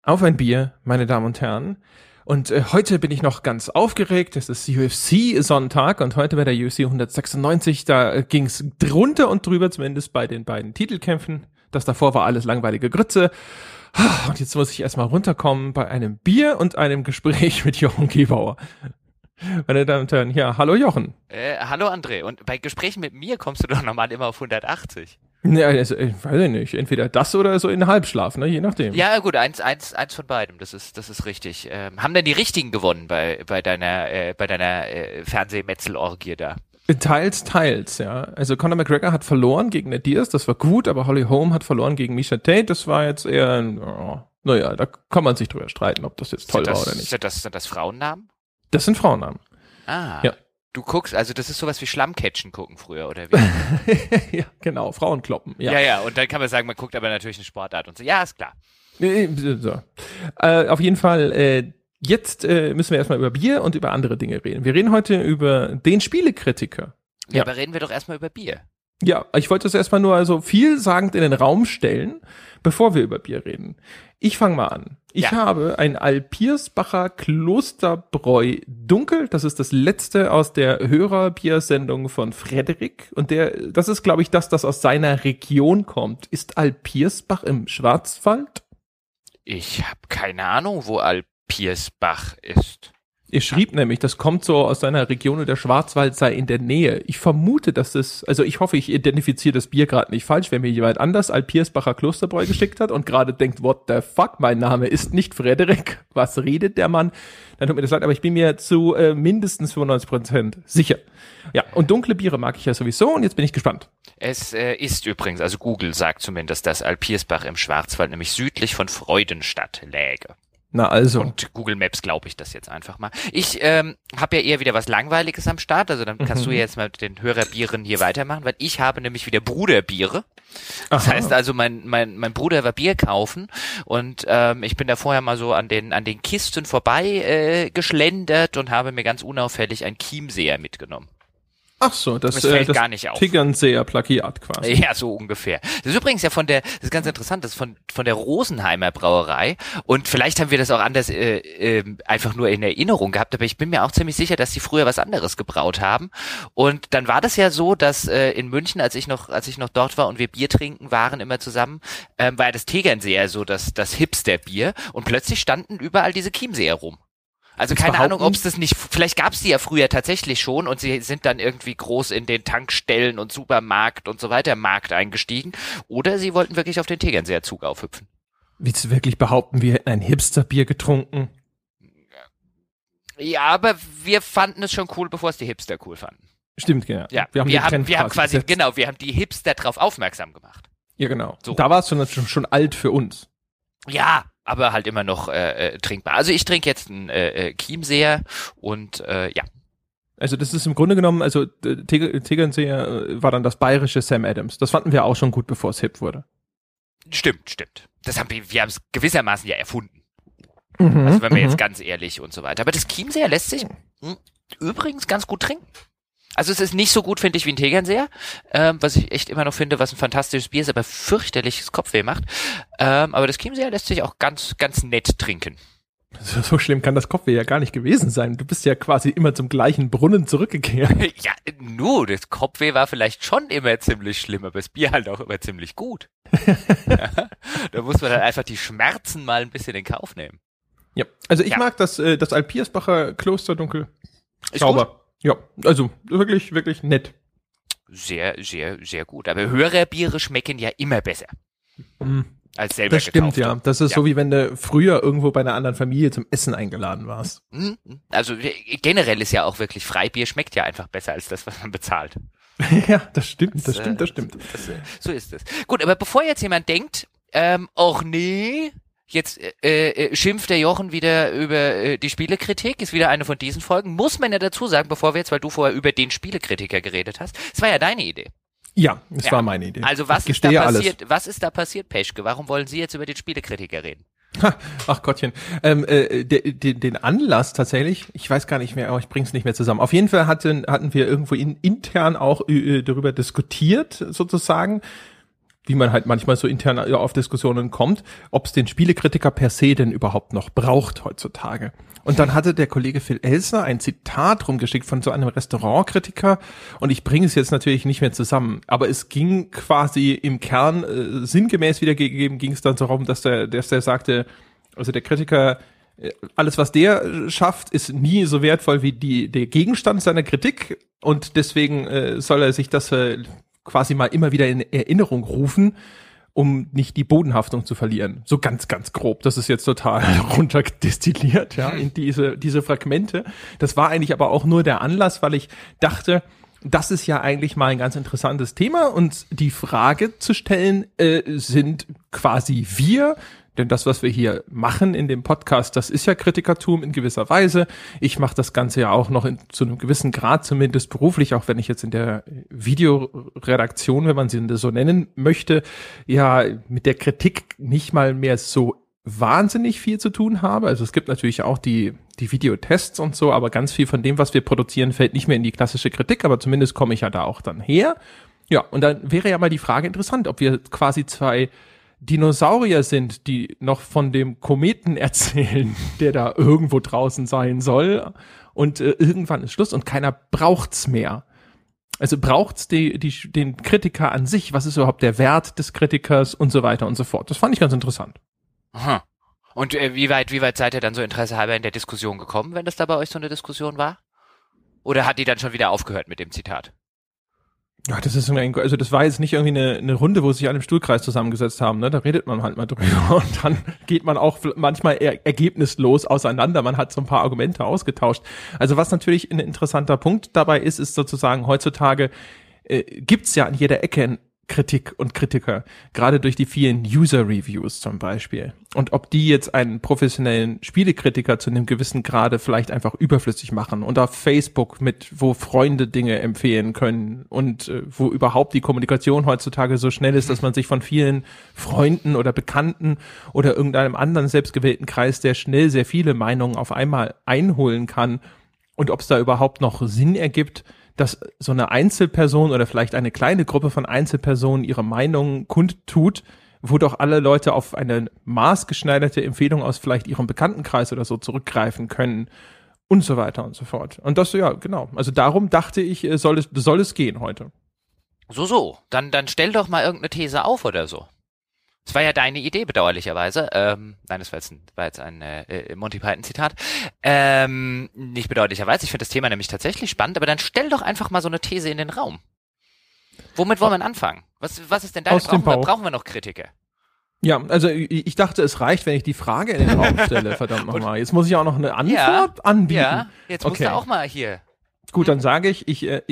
Auf ein Bier, meine Damen und Herren. Und heute bin ich noch ganz aufgeregt. Es ist UFC-Sonntag und heute bei der UFC 196, da ging's drunter und drüber, zumindest bei den beiden Titelkämpfen. Das davor war alles langweilige Grütze. Und jetzt muss ich erstmal runterkommen bei einem Bier und einem Gespräch mit Jochen Gebauer. Meine Damen und Herren, ja, hallo Jochen. Hallo André. Und bei Gesprächen mit mir kommst du doch normal immer auf 180. Ja, also, ich weiß nicht, entweder das oder so in Halbschlaf, ne, je nachdem. Ja, gut, eins von beidem, das ist richtig. Haben denn die Richtigen gewonnen bei deiner Fernsehmetzelorgie da? Teils, ja. Also Conor McGregor hat verloren gegen Nate Diaz, das war gut, aber Holly Holm hat verloren gegen Misha Tate, das war jetzt eher, naja, da kann man sich drüber streiten, ob das jetzt toll war oder nicht. Sind das Frauennamen? Das sind Frauennamen. Ah, ja. Du guckst, also das ist sowas wie Schlammcatchen gucken früher, oder wie? Ja, genau, Frauenkloppen, ja. Ja, und dann kann man sagen, man guckt aber natürlich eine Sportart und so. Ja, ist klar. So. Auf jeden Fall, jetzt müssen wir erstmal über Bier und über andere Dinge reden. Wir reden heute über den Spielekritiker. Ja, aber reden wir doch erstmal über Bier. Ja, ich wollte das erstmal nur also vielsagend in den Raum stellen, bevor wir über Bier reden. Ich fange mal an. Ich habe ein Alpirsbacher Klosterbräu Dunkel. Das ist das letzte aus der Hörerbiersendung von Frederik. Und das ist, glaube ich, das aus seiner Region kommt. Ist Alpirsbach im Schwarzwald? Ich habe keine Ahnung, wo Alpirsbach ist. Er schrieb nämlich, das kommt so aus seiner Region und der Schwarzwald sei in der Nähe. Ich vermute, dass ich hoffe, ich identifiziere das Bier gerade nicht falsch, wenn mir jemand anders Alpirsbacher Klosterbräu geschickt hat und gerade denkt, what the fuck, mein Name ist nicht Frederik, was redet der Mann? Dann tut mir das leid, aber ich bin mir zu mindestens 95% sicher. Ja, und dunkle Biere mag ich ja sowieso und jetzt bin ich gespannt. Es ist übrigens, also Google sagt zumindest, dass Alpirsbach im Schwarzwald nämlich südlich von Freudenstadt läge. Na also. Und Google Maps glaube ich das jetzt einfach mal. Ich habe ja eher wieder was Langweiliges am Start, also dann kannst du jetzt mal mit den Hörerbieren hier weitermachen, weil ich habe nämlich wieder Bruderbiere. Das heißt also, mein Bruder war Bier kaufen und ich bin da vorher mal so an den Kisten vorbei geschlendert und habe mir ganz unauffällig ein Chiemseer mitgenommen. Ach so, das fällt gar nicht auf. Tegernseer Plagiat quasi. Ja, so ungefähr. Das ist übrigens ja das ist ganz interessant, das ist von der Rosenheimer Brauerei und vielleicht haben wir das auch anders einfach nur in Erinnerung gehabt, aber ich bin mir auch ziemlich sicher, dass die früher was anderes gebraut haben und dann war das ja so, dass in München, als ich noch dort war und wir Bier trinken waren immer zusammen, war ja das Tegernseer so das Hipster-Bier und plötzlich standen überall diese Chiemseer rum. Also keine Ahnung, ob es das nicht, vielleicht gab es die ja früher tatsächlich schon und sie sind dann irgendwie groß in den Tankstellen und Supermarkt und so weiter Markt eingestiegen oder sie wollten wirklich auf den Tegernseer-Zug aufhüpfen. Willst du wirklich behaupten, wir hätten ein Hipsterbier getrunken? Ja, aber wir fanden es schon cool, bevor es die Hipster cool fanden. Stimmt, genau. Ja, wir haben die Hipster drauf aufmerksam gemacht. Ja, genau. So. Da war es schon alt für uns. Ja, aber halt immer noch trinkbar. Also ich trinke jetzt einen Chiemseer und ja. Also das ist im Grunde genommen, also Tegernseer war dann das bayerische Sam Adams. Das fanden wir auch schon gut, bevor es hip wurde. Stimmt. Wir haben es gewissermaßen ja erfunden. Also wenn wir jetzt ganz ehrlich und so weiter. Aber das Chiemseer lässt sich übrigens ganz gut trinken. Also es ist nicht so gut, finde ich, wie ein Tegernseer, was ich echt immer noch finde, was ein fantastisches Bier ist, aber fürchterliches Kopfweh macht. Aber das Chiemseer lässt sich auch ganz, ganz nett trinken. So schlimm kann das Kopfweh ja gar nicht gewesen sein. Du bist ja quasi immer zum gleichen Brunnen zurückgekehrt. Ja, das Kopfweh war vielleicht schon immer ziemlich schlimm, aber das Bier halt auch immer ziemlich gut. Ja, da muss man dann einfach die Schmerzen mal ein bisschen in Kauf nehmen. Ja, also ich mag das Alpirsbacher Klosterdunkel. Ist sauber. Gut? Ja, also wirklich, wirklich nett. Sehr, sehr, sehr gut. Aber Hörerbiere schmecken ja immer besser. Als selber Das stimmt, gekaufte. ja. Das ist so, wie wenn du früher irgendwo bei einer anderen Familie zum Essen eingeladen warst. Also generell ist ja auch wirklich Freibier schmeckt ja einfach besser als das, was man bezahlt. Ja, das stimmt. So ist es. Gut, aber bevor jetzt jemand denkt, och nee, jetzt schimpft der Jochen wieder über die Spielekritik, ist wieder eine von diesen Folgen, muss man ja dazu sagen, weil du vorher über den Spielekritiker geredet hast, es war ja deine Idee. Ja, es war meine Idee. Also was ist da passiert, Peschke? Warum wollen Sie jetzt über den Spielekritiker reden? Ach Gottchen. Den Anlass tatsächlich, ich weiß gar nicht mehr, aber ich bring's nicht mehr zusammen. Auf jeden Fall hatten wir irgendwo intern auch darüber diskutiert, sozusagen. wie man halt manchmal so intern auf Diskussionen kommt, ob es den Spielekritiker per se denn überhaupt noch braucht heutzutage. Und dann hatte der Kollege Phil Elsner ein Zitat rumgeschickt von so einem Restaurantkritiker und ich bringe es jetzt natürlich nicht mehr zusammen, aber es ging quasi im Kern sinngemäß wiedergegeben, ging es dann so rum, dass der sagte, also der Kritiker, alles was der schafft, ist nie so wertvoll wie der Gegenstand seiner Kritik und deswegen soll er sich das quasi mal immer wieder in Erinnerung rufen, um nicht die Bodenhaftung zu verlieren. So ganz, ganz grob. Das ist jetzt total runterdestilliert, ja, in diese Fragmente. Das war eigentlich aber auch nur der Anlass, weil ich dachte, das ist ja eigentlich mal ein ganz interessantes Thema und die Frage zu stellen, sind quasi wir, denn das, was wir hier machen in dem Podcast, das ist ja Kritikertum in gewisser Weise. Ich mache das Ganze ja auch noch zu einem gewissen Grad zumindest beruflich, auch wenn ich jetzt in der Videoredaktion, wenn man sie so nennen möchte, ja mit der Kritik nicht mal mehr so wahnsinnig viel zu tun habe. Also es gibt natürlich auch die Videotests und so, aber ganz viel von dem, was wir produzieren, fällt nicht mehr in die klassische Kritik, aber zumindest komme ich ja da auch dann her. Ja, und dann wäre ja mal die Frage interessant, ob wir quasi zwei Dinosaurier sind, die noch von dem Kometen erzählen, der da irgendwo draußen sein soll und irgendwann ist Schluss und keiner braucht's mehr. Also braucht's den Kritiker an sich, was ist überhaupt der Wert des Kritikers und so weiter und so fort. Das fand ich ganz interessant. Aha. Und wie weit seid ihr dann so interessehalber in der Diskussion gekommen, wenn das da bei euch so eine Diskussion war? Oder hat die dann schon wieder aufgehört mit dem Zitat? Ja, also das war jetzt nicht irgendwie eine Runde, wo sich alle im Stuhlkreis zusammengesetzt haben, ne? Da redet man halt mal drüber und dann geht man auch manchmal ergebnislos auseinander. Man hat so ein paar Argumente ausgetauscht. Also was natürlich ein interessanter Punkt dabei ist sozusagen heutzutage gibt's ja an jeder Ecke Kritik und Kritiker, gerade durch die vielen User-Reviews zum Beispiel. Und ob die jetzt einen professionellen Spielekritiker zu einem gewissen Grade vielleicht einfach überflüssig machen und auf Facebook wo Freunde Dinge empfehlen können und wo überhaupt die Kommunikation heutzutage so schnell ist, dass man sich von vielen Freunden oder Bekannten oder irgendeinem anderen selbstgewählten Kreis sehr schnell sehr viele Meinungen auf einmal einholen kann und ob es da überhaupt noch Sinn ergibt, dass so eine Einzelperson oder vielleicht eine kleine Gruppe von Einzelpersonen ihre Meinung kundtut, wo doch alle Leute auf eine maßgeschneiderte Empfehlung aus vielleicht ihrem Bekanntenkreis oder so zurückgreifen können und so weiter und so fort. Und das, ja, genau. Also darum dachte ich, soll es gehen heute. So. Dann stell doch mal irgendeine These auf oder so. Das war ja deine Idee, bedauerlicherweise. Nein, das war jetzt ein Monty Python-Zitat. Nicht bedauerlicherweise, ich finde das Thema nämlich tatsächlich spannend, aber dann stell doch einfach mal so eine These in den Raum. Womit wollen wir anfangen? Was ist denn deine? Brauchen wir noch Kritiker? Ja, also ich dachte, es reicht, wenn ich die Frage in den Raum stelle, verdammt nochmal. Jetzt muss ich auch noch eine Antwort anbieten. Ja, jetzt musst du auch mal hier. Gut, dann sage ich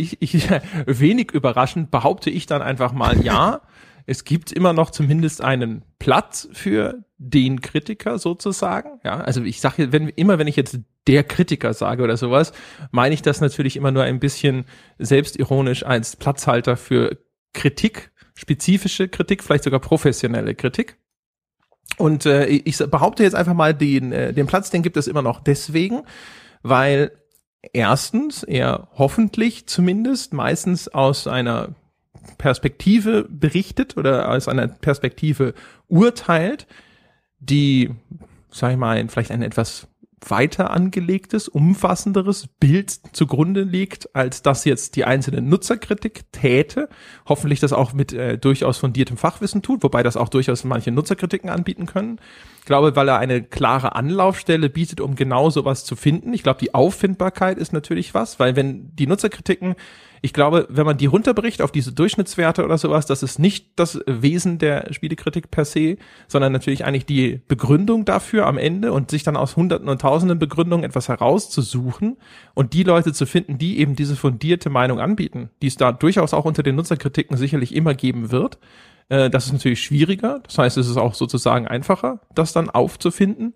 wenig überraschend behaupte ich dann einfach mal ja. Es gibt immer noch zumindest einen Platz für den Kritiker sozusagen. Ja, also ich sage, wenn ich jetzt der Kritiker sage oder sowas, meine ich das natürlich immer nur ein bisschen selbstironisch als Platzhalter für Kritik, spezifische Kritik, vielleicht sogar professionelle Kritik. Und ich behaupte jetzt einfach mal, den Platz, den gibt es immer noch deswegen, weil erstens er hoffentlich zumindest meistens aus einer Perspektive berichtet oder aus einer Perspektive urteilt, die, sag ich mal, vielleicht ein etwas weiter angelegtes, umfassenderes Bild zugrunde liegt, als das jetzt die einzelne Nutzerkritik täte. Hoffentlich das auch mit durchaus fundiertem Fachwissen tut, wobei das auch durchaus manche Nutzerkritiken anbieten können. Ich glaube, weil er eine klare Anlaufstelle bietet, um genau sowas zu finden. Ich glaube, die Auffindbarkeit ist natürlich was, weil wenn die Nutzerkritiken, ich glaube, wenn man die runterbricht auf diese Durchschnittswerte oder sowas, das ist nicht das Wesen der Spielekritik per se, sondern natürlich eigentlich die Begründung dafür am Ende und sich dann aus Hunderten und Tausenden Begründungen etwas herauszusuchen und die Leute zu finden, die eben diese fundierte Meinung anbieten, die es da durchaus auch unter den Nutzerkritiken sicherlich immer geben wird. Das ist natürlich schwieriger, das heißt, es ist auch sozusagen einfacher, das dann aufzufinden.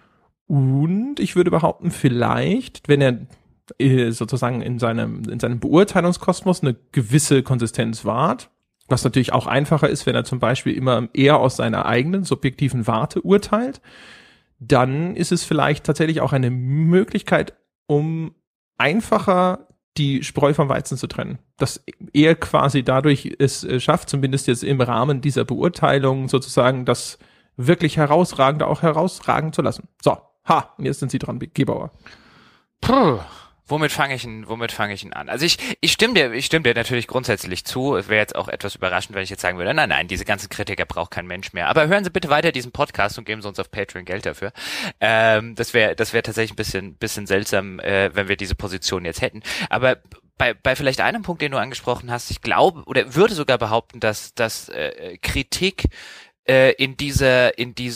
Und ich würde behaupten, vielleicht, wenn er sozusagen in seinem Beurteilungskosmos eine gewisse Konsistenz wahrt, was natürlich auch einfacher ist, wenn er zum Beispiel immer eher aus seiner eigenen subjektiven Warte urteilt, dann ist es vielleicht tatsächlich auch eine Möglichkeit, um einfacher die Spreu vom Weizen zu trennen. Dass er quasi dadurch es schafft, zumindest jetzt im Rahmen dieser Beurteilung sozusagen das wirklich Herausragende auch herausragen zu lassen. So, und jetzt sind Sie dran, Gebauer. Puh. Womit fange ich ihn an? Also ich stimme dir natürlich grundsätzlich zu. Es wäre jetzt auch etwas überraschend, wenn ich jetzt sagen würde, nein, diese ganzen Kritiker braucht kein Mensch mehr. Aber hören Sie bitte weiter diesen Podcast und geben Sie uns auf Patreon Geld dafür. Das wäre tatsächlich ein bisschen seltsam, wenn wir diese Position jetzt hätten. Aber bei vielleicht einem Punkt, den du angesprochen hast, ich glaube oder würde sogar behaupten, dass Kritik in dieser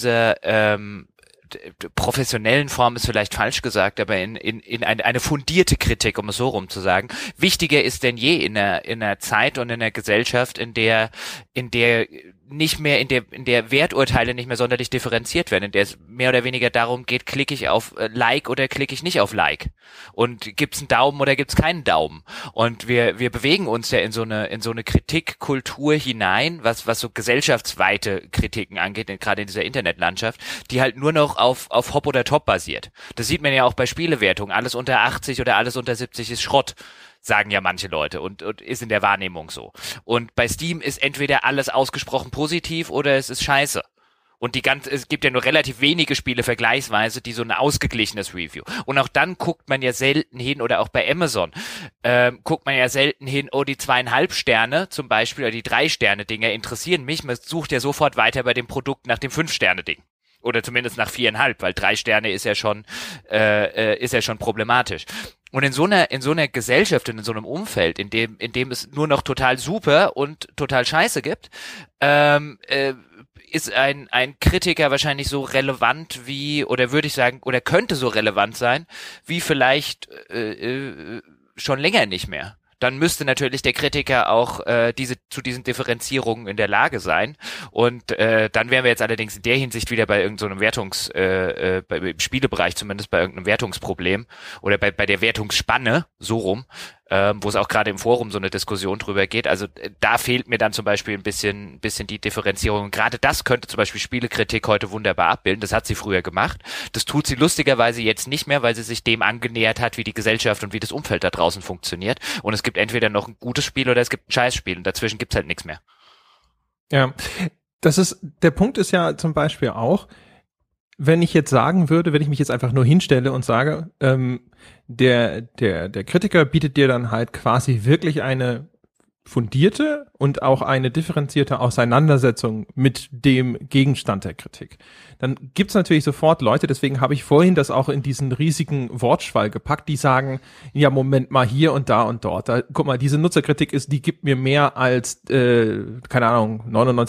professionellen Form ist vielleicht falsch gesagt, aber in eine fundierte Kritik, um es so rum zu sagen, wichtiger ist denn je in einer Zeit und in einer Gesellschaft, in der nicht mehr, in der Werturteile nicht mehr sonderlich differenziert werden, in der es mehr oder weniger darum geht, klicke ich auf Like oder klicke ich nicht auf Like? Und gibt's einen Daumen oder gibt's keinen Daumen? Und wir bewegen uns ja in so eine Kritikkultur hinein, was so gesellschaftsweite Kritiken angeht, gerade in dieser Internetlandschaft, die halt nur noch auf Hop oder Top basiert. Das sieht man ja auch bei Spielewertungen. Alles unter 80 oder alles unter 70 ist Schrott, sagen ja manche Leute und ist in der Wahrnehmung so. Und bei Steam ist entweder alles ausgesprochen positiv oder es ist scheiße. Und es gibt ja nur relativ wenige Spiele vergleichsweise, die so ein ausgeglichenes Review. Und auch dann guckt man ja selten hin, oder auch bei Amazon, guckt man ja selten hin, die 2,5 Sterne zum Beispiel, oder die 3-Sterne-Dinger interessieren mich. Man sucht ja sofort weiter bei dem Produkt nach dem 5-Sterne-Ding. Oder zumindest nach 4,5, weil 3 Sterne ist ja schon problematisch. Und in so einer Gesellschaft und in so einem Umfeld, in dem es nur noch total super und total scheiße gibt, ist ein Kritiker wahrscheinlich so relevant wie, oder würde ich sagen, oder könnte so relevant sein, wie vielleicht schon länger nicht mehr. Dann müsste natürlich der Kritiker auch zu diesen Differenzierungen in der Lage sein. Und dann wären wir jetzt allerdings in der Hinsicht wieder bei irgendeinem im Spielebereich zumindest bei irgendeinem Wertungsproblem oder bei der Wertungsspanne, so rum, wo es auch gerade im Forum so eine Diskussion drüber geht. Also da fehlt mir dann zum Beispiel ein bisschen die Differenzierung. Und gerade das könnte zum Beispiel Spielekritik heute wunderbar abbilden. Das hat sie früher gemacht. Das tut sie lustigerweise jetzt nicht mehr, weil sie sich dem angenähert hat, wie die Gesellschaft und wie das Umfeld da draußen funktioniert. Und es gibt entweder noch ein gutes Spiel oder es gibt ein Scheißspiel. Und dazwischen gibt's halt nichts mehr. Ja, der Punkt ist ja zum Beispiel auch, wenn ich jetzt sagen würde, wenn ich mich jetzt einfach nur hinstelle und sage, der Kritiker bietet dir dann halt quasi wirklich eine fundierte und auch eine differenzierte Auseinandersetzung mit dem Gegenstand der Kritik. Dann gibt's natürlich sofort Leute, deswegen habe ich vorhin das auch in diesen riesigen Wortschwall gepackt, die sagen, ja, Moment mal, hier und da und dort. Guck mal, diese Nutzerkritik die gibt mir mehr als, keine Ahnung,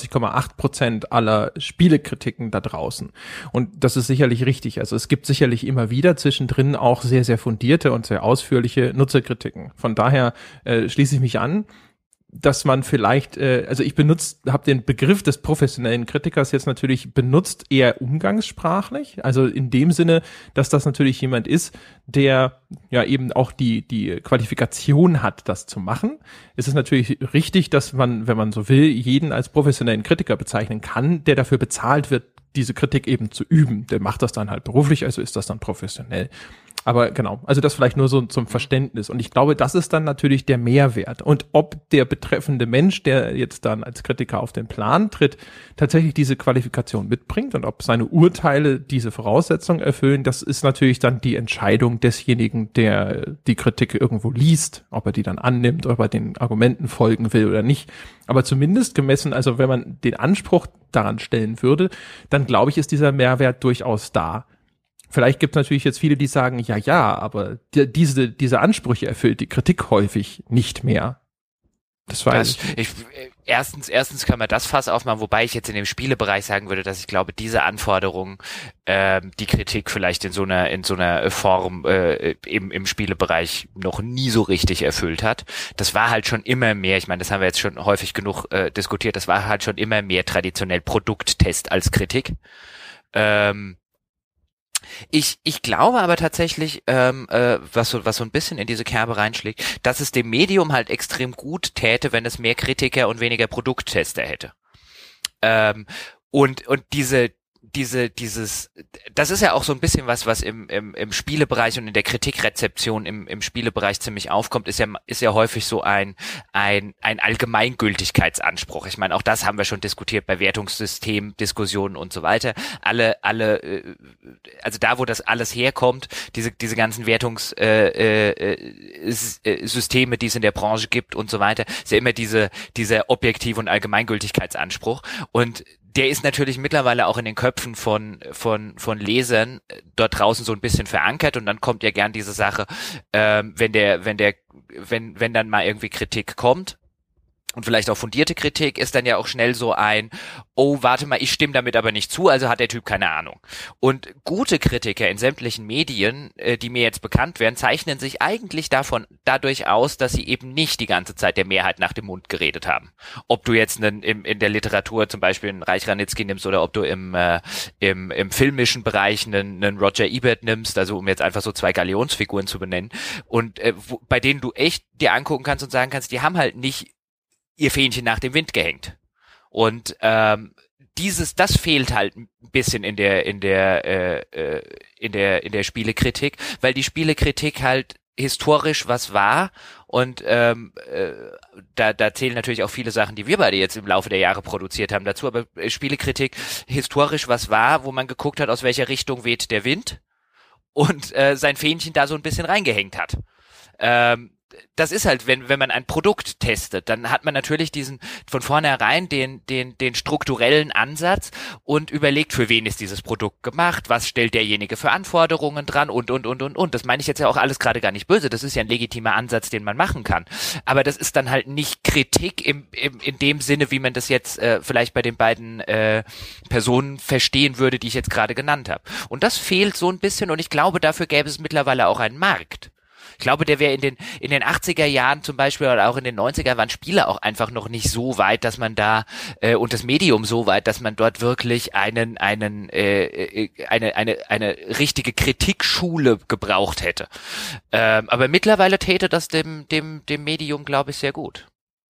99,8% aller Spielekritiken da draußen. Und das ist sicherlich richtig. Also es gibt sicherlich immer wieder zwischendrin auch sehr, sehr fundierte und sehr ausführliche Nutzerkritiken. Von daher schließe ich mich an, dass man vielleicht, also ich habe den Begriff des professionellen Kritikers jetzt natürlich benutzt, eher umgangssprachlich, also in dem Sinne, dass das natürlich jemand ist, der ja eben auch die Qualifikation hat, das zu machen. Es ist natürlich richtig, dass man, wenn man so will, jeden als professionellen Kritiker bezeichnen kann, der dafür bezahlt wird, diese Kritik eben zu üben. Der macht das dann halt beruflich, also ist das dann professionell. Aber genau, also das vielleicht nur so zum Verständnis. Und ich glaube, das ist dann natürlich der Mehrwert. Und ob der betreffende Mensch, der jetzt dann als Kritiker auf den Plan tritt, tatsächlich diese Qualifikation mitbringt und ob seine Urteile diese Voraussetzungen erfüllen, das ist natürlich dann die Entscheidung desjenigen, der die Kritik irgendwo liest, ob er die dann annimmt, ob er den Argumenten folgen will oder nicht. Aber zumindest gemessen, also wenn man den Anspruch daran stellen würde, dann glaube ich, ist dieser Mehrwert durchaus da. Vielleicht gibt es natürlich jetzt viele, die sagen, ja, aber diese Ansprüche erfüllt die Kritik häufig nicht mehr. Das weiß ich. Erstens kann man das Fass aufmachen, wobei ich jetzt in dem Spielebereich sagen würde, dass ich glaube, diese Anforderungen die Kritik vielleicht in so einer Form im Spielebereich noch nie so richtig erfüllt hat. Das war halt schon immer mehr, ich meine, das haben wir jetzt schon häufig genug diskutiert, das war halt schon immer mehr traditionell Produkttest als Kritik. Ich glaube aber tatsächlich, was so ein bisschen in diese Kerbe reinschlägt, dass es dem Medium halt extrem gut täte, wenn es mehr Kritiker und weniger Produkttester hätte. Und dieses das ist ja auch so ein bisschen was im Spielebereich und in der Kritikrezeption im Spielebereich ziemlich aufkommt, ist ja häufig so ein Allgemeingültigkeitsanspruch. Ich meine, auch das haben wir schon diskutiert bei Wertungssystemen, Diskussionen und so weiter. Also da, wo das alles herkommt, diese ganzen Wertungssysteme, die es in der Branche gibt und so weiter, ist ja immer dieser Objektiv- und Allgemeingültigkeitsanspruch. Und der ist natürlich mittlerweile auch in den Köpfen von Lesern dort draußen so ein bisschen verankert, und dann kommt ja gern diese Sache, wenn dann mal irgendwie Kritik kommt, und vielleicht auch fundierte Kritik, ist dann ja auch schnell so oh, warte mal, ich stimme damit aber nicht zu, also hat der Typ keine Ahnung. Und gute Kritiker in sämtlichen Medien, die mir jetzt bekannt werden, zeichnen sich eigentlich dadurch aus, dass sie eben nicht die ganze Zeit der Mehrheit nach dem Mund geredet haben. Ob du jetzt in der Literatur zum Beispiel einen Reich Ranitzky nimmst, oder ob du im filmischen Bereich einen Roger Ebert nimmst, also um jetzt einfach so 2 Galionsfiguren zu benennen, und bei denen du echt dir angucken kannst und sagen kannst, die haben halt nicht ihr Fähnchen nach dem Wind gehängt. Und das fehlt halt ein bisschen in der Spielekritik, weil die Spielekritik halt historisch was war, und da zählen natürlich auch viele Sachen, die wir beide jetzt im Laufe der Jahre produziert haben dazu, aber Spielekritik historisch was war, wo man geguckt hat, aus welcher Richtung weht der Wind, und sein Fähnchen da so ein bisschen reingehängt hat. Das ist halt, wenn man ein Produkt testet, dann hat man natürlich von vornherein den strukturellen Ansatz und überlegt, für wen ist dieses Produkt gemacht, was stellt derjenige für Anforderungen dran und. Das meine ich jetzt ja auch alles gerade gar nicht böse, das ist ja ein legitimer Ansatz, den man machen kann. Aber das ist dann halt nicht Kritik in dem Sinne, wie man das jetzt vielleicht bei den beiden Personen verstehen würde, die ich jetzt gerade genannt habe. Und das fehlt so ein bisschen, und ich glaube, dafür gäbe es mittlerweile auch einen Markt. Ich glaube, der wäre in den 80er Jahren zum Beispiel, oder auch in den 90er, waren Spiele auch einfach noch nicht so weit, dass man da und das Medium so weit, dass man dort wirklich eine richtige Kritikschule gebraucht hätte. Aber mittlerweile täte das dem Medium, glaube ich, sehr gut.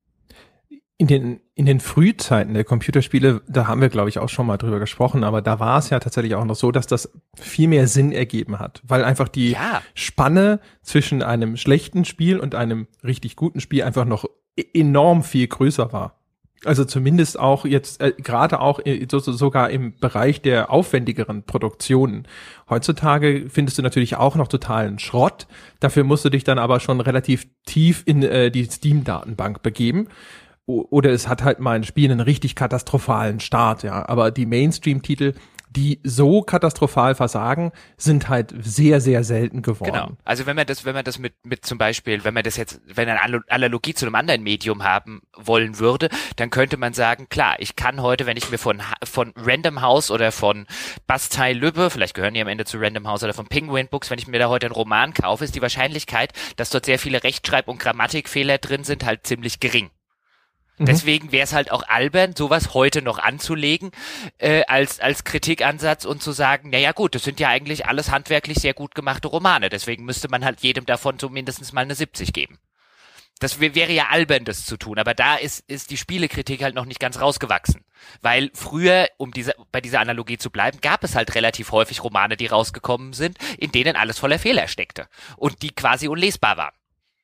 In den Frühzeiten der Computerspiele, da haben wir, glaube ich, auch schon mal drüber gesprochen, aber da war es ja tatsächlich auch noch so, dass das viel mehr Sinn ergeben hat, weil einfach die Spanne zwischen einem schlechten Spiel und einem richtig guten Spiel einfach noch enorm viel größer war. Also zumindest auch jetzt, gerade auch sogar im Bereich der aufwendigeren Produktionen. Heutzutage findest du natürlich auch noch totalen Schrott. Dafür musst du dich dann aber schon relativ tief in die Steam-Datenbank begeben. Oder es hat halt mal ein Spiel einen richtig katastrophalen Start, ja. Aber die Mainstream-Titel, die so katastrophal versagen, sind halt sehr, sehr selten geworden. Genau. Also wenn man das mit zum Beispiel, wenn eine Analogie zu einem anderen Medium haben wollen würde, dann könnte man sagen, klar, ich kann heute, wenn ich mir von Random House oder von Bastei Lübbe, vielleicht gehören die am Ende zu Random House, oder von Penguin Books, wenn ich mir da heute einen Roman kaufe, ist die Wahrscheinlichkeit, dass dort sehr viele Rechtschreib- und Grammatikfehler drin sind, halt ziemlich gering. Deswegen wäre es halt auch albern, sowas heute noch anzulegen als Kritikansatz und zu sagen, naja gut, das sind ja eigentlich alles handwerklich sehr gut gemachte Romane, deswegen müsste man halt jedem davon so mindestens mal eine 70 geben. Das wäre ja albern, das zu tun, aber da ist die Spielekritik halt noch nicht ganz rausgewachsen. Weil früher, bei dieser Analogie zu bleiben, gab es halt relativ häufig Romane, die rausgekommen sind, in denen alles voller Fehler steckte und die quasi unlesbar waren.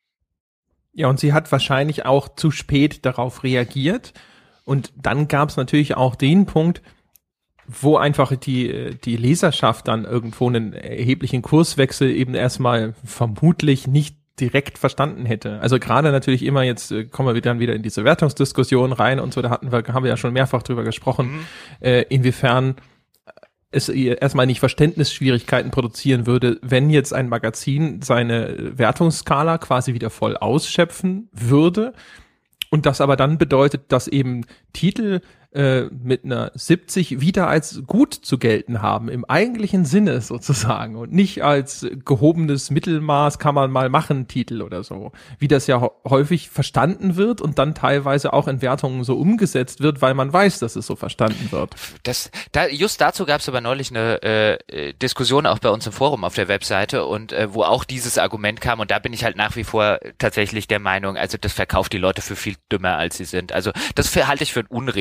Ja, und sie hat wahrscheinlich auch zu spät darauf reagiert. Und dann gab es natürlich auch den Punkt, wo einfach die Leserschaft dann irgendwo einen erheblichen Kurswechsel eben erstmal vermutlich nicht direkt verstanden hätte. Also gerade natürlich immer, jetzt kommen wir dann wieder in diese Wertungsdiskussion rein und so, haben wir ja schon mehrfach drüber gesprochen, inwiefern es erstmal nicht Verständnisschwierigkeiten produzieren würde, wenn jetzt ein Magazin seine Wertungsskala quasi wieder voll ausschöpfen würde und das aber dann bedeutet, dass eben Titel mit einer 70 wieder als gut zu gelten haben, im eigentlichen Sinne sozusagen und nicht als gehobenes Mittelmaß kann man mal machen Titel oder so, wie das ja häufig verstanden wird und dann teilweise auch in Wertungen so umgesetzt wird, weil man weiß, dass es so verstanden wird. Just dazu gab es aber neulich eine Diskussion auch bei uns im Forum auf der Webseite und wo auch dieses Argument kam und da bin ich halt nach wie vor tatsächlich der Meinung, also das verkauft die Leute für viel dümmer, als sie sind. Also das halte ich für ein unredliches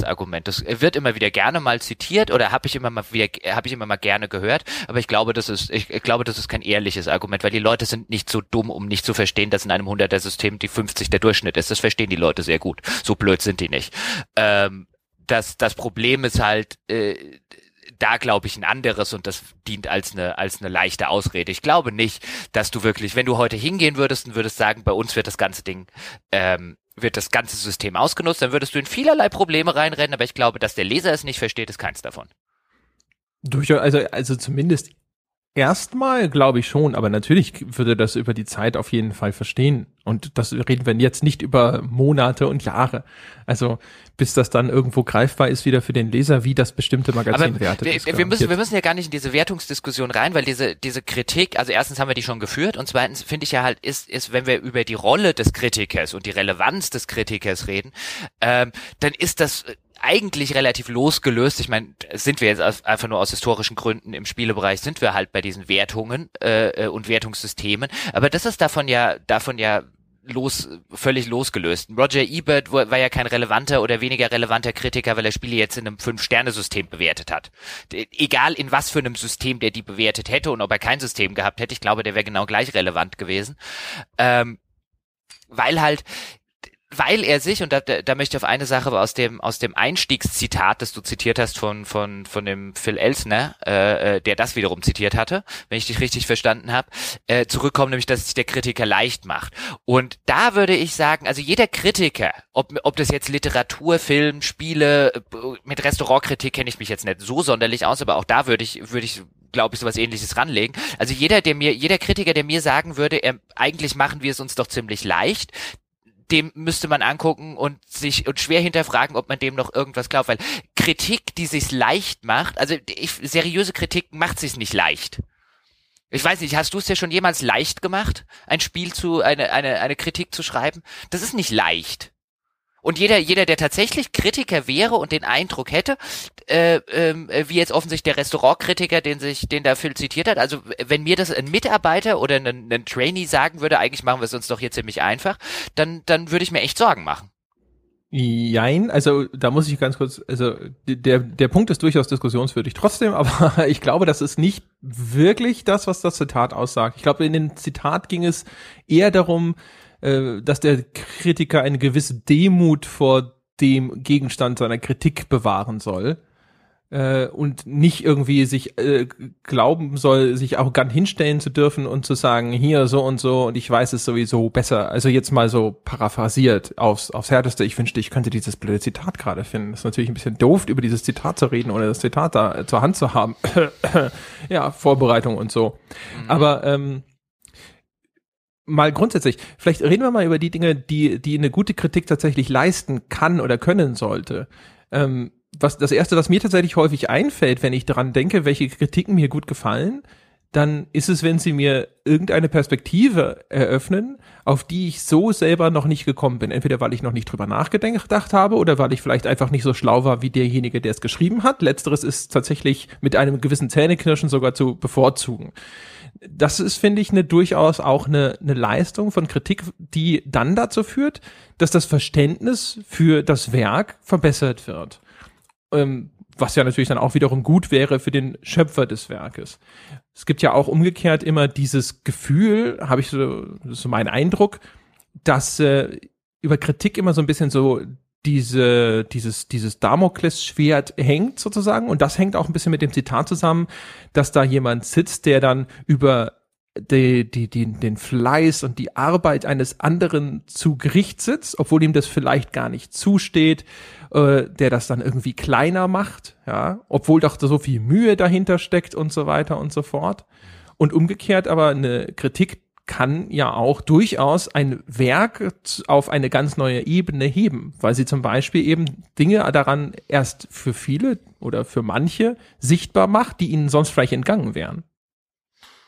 Argument. Das wird immer wieder gerne mal zitiert oder habe ich immer mal gerne gehört, aber ich glaube, das ist kein ehrliches Argument, weil die Leute sind nicht so dumm, um nicht zu verstehen, dass in einem 100er-System die 50 der Durchschnitt ist. Das verstehen die Leute sehr gut. So blöd sind die nicht. Das Problem ist halt, da glaube ich ein anderes und das dient als eine leichte Ausrede. Ich glaube nicht, dass du wirklich, wenn du heute hingehen würdest und würdest sagen, bei uns wird das ganze Ding, wird das ganze System ausgenutzt, dann würdest du in vielerlei Probleme reinrennen, aber ich glaube, dass der Leser es nicht versteht, ist keins davon. Durchaus, also zumindest erstmal glaube ich schon, aber natürlich würde das über die Zeit auf jeden Fall verstehen. Und das reden wir jetzt nicht über Monate und Jahre. Also bis das dann irgendwo greifbar ist wieder für den Leser, wie das bestimmte Magazin wertet. Wir müssen ja gar nicht in diese Wertungsdiskussion rein, weil diese Kritik, also erstens haben wir die schon geführt und zweitens finde ich ja halt, ist, wenn wir über die Rolle des Kritikers und die Relevanz des Kritikers reden, dann ist das eigentlich relativ losgelöst. Ich meine, sind wir jetzt einfach nur aus historischen Gründen im Spielebereich, sind wir halt bei diesen Wertungen und Wertungssystemen. Aber das ist davon ja völlig losgelöst. Roger Ebert war ja kein relevanter oder weniger relevanter Kritiker, weil er Spiele jetzt in einem 5-Sterne-System bewertet hat. Egal in was für einem System der die bewertet hätte und ob er kein System gehabt hätte, ich glaube, der wäre genau gleich relevant gewesen. Weil er sich, und da möchte ich auf eine Sache aus dem Einstiegszitat, das du zitiert hast von dem Phil Elsner, der das wiederum zitiert hatte, wenn ich dich richtig verstanden habe, zurückkommen, nämlich, dass sich der Kritiker leicht macht. Und da würde ich sagen, also jeder Kritiker, ob das jetzt Literatur, Film, Spiele, mit Restaurantkritik kenne ich mich jetzt nicht so sonderlich aus, aber auch da würde ich glaube ich, sowas Ähnliches ranlegen. Also jeder Kritiker, der mir sagen würde, eigentlich machen wir es uns doch ziemlich leicht, dem müsste man angucken und schwer hinterfragen, ob man dem noch irgendwas glaubt, weil Kritik, die sich's leicht macht, also seriöse Kritik macht sich's nicht leicht. Ich weiß nicht, hast du es dir schon jemals leicht gemacht, eine Kritik zu schreiben? Das ist nicht leicht. Und jeder, der tatsächlich Kritiker wäre und den Eindruck hätte, wie jetzt offensichtlich der Restaurantkritiker, den da Phil zitiert hat, also wenn mir das ein Mitarbeiter oder ein Trainee sagen würde, eigentlich machen wir es uns doch hier ziemlich einfach, dann würde ich mir echt Sorgen machen. Jein, also da muss ich ganz kurz, also der Punkt ist durchaus diskussionswürdig trotzdem, aber ich glaube, das ist nicht wirklich das, was das Zitat aussagt. Ich glaube, in dem Zitat ging es eher darum, dass der Kritiker eine gewisse Demut vor dem Gegenstand seiner Kritik bewahren soll und nicht irgendwie sich glauben soll, sich arrogant hinstellen zu dürfen und zu sagen, hier so und ich weiß es sowieso besser. Also jetzt mal so paraphrasiert aufs Härteste. Ich wünschte, ich könnte dieses blöde Zitat gerade finden. Das ist natürlich ein bisschen doof, über dieses Zitat zu reden, ohne das Zitat da zur Hand zu haben. Ja, Vorbereitung und so. Mhm. Aber mal grundsätzlich, vielleicht reden wir mal über die Dinge, die eine gute Kritik tatsächlich leisten kann oder können sollte. Das Erste, was mir tatsächlich häufig einfällt, wenn ich daran denke, welche Kritiken mir gut gefallen, dann ist es, wenn sie mir irgendeine Perspektive eröffnen, auf die ich so selber noch nicht gekommen bin. Entweder weil ich noch nicht drüber nachgedacht habe oder weil ich vielleicht einfach nicht so schlau war wie derjenige, der es geschrieben hat. Letzteres ist tatsächlich mit einem gewissen Zähneknirschen sogar zu bevorzugen. Das ist, finde ich, durchaus auch eine Leistung von Kritik, die dann dazu führt, dass das Verständnis für das Werk verbessert wird. Was ja natürlich dann auch wiederum gut wäre für den Schöpfer des Werkes. Es gibt ja auch umgekehrt immer dieses Gefühl, habe ich so, das ist so mein Eindruck, dass über Kritik immer so ein bisschen so dieses Damoklesschwert hängt sozusagen, und das hängt auch ein bisschen mit dem Zitat zusammen, dass da jemand sitzt, der dann über den Fleiß und die Arbeit eines anderen zu Gericht sitzt, obwohl ihm das vielleicht gar nicht zusteht, der das dann irgendwie kleiner macht, ja, obwohl doch so viel Mühe dahinter steckt und so weiter und so fort. Und umgekehrt aber eine Kritik kann ja auch durchaus ein Werk auf eine ganz neue Ebene heben, weil sie zum Beispiel eben Dinge daran erst für viele oder für manche sichtbar macht, die ihnen sonst vielleicht entgangen wären.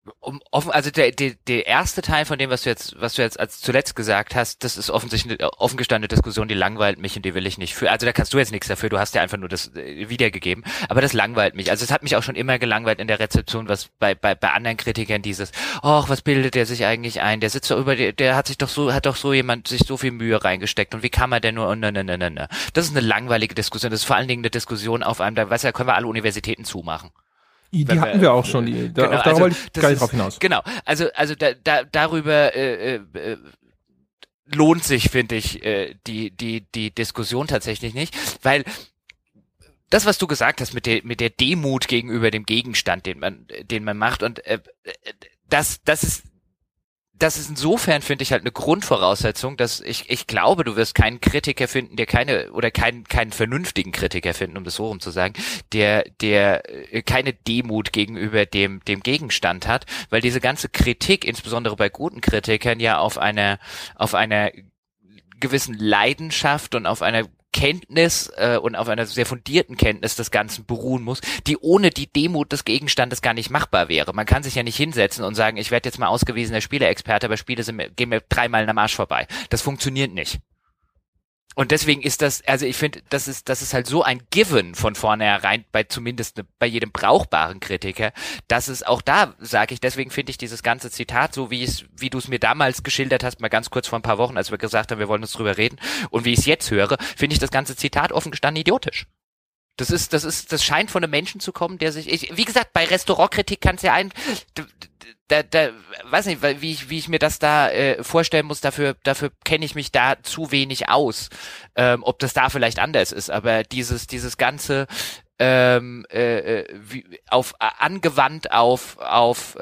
Also der erste Teil von dem, was du jetzt als zuletzt gesagt hast, das ist offensichtlich eine offen gestandene Diskussion, die langweilt mich und die will ich nicht führen. Also da kannst du jetzt nichts dafür, du hast ja einfach nur das wiedergegeben, aber das langweilt mich. Also es hat mich auch schon immer gelangweilt in der Rezeption, was bei anderen Kritikern dieses, was bildet der sich eigentlich ein? Der sitzt doch hat doch so jemand sich so viel Mühe reingesteckt und wie kann man denn nur, ne. Das ist eine langweilige Diskussion, das ist vor allen Dingen eine Diskussion auf einem, da können wir alle Universitäten zumachen. Die hatten wir auch schon, da wollte ich gar nicht drauf hinaus. Genau, also darüber lohnt sich, finde ich, die Diskussion tatsächlich nicht, weil das, was du gesagt hast mit der Demut gegenüber dem Gegenstand, den man macht, und das ist insofern, finde ich, halt eine Grundvoraussetzung, dass ich glaube, du wirst keinen Kritiker finden, der keinen vernünftigen Kritiker finden, um das so rum zu sagen, der keine Demut gegenüber dem Gegenstand hat, weil diese ganze Kritik, insbesondere bei guten Kritikern, ja auf einer gewissen Leidenschaft und auf einer Kenntnis und auf einer sehr fundierten Kenntnis des Ganzen beruhen muss, die ohne die Demut des Gegenstandes gar nicht machbar wäre. Man kann sich ja nicht hinsetzen und sagen, ich werde jetzt mal ausgewiesener Spieleexperte, aber Spiele gehen mir 3-mal am Arsch vorbei. Das funktioniert nicht. Und deswegen ist das, also ich finde, das ist halt so ein Given von vornherein bei jedem brauchbaren Kritiker, dass es auch da, sage ich, deswegen finde ich dieses ganze Zitat, so wie du es mir damals geschildert hast, mal ganz kurz vor ein paar Wochen, als wir gesagt haben, wir wollen uns drüber reden, und wie ich es jetzt höre, finde ich das ganze Zitat offen gestanden idiotisch. Das scheint von einem Menschen zu kommen, der sich, wie gesagt, bei Restaurantkritik kann es ja weiß nicht, wie ich mir das da vorstellen muss, dafür kenne ich mich da zu wenig aus, ob das da vielleicht anders ist, aber dieses ganze angewandt auf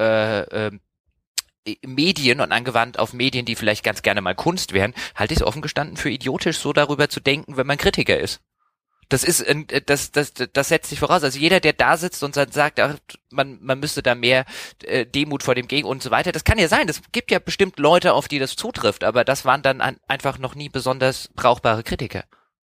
Medien und angewandt auf Medien, die vielleicht ganz gerne mal Kunst wären, halte ich es offen gestanden für idiotisch, so darüber zu denken, wenn man Kritiker ist. Das setzt sich voraus. Also jeder, der da sitzt und sagt, man müsste da mehr Demut vor dem Gegen und so weiter, das kann ja sein. Es gibt ja bestimmt Leute, auf die das zutrifft, aber das waren dann einfach noch nie besonders brauchbare Kritiker.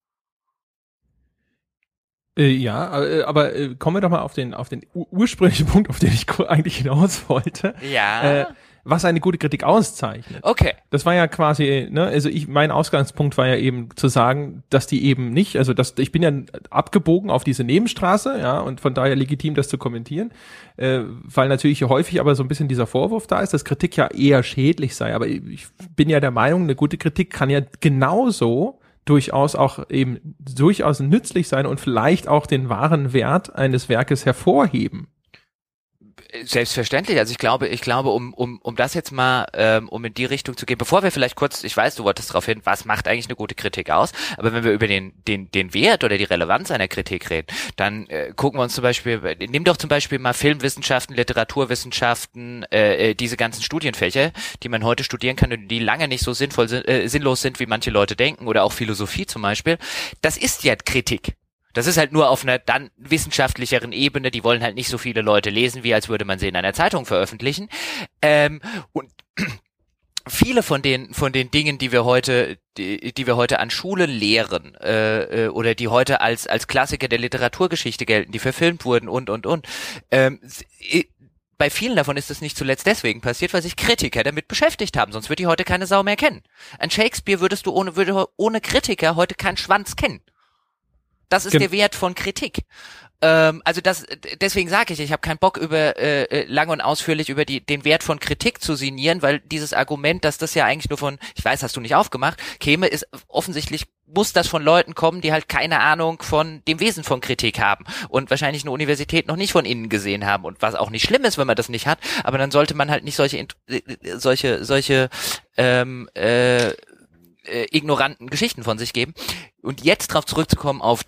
Aber kommen wir doch mal auf den ursprünglichen Punkt, auf den ich eigentlich hinaus wollte. Ja. Was eine gute Kritik auszeichnet. Okay. Das war ja quasi, also mein Ausgangspunkt war ja eben zu sagen, dass die eben nicht, also ich bin ja abgebogen auf diese Nebenstraße, ja, und von daher legitim, das zu kommentieren, weil natürlich häufig aber so ein bisschen dieser Vorwurf da ist, dass Kritik ja eher schädlich sei, aber ich bin ja der Meinung, eine gute Kritik kann ja genauso durchaus nützlich sein und vielleicht auch den wahren Wert eines Werkes hervorheben. Selbstverständlich. Also ich glaube, um das jetzt mal, um in die Richtung zu gehen, bevor wir vielleicht kurz, ich weiß, du wolltest darauf hin, was macht eigentlich eine gute Kritik aus, aber wenn wir über den Wert oder die Relevanz einer Kritik reden, dann gucken wir uns zum Beispiel, nimm doch zum Beispiel mal Filmwissenschaften, Literaturwissenschaften, diese ganzen Studienfächer, die man heute studieren kann und die lange nicht so sinnlos sind, wie manche Leute denken, oder auch Philosophie zum Beispiel. Das ist ja Kritik. Das ist halt nur auf einer dann wissenschaftlicheren Ebene, die wollen halt nicht so viele Leute lesen, wie als würde man sie in einer Zeitung veröffentlichen. Und viele von den Dingen, die wir heute an Schulen lehren, oder die heute als Klassiker der Literaturgeschichte gelten, die verfilmt wurden und, bei vielen davon ist es nicht zuletzt deswegen passiert, weil sich Kritiker damit beschäftigt haben, sonst würde die heute keine Sau mehr kennen. An Shakespeare würde ohne Kritiker heute keinen Schwanz kennen. Das ist der Wert von Kritik. Also deswegen sage ich habe keinen Bock über lang und ausführlich über den Wert von Kritik zu sinnieren, weil dieses Argument, dass das ja eigentlich nur von, ich weiß, hast du nicht aufgemacht, käme, ist offensichtlich, muss das von Leuten kommen, die halt keine Ahnung von dem Wesen von Kritik haben und wahrscheinlich eine Universität noch nicht von innen gesehen haben, und was auch nicht schlimm ist, wenn man das nicht hat, aber dann sollte man halt nicht solche ignoranten Geschichten von sich geben. Und jetzt drauf zurückzukommen auf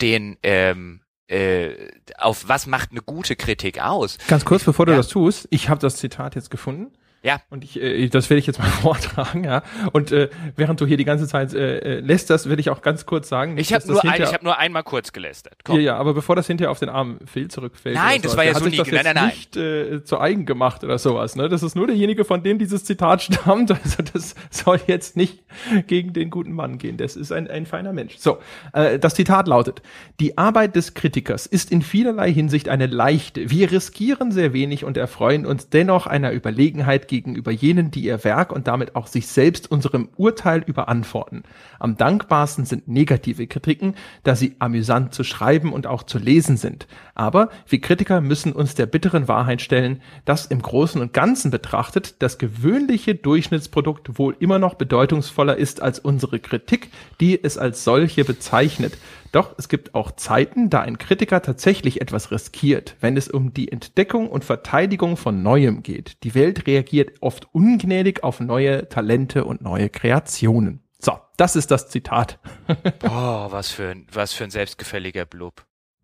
auf was macht eine gute Kritik aus. Ganz kurz, bevor du das tust, ich habe das Zitat jetzt gefunden. Ja. Und das werde ich jetzt mal vortragen, ja. Und während du hier die ganze Zeit lästerst, will ich auch ganz kurz sagen. Ich habe nur einmal kurz gelästert. Komm. Ja, aber bevor das hinterher auf den armen Phil zurückfällt. Nein, das war ja so nie. Nein. Nicht zu eigen gemacht oder sowas. Ne? Das ist nur derjenige, von dem dieses Zitat stammt. Also das soll jetzt nicht gegen den guten Mann gehen. Das ist ein feiner Mensch. So, das Zitat lautet: Die Arbeit des Kritikers ist in vielerlei Hinsicht eine leichte. Wir riskieren sehr wenig und erfreuen uns dennoch einer Überlegenheit gegenüber jenen, die ihr Werk und damit auch sich selbst unserem Urteil überantworten. Am dankbarsten sind negative Kritiken, da sie amüsant zu schreiben und auch zu lesen sind. Aber wir Kritiker müssen uns der bitteren Wahrheit stellen, dass im Großen und Ganzen betrachtet das gewöhnliche Durchschnittsprodukt wohl immer noch bedeutungsvoller ist als unsere Kritik, die es als solche bezeichnet. Doch es gibt auch Zeiten, da ein Kritiker tatsächlich etwas riskiert, wenn es um die Entdeckung und Verteidigung von Neuem geht. Die Welt reagiert oft ungnädig auf neue Talente und neue Kreationen. So, das ist das Zitat. Boah, was für ein selbstgefälliger Blub.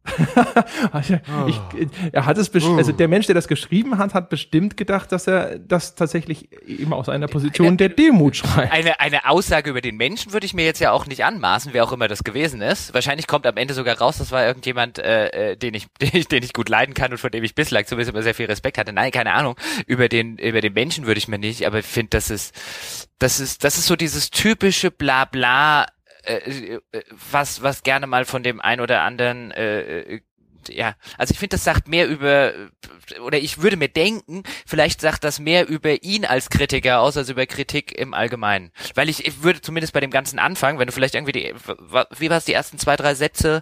Er hat es also der Mensch, der das geschrieben hat, hat bestimmt gedacht, dass er das tatsächlich eben aus einer Position der Demut schreibt. Eine Aussage über den Menschen würde ich mir jetzt ja auch nicht anmaßen, wer auch immer das gewesen ist. Wahrscheinlich kommt am Ende sogar raus, das war irgendjemand, den ich gut leiden kann und von dem ich bislang zumindest immer sehr viel Respekt hatte. Nein, keine Ahnung. Über den Menschen würde ich mir nicht, aber ich finde, das ist so dieses typische Blabla, was gerne mal von dem ein oder anderen, also ich finde, das sagt mehr oder ich würde mir denken, vielleicht sagt das mehr über ihn als Kritiker aus, als über Kritik im Allgemeinen. Weil ich würde zumindest bei dem ganzen Anfang, wenn du vielleicht irgendwie wie war es, die ersten 2, 3 Sätze?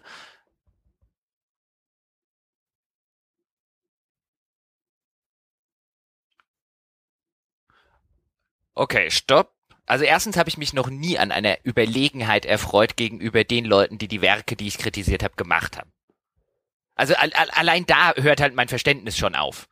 Okay, stopp. Also erstens habe ich mich noch nie an einer Überlegenheit erfreut gegenüber den Leuten, die die Werke, die ich kritisiert habe, gemacht haben. Also allein da hört halt mein Verständnis schon auf.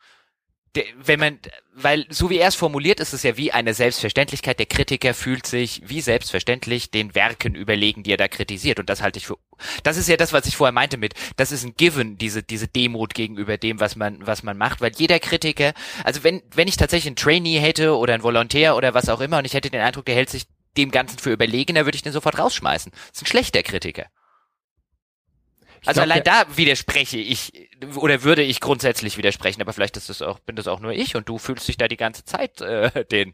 Weil so wie er es formuliert, ist es ja wie eine Selbstverständlichkeit. Der Kritiker fühlt sich wie selbstverständlich den Werken überlegen, die er da kritisiert. Und das halte ich das ist ja das, was ich vorher meinte das ist ein Given, diese Demut gegenüber dem, was man macht. Weil jeder Kritiker, also wenn ich tatsächlich einen Trainee hätte oder einen Volontär oder was auch immer und ich hätte den Eindruck, der hält sich dem Ganzen für überlegen, dann würde ich den sofort rausschmeißen. Das ist ein schlechter Kritiker. Also allein da widerspreche ich oder würde ich grundsätzlich widersprechen, aber vielleicht bin das auch nur ich und du fühlst dich da die ganze Zeit den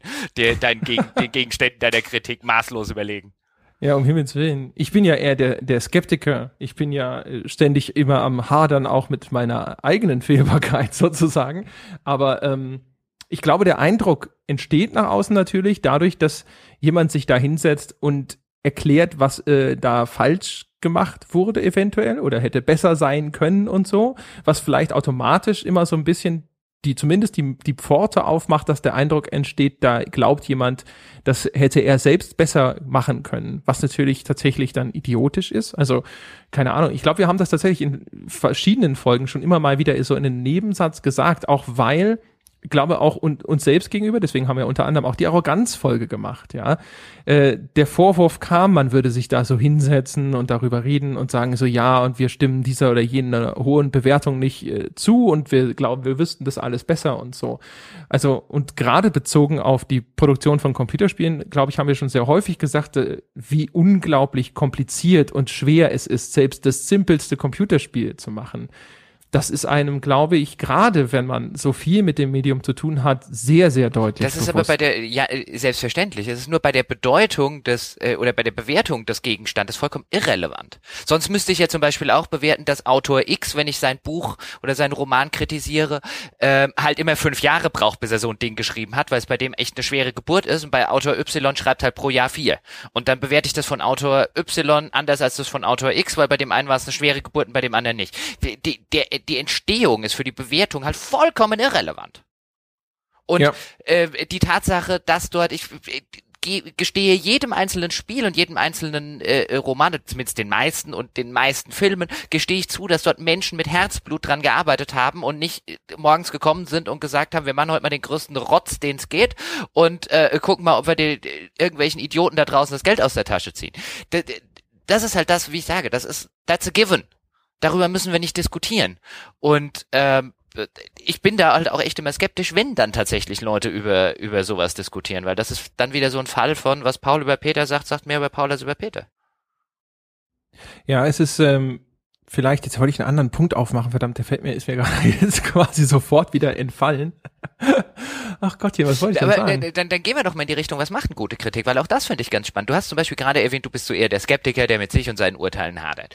Gegenständen deiner Kritik maßlos überlegen. Ja, um Himmels Willen. Ich bin ja eher der Skeptiker. Ich bin ja ständig immer am Hadern auch mit meiner eigenen Fehlbarkeit sozusagen. Aber ich glaube, der Eindruck entsteht nach außen natürlich dadurch, dass jemand sich da hinsetzt und erklärt, was da falsch gemacht wurde eventuell oder hätte besser sein können und so, was vielleicht automatisch immer so ein bisschen zumindest die Pforte aufmacht, dass der Eindruck entsteht, da glaubt jemand, das hätte er selbst besser machen können, was natürlich tatsächlich dann idiotisch ist. Also, keine Ahnung, ich glaube, wir haben das tatsächlich in verschiedenen Folgen schon immer mal wieder so in einem Nebensatz gesagt, auch weil ich glaube auch uns selbst gegenüber, deswegen haben wir unter anderem auch die Arroganzfolge gemacht, ja. Der Vorwurf kam, man würde sich da so hinsetzen und darüber reden und sagen so, ja, und wir stimmen dieser oder jener hohen Bewertung nicht zu und wir glauben, wir wüssten das alles besser und so. Also, und gerade bezogen auf die Produktion von Computerspielen, glaube ich, haben wir schon sehr häufig gesagt, wie unglaublich kompliziert und schwer es ist, selbst das simpelste Computerspiel zu machen. Das ist einem, glaube ich, gerade wenn man so viel mit dem Medium zu tun hat, sehr, sehr deutlich bewusst. Das ist bewusst. aber selbstverständlich. Es ist nur bei der Bedeutung oder bei der Bewertung des Gegenstandes vollkommen irrelevant. Sonst müsste ich ja zum Beispiel auch bewerten, dass Autor X, wenn ich sein Buch oder seinen Roman kritisiere, halt immer 5 Jahre braucht, bis er so ein Ding geschrieben hat, weil es bei dem echt eine schwere Geburt ist und bei Autor Y schreibt halt pro Jahr 4. Und dann bewerte ich das von Autor Y anders als das von Autor X, weil bei dem einen war es eine schwere Geburt und bei dem anderen nicht. Die Entstehung ist für die Bewertung halt vollkommen irrelevant. Und die Tatsache, dass dort, ich gestehe jedem einzelnen Spiel und jedem einzelnen Roman, zumindest den meisten und den meisten Filmen, gestehe ich zu, dass dort Menschen mit Herzblut dran gearbeitet haben und nicht morgens gekommen sind und gesagt haben, wir machen heute mal den größten Rotz, den es geht und gucken mal, ob wir irgendwelchen Idioten da draußen das Geld aus der Tasche ziehen. Das ist halt das, wie ich sage, that's a given. Darüber müssen wir nicht diskutieren. Und ich bin da halt auch echt immer skeptisch, wenn dann tatsächlich Leute über sowas diskutieren, weil das ist dann wieder so ein Fall von, was Paul über Peter sagt, sagt mehr über Paul als über Peter. Ja, es ist vielleicht, jetzt wollte ich einen anderen Punkt aufmachen, verdammt, ist mir gerade jetzt quasi sofort wieder entfallen. Ach Gott, was wollte ich denn sagen? Aber dann gehen wir doch mal in die Richtung, was macht eine gute Kritik, weil auch das finde ich ganz spannend. Du hast zum Beispiel gerade erwähnt, du bist so eher der Skeptiker, der mit sich und seinen Urteilen hadert.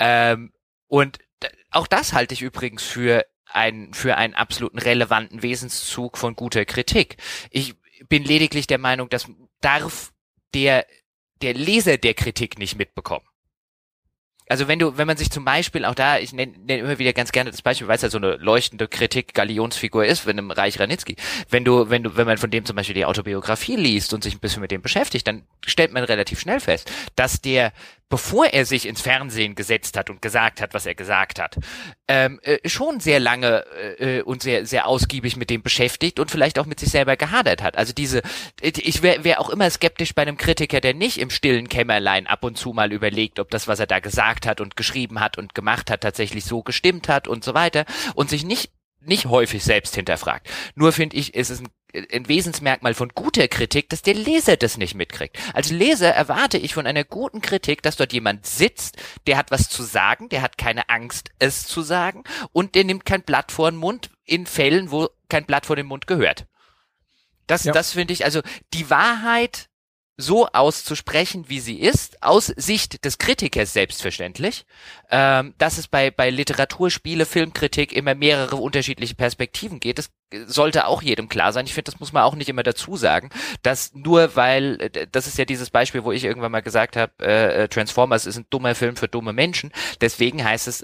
Und auch das halte ich übrigens für einen absoluten relevanten Wesenszug von guter Kritik. Ich bin lediglich der Meinung, das darf der Leser der Kritik nicht mitbekommen. Also wenn man sich zum Beispiel auch da, ich nenne immer wieder ganz gerne das Beispiel, weil es ja so eine leuchtende Kritik Galionsfigur ist, wenn einem Reich Ranitzky, wenn man von dem zum Beispiel die Autobiografie liest und sich ein bisschen mit dem beschäftigt, dann stellt man relativ schnell fest, dass der, bevor er sich ins Fernsehen gesetzt hat und gesagt hat, was er gesagt hat, schon sehr lange und sehr, sehr ausgiebig mit dem beschäftigt und vielleicht auch mit sich selber gehadert hat. Also ich wäre auch immer skeptisch bei einem Kritiker, der nicht im stillen Kämmerlein ab und zu mal überlegt, ob das, was er da gesagt hat und geschrieben hat und gemacht hat, tatsächlich so gestimmt hat und so weiter und sich nicht häufig selbst hinterfragt. Nur finde ich, ist es ein Wesensmerkmal von guter Kritik, dass der Leser das nicht mitkriegt. Als Leser erwarte ich von einer guten Kritik, dass dort jemand sitzt, der hat was zu sagen, der hat keine Angst, es zu sagen und der nimmt kein Blatt vor den Mund in Fällen, wo kein Blatt vor den Mund gehört. Das finde ich, also die Wahrheit so auszusprechen, wie sie ist, aus Sicht des Kritikers selbstverständlich, dass es bei Literatur, Spiele, Filmkritik immer mehrere unterschiedliche Perspektiven geht, das sollte auch jedem klar sein. Ich finde, das muss man auch nicht immer dazu sagen, dass nur weil, das ist ja dieses Beispiel, wo ich irgendwann mal gesagt habe, Transformers ist ein dummer Film für dumme Menschen, deswegen heißt es,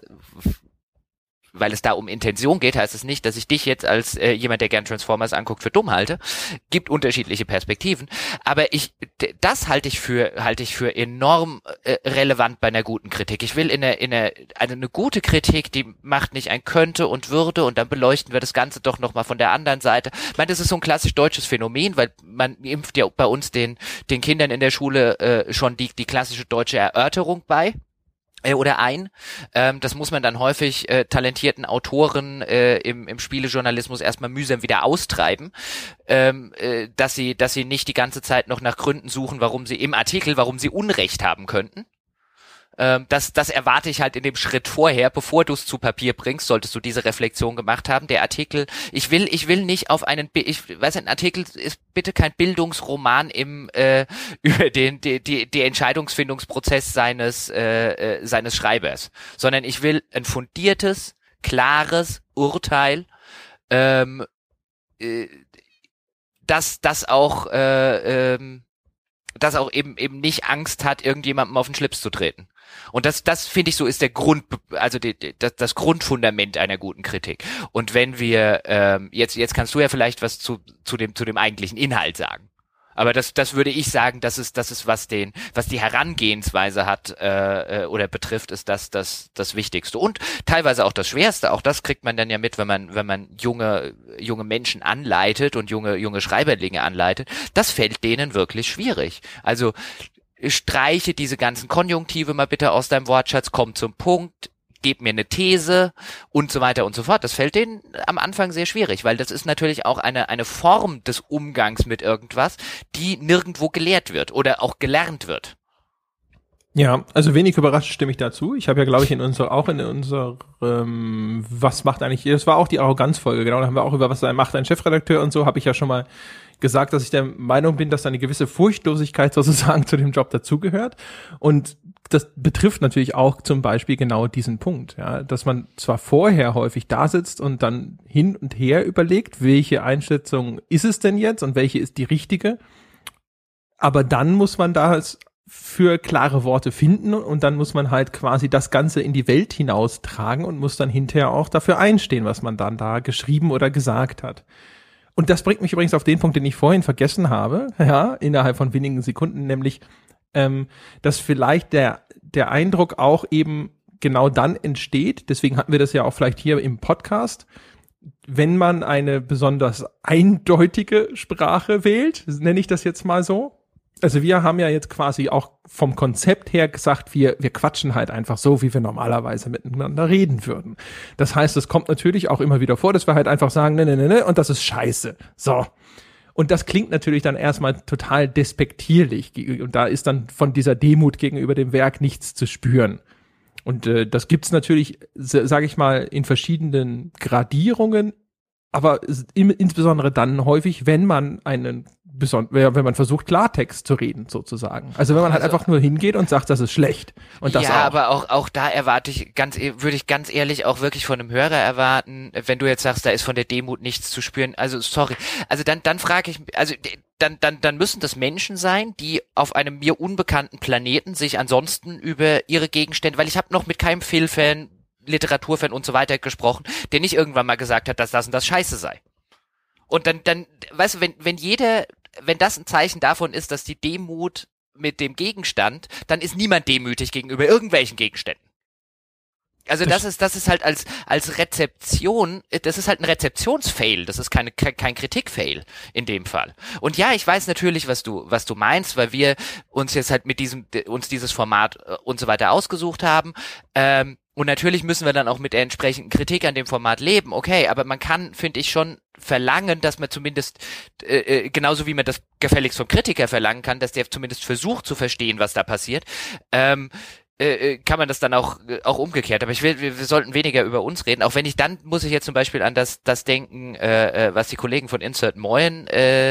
weil es da um Intention geht, heißt es nicht, dass ich dich jetzt als jemand, der gern Transformers anguckt, für dumm halte. Gibt unterschiedliche Perspektiven, aber das halte ich für enorm relevant bei einer guten Kritik. Ich will eine gute Kritik, die macht nicht ein könnte und würde und dann beleuchten wir das Ganze doch noch mal von der anderen Seite. Ich meine, das ist so ein klassisch deutsches Phänomen, weil man impft ja bei uns den Kindern in der Schule schon die klassische deutsche Erörterung bei. Oder das muss man dann häufig talentierten Autoren im Spielejournalismus erstmal mühsam wieder austreiben, dass sie nicht die ganze Zeit noch nach Gründen suchen, warum sie Unrecht haben könnten. Das erwarte ich halt in dem Schritt vorher, bevor du es zu Papier bringst, solltest du diese Reflexion gemacht haben. Der Artikel, ich will nicht auf ein Artikel ist bitte kein Bildungsroman über die Entscheidungsfindungsprozess seines Schreibers, sondern ich will ein fundiertes, klares Urteil, das auch eben nicht Angst hat, irgendjemandem auf den Schlips zu treten. Und das finde ich so ist der Grund, also das Grundfundament einer guten Kritik. Und wenn wir jetzt kannst du ja vielleicht was zu dem eigentlichen Inhalt sagen. Aber das würde ich sagen, das ist was die Herangehensweise hat oder betrifft, ist das Wichtigste und teilweise auch das Schwerste. Auch das kriegt man dann ja mit, wenn man junge Menschen anleitet und junge Schreiberlinge anleitet. Das fällt denen wirklich schwierig. Also streiche diese ganzen Konjunktive mal bitte aus deinem Wortschatz, komm zum Punkt, gib mir eine These und so weiter und so fort. Das fällt denen am Anfang sehr schwierig, weil das ist natürlich auch eine Form des Umgangs mit irgendwas, die nirgendwo gelehrt wird oder auch gelernt wird. Ja, also wenig überrascht stimme ich dazu. Ich habe ja, glaube ich, in unserer was macht eigentlich, das war auch die Arroganzfolge, genau, da haben wir auch über was macht ein Chefredakteur und so, habe ich ja schon mal gesagt, dass ich der Meinung bin, dass eine gewisse Furchtlosigkeit sozusagen zu dem Job dazugehört. Und das betrifft natürlich auch zum Beispiel genau diesen Punkt, ja, dass man zwar vorher häufig da sitzt und dann hin und her überlegt, welche Einschätzung ist es denn jetzt und welche ist die richtige, aber dann muss man da für klare Worte finden und dann muss man halt quasi das Ganze in die Welt hinaustragen und muss dann hinterher auch dafür einstehen, was man dann da geschrieben oder gesagt hat. Und das bringt mich übrigens auf den Punkt, den ich vorhin vergessen habe, ja, innerhalb von wenigen Sekunden, nämlich, dass vielleicht der Eindruck auch eben genau dann entsteht, deswegen hatten wir das ja auch vielleicht hier im Podcast, wenn man eine besonders eindeutige Sprache wählt, nenne ich das jetzt mal so, Also wir haben ja jetzt quasi auch vom Konzept her gesagt, wir quatschen halt einfach so, wie wir normalerweise miteinander reden würden. Das heißt, es kommt natürlich auch immer wieder vor, dass wir halt einfach sagen, ne, und das ist scheiße. So. Und das klingt natürlich dann erstmal total despektierlich. Und da ist dann von dieser Demut gegenüber dem Werk nichts zu spüren. Und das gibt's natürlich, sage ich mal, in verschiedenen Gradierungen, aber insbesondere dann häufig, wenn man wenn man versucht, Klartext zu reden, sozusagen. Also wenn man halt einfach nur hingeht und sagt, das ist schlecht. Und das ja, auch. aber auch da würde ich ganz ehrlich auch wirklich von einem Hörer erwarten, wenn du jetzt sagst, da ist von der Demut nichts zu spüren. Also sorry. Also dann frage ich, also dann müssen das Menschen sein, die auf einem mir unbekannten Planeten sich ansonsten über ihre Gegenstände, weil ich habe noch mit keinem Filmfan, Literaturfan und so weiter gesprochen, der nicht irgendwann mal gesagt hat, dass das und das scheiße sei. Und dann, weißt du, wenn das ein Zeichen davon ist, dass die Demut mit dem Gegenstand, dann ist niemand demütig gegenüber irgendwelchen Gegenständen. Also das ist halt als Rezeption, das ist halt ein Rezeptionsfail, das ist kein Kritikfail in dem Fall. Und ja, ich weiß natürlich, was du meinst, weil wir uns jetzt halt mit uns dieses Format und so weiter ausgesucht haben. Und natürlich müssen wir dann auch mit der entsprechenden Kritik an dem Format leben, okay, aber man kann, finde ich, schon verlangen, dass man zumindest, genauso wie man das gefälligst vom Kritiker verlangen kann, dass der zumindest versucht zu verstehen, was da passiert, kann man das dann auch umgekehrt. Aber wir sollten weniger über uns reden, auch wenn muss ich jetzt zum Beispiel an das denken, was die Kollegen von Insert Moin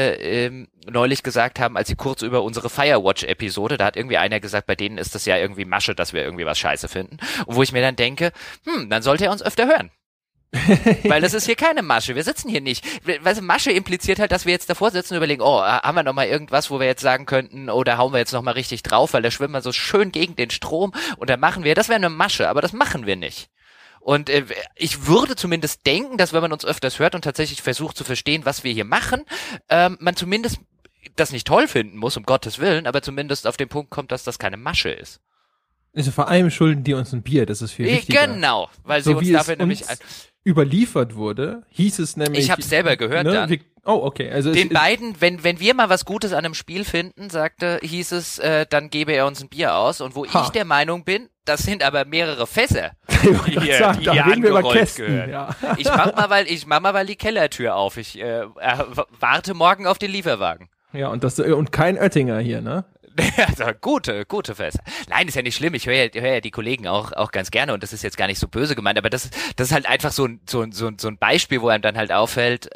neulich gesagt haben, als sie kurz über unsere Firewatch-Episode, da hat irgendwie einer gesagt, bei denen ist das ja irgendwie Masche, dass wir irgendwie was scheiße finden. Und wo ich mir dann denke, dann sollte er uns öfter hören. Weil das ist hier keine Masche. Wir sitzen hier nicht. Weißt du, Masche impliziert halt, dass wir jetzt davor sitzen und überlegen, haben wir noch mal irgendwas, wo wir jetzt sagen könnten, da hauen wir jetzt noch mal richtig drauf, weil da schwimmen wir so schön gegen den Strom und dann machen wir, das wäre eine Masche, aber das machen wir nicht. Und ich würde zumindest denken, dass wenn man uns öfters hört und tatsächlich versucht zu verstehen, was wir hier machen, man zumindest das nicht toll finden muss, um Gottes Willen, aber zumindest auf den Punkt kommt, dass das keine Masche ist. Also vor allem schulden die uns ein Bier, das ist viel wichtiger. Genau, weil sie uns dafür nämlich überliefert wurde, hieß es nämlich. Ich hab's selber gehört dann. Okay. Also den beiden, wenn wir mal was Gutes an einem Spiel finden, hieß es, dann gebe er uns ein Bier aus. Und wo ich der Meinung bin, das sind aber mehrere Fässer, die hier angerollt gehören. Ja. Ich mach mal, weil die Kellertür auf. Ich warte morgen auf den Lieferwagen. Ja, und kein Oettinger hier, ne? Also gute Fässer. Nein, ist ja nicht schlimm. Ich höre ja die Kollegen auch ganz gerne und das ist jetzt gar nicht so böse gemeint, aber das ist halt einfach so ein Beispiel, wo einem dann halt auffällt,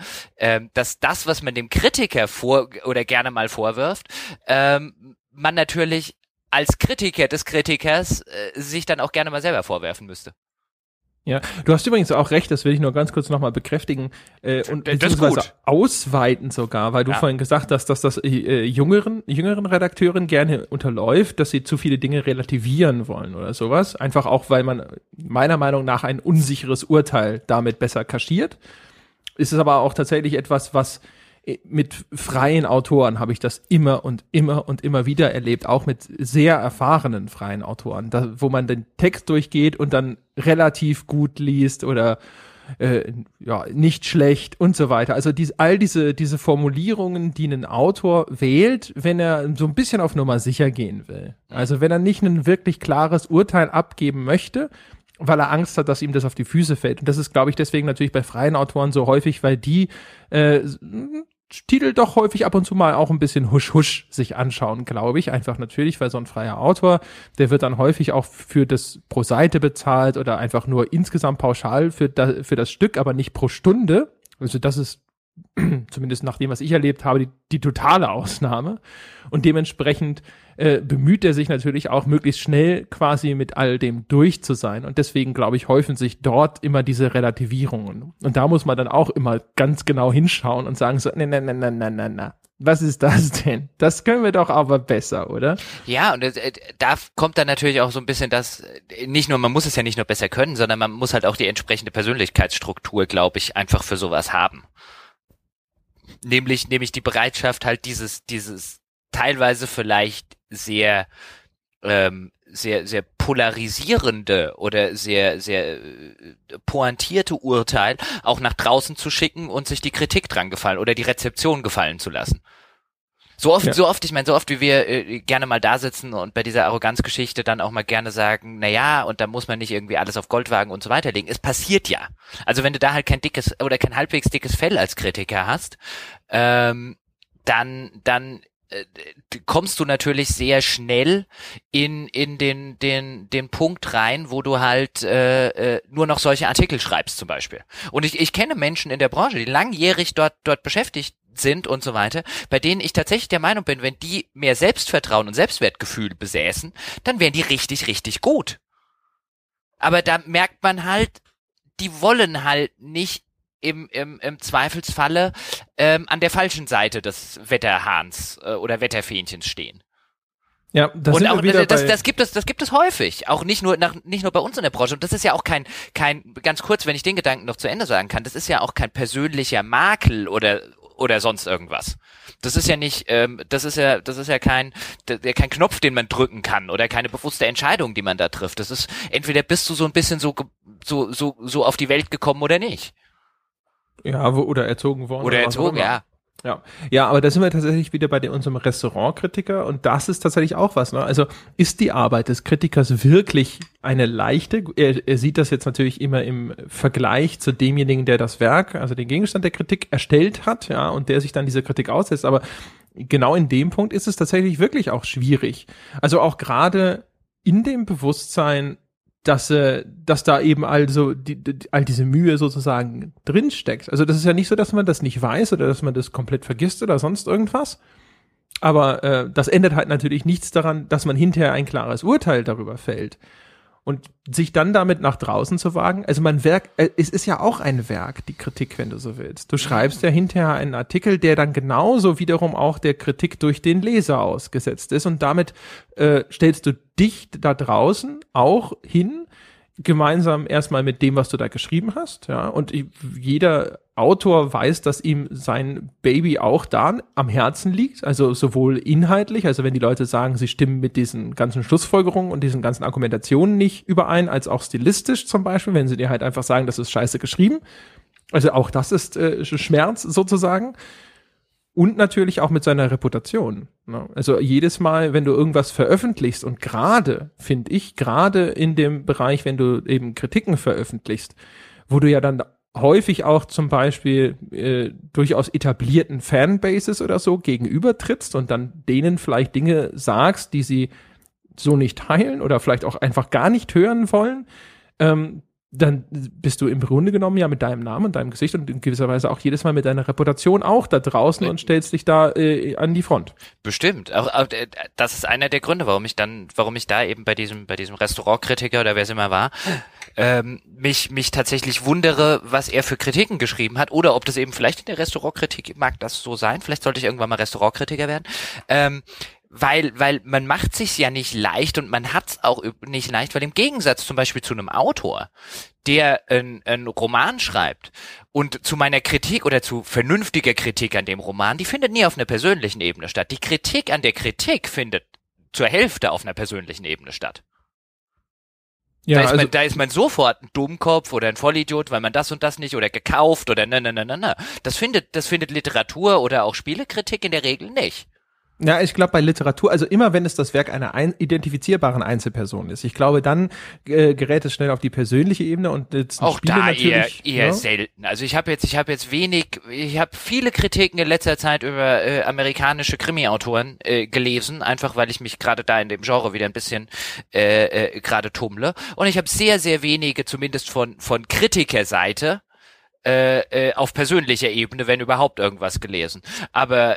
dass das, was man dem Kritiker gerne mal vorwirft, man natürlich als Kritiker des Kritikers sich dann auch gerne mal selber vorwerfen müsste. Ja, du hast übrigens auch recht, das will ich nur ganz kurz nochmal bekräftigen und beziehungsweise ausweiten sogar, weil du vorhin gesagt hast, dass das jüngeren Redakteuren gerne unterläuft, dass sie zu viele Dinge relativieren wollen oder sowas. Einfach auch, weil man meiner Meinung nach ein unsicheres Urteil damit besser kaschiert. Ist es aber auch tatsächlich etwas, was mit freien Autoren habe ich das immer und immer wieder erlebt, auch mit sehr erfahrenen freien Autoren, wo man den Text durchgeht und dann relativ gut liest oder nicht schlecht und so weiter. Also all diese Formulierungen, die ein Autor wählt, wenn er so ein bisschen auf Nummer sicher gehen will. Also wenn er nicht ein wirklich klares Urteil abgeben möchte, weil er Angst hat, dass ihm das auf die Füße fällt. Und das ist, glaube ich, deswegen natürlich bei freien Autoren so häufig, weil die Titel doch häufig ab und zu mal auch ein bisschen husch sich anschauen, glaube ich. Einfach natürlich, weil so ein freier Autor, der wird dann häufig auch für das pro Seite bezahlt oder einfach nur insgesamt pauschal für das Stück, aber nicht pro Stunde. Also das ist zumindest nach dem, was ich erlebt habe, die totale Ausnahme. Und dementsprechend bemüht er sich natürlich auch, möglichst schnell quasi mit all dem durch zu sein. Und deswegen, glaube ich, häufen sich dort immer diese Relativierungen. Und da muss man dann auch immer ganz genau hinschauen und sagen so, na. Was ist das denn? Das können wir doch aber besser, oder? Ja, und da kommt dann natürlich auch so ein bisschen das, man muss es ja nicht nur besser können, sondern man muss halt auch die entsprechende Persönlichkeitsstruktur, glaube ich, einfach für sowas haben. Nämlich die Bereitschaft halt dieses teilweise vielleicht sehr polarisierende oder sehr pointierte Urteil auch nach draußen zu schicken und sich die Kritik dran gefallen oder die Rezeption gefallen zu lassen. So oft, ich meine, so oft wie wir gerne mal da sitzen und bei dieser Arroganzgeschichte dann auch mal gerne sagen, na ja, und da muss man nicht irgendwie alles auf Goldwagen und so weiter legen. Es passiert ja. Also wenn du da halt kein dickes oder kein halbwegs dickes Fell als Kritiker hast, dann kommst du natürlich sehr schnell in den Punkt rein, wo du halt nur noch solche Artikel schreibst zum Beispiel. Und ich kenne Menschen in der Branche, die langjährig dort beschäftigt sind und so weiter, bei denen ich tatsächlich der Meinung bin, wenn die mehr Selbstvertrauen und Selbstwertgefühl besäßen, dann wären die richtig, richtig gut. Aber da merkt man halt, die wollen halt nicht im Zweifelsfalle an der falschen Seite des Wetterhahns oder Wetterfähnchens stehen. Ja, das und sind auch wir wieder das gibt es häufig, auch nicht nur bei uns in der Branche. Und das ist ja auch kein ganz kurz, wenn ich den Gedanken noch zu Ende sagen kann, das ist ja auch kein persönlicher Makel oder sonst irgendwas. Das ist ja nicht, das ist ja kein Knopf, den man drücken kann oder keine bewusste Entscheidung, die man da trifft. Das ist entweder bist du so ein bisschen so auf die Welt gekommen oder nicht. Ja, oder erzogen worden. Oder erzogen, ja. Ja, aber da sind wir tatsächlich wieder bei unserem Restaurantkritiker und das ist tatsächlich auch was, ne? Also ist die Arbeit des Kritikers wirklich eine leichte? Er sieht das jetzt natürlich immer im Vergleich zu demjenigen, der das Werk, also den Gegenstand der Kritik erstellt hat, ja, und der sich dann dieser Kritik aussetzt, aber genau in dem Punkt ist es tatsächlich wirklich auch schwierig. Also auch gerade in dem Bewusstsein, dass da eben also all diese Mühe sozusagen drinsteckt. Also das ist ja nicht so, dass man das nicht weiß oder dass man das komplett vergisst oder sonst irgendwas. Aber das ändert halt natürlich nichts daran, dass man hinterher ein klares Urteil darüber fällt. Und sich dann damit nach draußen zu wagen, also es ist ja auch ein Werk, die Kritik, wenn du so willst. Du schreibst ja hinterher einen Artikel, der dann genauso wiederum auch der Kritik durch den Leser ausgesetzt ist und damit stellst du dich da draußen auch hin, gemeinsam erstmal mit dem, was du da geschrieben hast, ja, und jeder Autor weiß, dass ihm sein Baby auch da am Herzen liegt, also sowohl inhaltlich, also wenn die Leute sagen, sie stimmen mit diesen ganzen Schlussfolgerungen und diesen ganzen Argumentationen nicht überein, als auch stilistisch zum Beispiel, wenn sie dir halt einfach sagen, das ist scheiße geschrieben, also auch das ist Schmerz sozusagen. Und natürlich auch mit seiner Reputation. Ne? Also jedes Mal, wenn du irgendwas veröffentlichst und gerade in dem Bereich, wenn du eben Kritiken veröffentlichst, wo du ja dann häufig auch zum Beispiel durchaus etablierten Fanbases oder so gegenübertrittst und dann denen vielleicht Dinge sagst, die sie so nicht teilen oder vielleicht auch einfach gar nicht hören wollen, dann bist du im Grunde genommen ja mit deinem Namen und deinem Gesicht und in gewisser Weise auch jedes Mal mit deiner Reputation auch da draußen und stellst dich da an die Front. Bestimmt. Auch das ist einer der Gründe, warum ich da eben bei diesem Restaurantkritiker oder wer es immer war, mich tatsächlich wundere, was er für Kritiken geschrieben hat oder ob das eben vielleicht in der Restaurantkritik mag das so sein. Vielleicht sollte ich irgendwann mal Restaurantkritiker werden. Weil man macht sich's ja nicht leicht und man hat's auch nicht leicht, weil im Gegensatz zum Beispiel zu einem Autor, der einen Roman schreibt und zu meiner Kritik oder zu vernünftiger Kritik an dem Roman, die findet nie auf einer persönlichen Ebene statt. Die Kritik an der Kritik findet zur Hälfte auf einer persönlichen Ebene statt. Ja, da ist man sofort ein Dummkopf oder ein Vollidiot, weil man das und das nicht oder gekauft oder ne. Das findet Literatur oder auch Spielekritik in der Regel nicht. Ja, ich glaube bei Literatur, also immer wenn es das Werk einer identifizierbaren Einzelperson ist, ich glaube dann gerät es schnell auf die persönliche Ebene und jetzt auch Spiele da natürlich, eher selten. Also ich habe viele Kritiken in letzter Zeit über amerikanische Krimi-Autoren gelesen, einfach weil ich mich gerade da in dem Genre wieder ein bisschen gerade tummle und ich habe sehr, sehr wenige, zumindest von Kritikerseite, auf persönlicher Ebene, wenn überhaupt irgendwas gelesen. Aber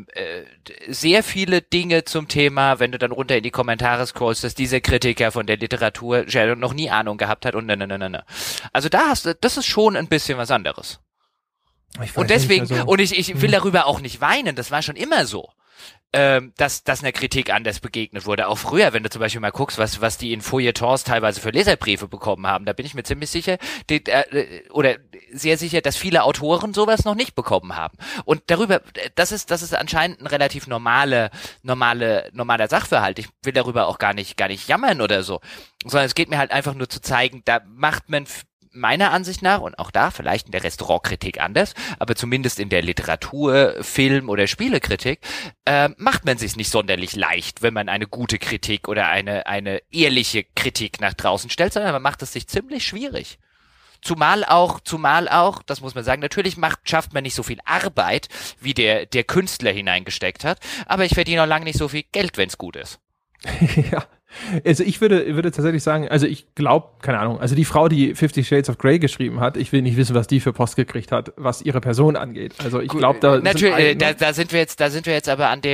sehr viele Dinge zum Thema, wenn du dann runter in die Kommentare scrollst, dass dieser Kritiker von der Literatur noch nie Ahnung gehabt hat und ne. Also das ist schon ein bisschen was anderes. Und deswegen, nicht, also, und ich will darüber auch nicht weinen, das war schon immer so. Dass einer Kritik anders begegnet wurde. Auch früher, wenn du zum Beispiel mal guckst, was die in Feuilletons teilweise für Leserbriefe bekommen haben, da bin ich mir ziemlich sicher, oder sehr sicher, dass viele Autoren sowas noch nicht bekommen haben. Und darüber, das ist anscheinend ein relativ normaler Sachverhalt. Ich will darüber auch gar nicht jammern oder so, sondern es geht mir halt einfach nur zu zeigen, da macht man meiner Ansicht nach, und auch da vielleicht in der Restaurantkritik anders, aber zumindest in der Literatur, Film- oder Spielekritik, macht man sich nicht sonderlich leicht, wenn man eine gute Kritik oder eine ehrliche Kritik nach draußen stellt, sondern man macht es sich ziemlich schwierig. Zumal auch, das muss man sagen, natürlich schafft man nicht so viel Arbeit, wie der Künstler hineingesteckt hat, aber ich verdiene auch lange nicht so viel Geld, wenn es gut ist. Ja. Also ich würde tatsächlich sagen, also ich glaube, keine Ahnung, also die Frau, die 50 Shades of Grey geschrieben hat, ich will nicht wissen, was die für Post gekriegt hat, was ihre Person angeht. Also ich glaube, da natürlich, da sind wir jetzt aber an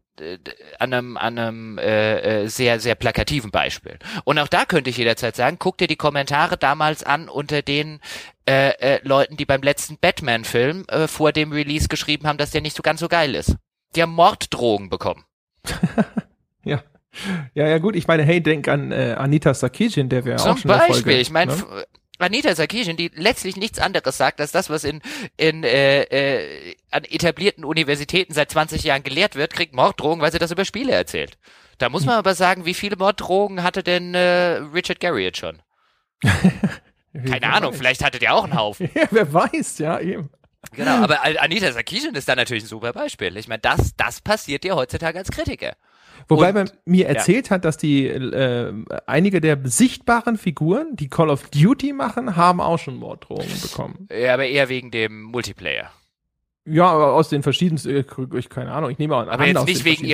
einem sehr, sehr plakativen Beispiel. Und auch da könnte ich jederzeit sagen, guck dir die Kommentare damals an unter den Leuten, die beim letzten Batman-Film vor dem Release geschrieben haben, dass der nicht so ganz so geil ist. Die haben Morddrohungen bekommen. Ja. Ja, gut, ich meine, hey, denk an Anita Sarkeesian, der wäre auch schon Beispiel, Folge, ich meine, ne? Anita Sarkeesian, die letztlich nichts anderes sagt, als das, was an etablierten Universitäten seit 20 Jahren gelehrt wird, kriegt Morddrohungen, weil sie das über Spiele erzählt. Da muss man aber sagen, wie viele Morddrohungen hatte denn Richard Garriott schon? Keine Ahnung, vielleicht hatte der auch einen Haufen. Ja, wer weiß, ja, eben. Genau, aber Anita Sarkeesian ist da natürlich ein super Beispiel. Ich meine, das passiert dir heutzutage als Kritiker. Wobei man mir erzählt hat, dass die einige der sichtbaren Figuren, die Call of Duty machen, haben auch schon Morddrohungen bekommen. Ja, aber eher wegen dem Multiplayer. Ja, aber aus den verschiedensten, keine Ahnung, ich nehme auch an. Aber jetzt nicht wegen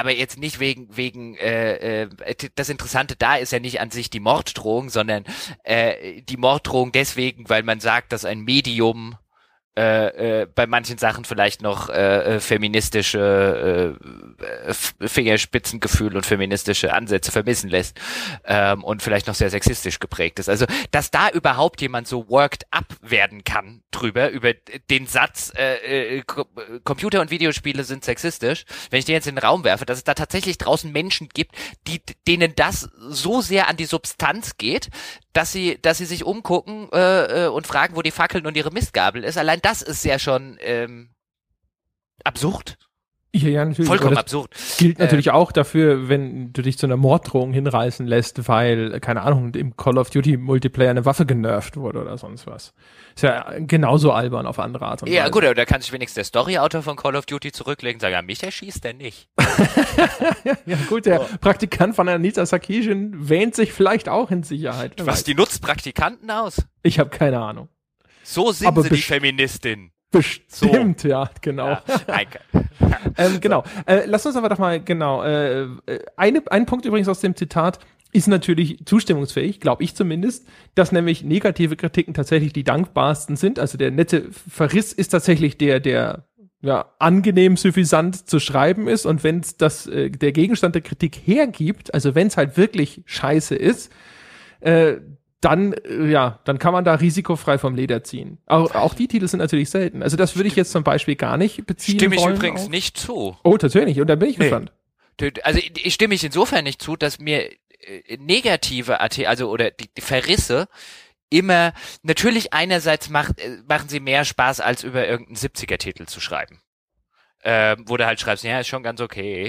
das Interessante da ist ja nicht an sich die Morddrohung, sondern die Morddrohung deswegen, weil man sagt, dass ein Medium bei manchen Sachen vielleicht noch feministische Fingerspitzengefühl und feministische Ansätze vermissen lässt und vielleicht noch sehr sexistisch geprägt ist. Also, dass da überhaupt jemand so worked up werden kann über den Satz Computer- und Videospiele sind sexistisch, wenn ich den jetzt in den Raum werfe, dass es da tatsächlich draußen Menschen gibt, denen das so sehr an die Substanz geht, dass sie sich umgucken und fragen, wo die Fackeln und ihre Mistgabel ist. Allein das ist ja schon absurd. Ja, natürlich. Vollkommen absurd. Gilt natürlich auch dafür, wenn du dich zu einer Morddrohung hinreißen lässt, weil, keine Ahnung, im Call of Duty Multiplayer eine Waffe genervt wurde oder sonst was. Ist ja genauso albern auf andere Art und Weise. Ja gut, aber da kann sich wenigstens der Story-Autor von Call of Duty zurücklegen und sagen, ja, mich erschießt der nicht. Ja gut, der Praktikant von Anita Sarkeesian wähnt sich vielleicht auch in Sicherheit. Was, die nutzt Praktikanten aus? Ich habe keine Ahnung. So sind aber sie die Feministin. Bestimmt, so. Ja, genau. Ja, genau. Lass uns aber doch mal, genau, ein Punkt übrigens aus dem Zitat ist natürlich zustimmungsfähig, glaube ich zumindest, dass nämlich negative Kritiken tatsächlich die dankbarsten sind. Also der nette Verriss ist tatsächlich der angenehm suffisant zu schreiben ist, und wenn es der Gegenstand der Kritik hergibt, also wenn es halt wirklich scheiße ist, dann kann man da risikofrei vom Leder ziehen. Auch die Titel sind natürlich selten. Also das würde ich jetzt zum Beispiel gar nicht beziehen wollen. Stimme ich übrigens nicht zu. Oh, tatsächlich. Und da bin ich gespannt. Also ich stimme ich insofern nicht zu, dass mir negative oder die Verrisse immer, natürlich einerseits machen sie mehr Spaß, als über irgendeinen 70er-Titel zu schreiben. Wo du halt schreibst, ja, ist schon ganz okay.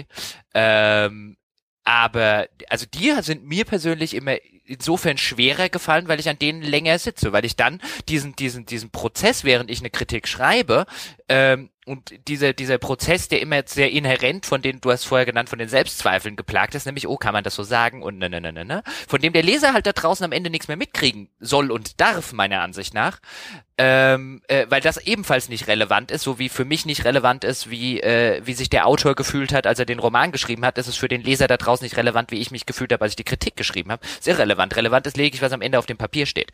Aber, also die sind mir persönlich immer insofern schwerer gefallen, weil ich an denen länger sitze, weil ich dann diesen Prozess, während ich eine Kritik schreibe, und dieser Prozess, der immer sehr inhärent von den, du hast vorher genannt, von den Selbstzweifeln geplagt ist, nämlich, oh, kann man das so sagen und von dem der Leser halt da draußen am Ende nichts mehr mitkriegen soll und darf, meiner Ansicht nach, weil das ebenfalls nicht relevant ist, so wie für mich nicht relevant ist, wie sich der Autor gefühlt hat, als er den Roman geschrieben hat, ist es für den Leser da draußen nicht relevant, wie ich mich gefühlt habe, als ich die Kritik geschrieben habe. Ist irrelevant. Relevant ist lediglich, was am Ende auf dem Papier steht.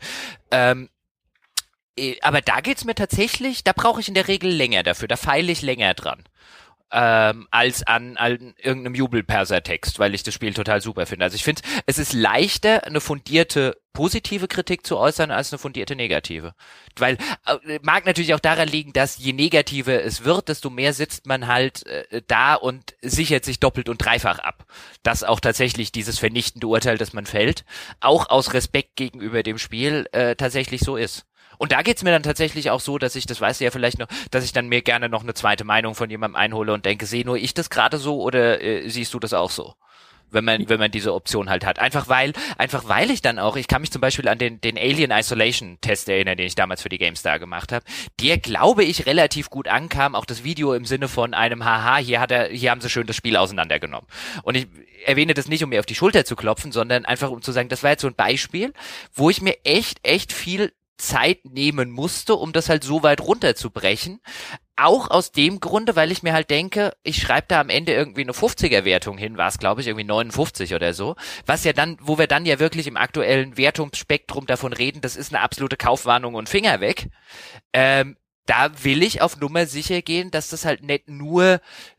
Aber da geht's mir tatsächlich, da brauche ich in der Regel länger dafür, da feile ich länger dran. Als an irgendeinem Jubelperser-Text, weil ich das Spiel total super finde. Also ich finde, es ist leichter, eine fundierte positive Kritik zu äußern, als eine fundierte negative. Weil, mag natürlich auch daran liegen, dass je negativer es wird, desto mehr sitzt man halt da und sichert sich doppelt und dreifach ab. Dass auch tatsächlich dieses vernichtende Urteil, das man fällt, auch aus Respekt gegenüber dem Spiel tatsächlich so ist. Und da geht's mir dann tatsächlich auch so, dass ich, das weißt du ja vielleicht noch, dass ich dann mir gerne noch eine zweite Meinung von jemandem einhole und denke, sehe nur ich das gerade so oder siehst du das auch so? wenn man diese Option halt hat. Einfach weil ich dann auch, ich kann mich zum Beispiel an den Alien Isolation Test erinnern, den ich damals für die GameStar gemacht habe, der, glaube ich, relativ gut ankam, auch das Video im Sinne von einem Haha, hier haben sie schön das Spiel auseinandergenommen. Und ich erwähne das nicht, um mir auf die Schulter zu klopfen, sondern einfach um zu sagen, das war jetzt so ein Beispiel, wo ich mir echt viel Zeit nehmen musste, um das halt so weit runterzubrechen. Auch aus dem Grunde, weil ich mir halt denke, ich schreibe da am Ende irgendwie eine 50er-Wertung hin, war es, glaube ich, irgendwie 59 oder so, was ja dann, wo wir dann ja wirklich im aktuellen Wertungsspektrum davon reden, das ist eine absolute Kaufwarnung und Finger weg. Da will ich auf Nummer sicher gehen, dass das halt nicht nur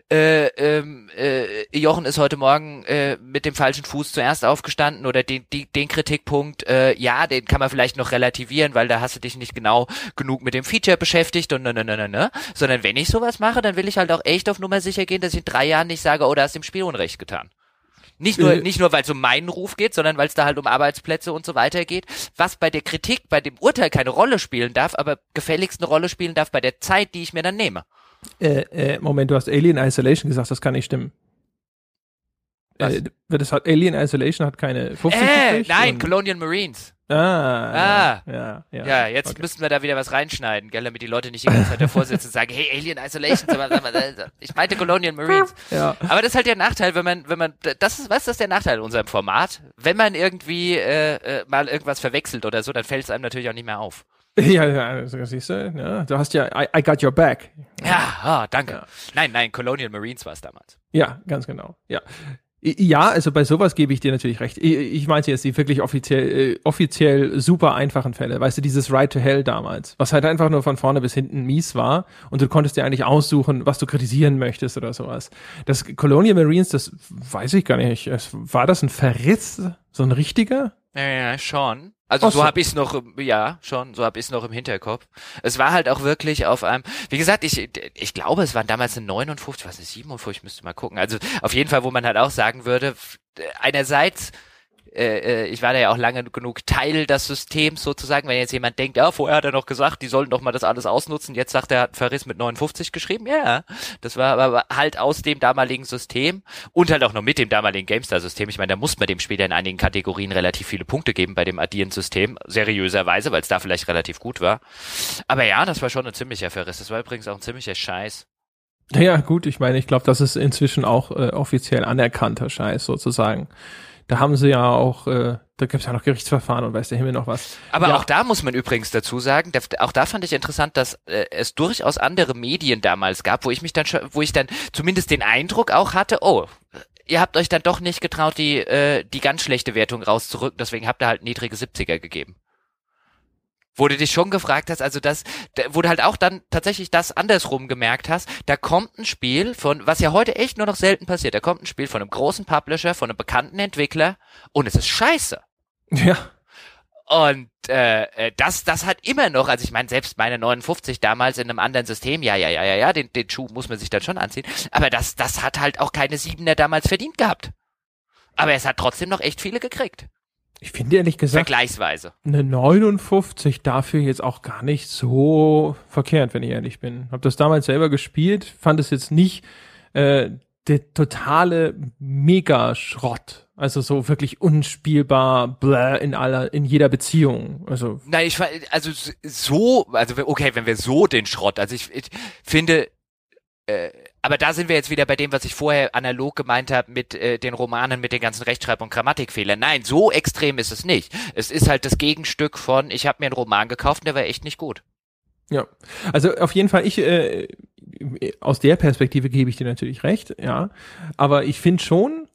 Jochen ist heute Morgen mit dem falschen Fuß zuerst aufgestanden oder den Kritikpunkt, ja, den kann man vielleicht noch relativieren, weil da hast du dich nicht genau genug mit dem Feature beschäftigt und sondern wenn ich sowas mache, dann will ich halt auch echt auf Nummer sicher gehen, dass ich in 3 Jahren nicht sage, oh, da hast du dem Spiel Unrecht getan. Nicht nur, weil es um meinen Ruf geht, sondern weil es da halt um Arbeitsplätze und so weiter geht, was bei der Kritik, bei dem Urteil keine Rolle spielen darf, aber gefälligst eine Rolle spielen darf bei der Zeit, die ich mir dann nehme. Moment, du hast Alien Isolation gesagt, das kann nicht stimmen. Alien Isolation hat keine 50 gekriegt? Nein, Colonial Marines. Ja, jetzt okay. müssten wir da wieder was reinschneiden, gell, damit die Leute nicht die ganze Zeit davor sitzen und sagen, hey, Alien Isolation, ich meinte Colonial Marines. Ja. Aber das ist halt der Nachteil, wenn man, das ist der Nachteil in unserem Format. Wenn man irgendwie mal irgendwas verwechselt oder so, dann fällt es einem natürlich auch nicht mehr auf. Ja, siehst du, ja, du hast ja I got your back. Ja, danke. Ja. Nein, Colonial Marines war es damals. Ja, ganz genau, ja. Ja, also bei sowas gebe ich dir natürlich recht. Ich meinte jetzt die wirklich offiziell super einfachen Fälle. Weißt du, dieses Ride to Hell damals, was halt einfach nur von vorne bis hinten mies war und du konntest dir eigentlich aussuchen, was du kritisieren möchtest oder sowas. Das Colonial Marines, das weiß ich gar nicht. War das ein Verriss? So ein richtiger? Ja, schon. Also so habe ich es noch, so habe ich es noch im Hinterkopf. Es war halt auch wirklich auf einem, wie gesagt, ich glaube, es waren damals eine 59, was ist 57, ich müsste mal gucken. Also auf jeden Fall, wo man halt auch sagen würde, einerseits, ich war da ja auch lange genug Teil des Systems sozusagen, wenn jetzt jemand denkt, ja, vorher hat er noch gesagt, die sollten doch mal das alles ausnutzen, jetzt sagt er, hat einen Verriss mit 59 geschrieben, ja, das war aber halt aus dem damaligen System und halt auch noch mit dem damaligen GameStar-System, ich meine, da muss man dem Spieler in einigen Kategorien relativ viele Punkte geben bei dem Addieren-System, seriöserweise, weil es da vielleicht relativ gut war, aber ja, das war schon ein ziemlicher Verriss, das war übrigens auch ein ziemlicher Scheiß. Ja, gut, ich meine, ich glaube, das ist inzwischen auch offiziell anerkannter Scheiß sozusagen. Da haben sie ja auch, da gibt's ja noch Gerichtsverfahren und weiß der Himmel noch was. Aber ja. Auch da muss man übrigens dazu sagen, auch da fand ich interessant, dass es durchaus andere Medien damals gab, wo ich dann zumindest den Eindruck auch hatte, oh, ihr habt euch dann doch nicht getraut, die ganz schlechte Wertung rauszurücken, deswegen habt ihr halt niedrige 70er gegeben. Wo du dich schon gefragt hast, also wo du halt auch dann tatsächlich das andersrum gemerkt hast, da kommt ein Spiel von, was ja heute echt nur noch selten passiert, da kommt ein Spiel von einem großen Publisher, von einem bekannten Entwickler und es ist scheiße. Ja. Und das hat immer noch, also ich meine, selbst meine 59 damals in einem anderen System, ja, den Schuh muss man sich dann schon anziehen, aber das hat halt auch keine 7er damals verdient gehabt. Aber es hat trotzdem noch echt viele gekriegt. Ich finde ehrlich gesagt, vergleichsweise eine 59 dafür jetzt auch gar nicht so verkehrt, wenn ich ehrlich bin. Hab das damals selber gespielt, fand es jetzt nicht der totale Megaschrott. Also so wirklich unspielbar, in jeder Beziehung. Also nein, okay, wenn wir so den Schrott, also ich finde, aber da sind wir jetzt wieder bei dem, was ich vorher analog gemeint habe mit den Romanen, mit den ganzen Rechtschreib- und Grammatikfehlern. Nein, so extrem ist es nicht. Es ist halt das Gegenstück von, ich habe mir einen Roman gekauft und der war echt nicht gut. Ja, also auf jeden Fall, aus der Perspektive gebe ich dir natürlich recht, ja. Aber ich finde schon,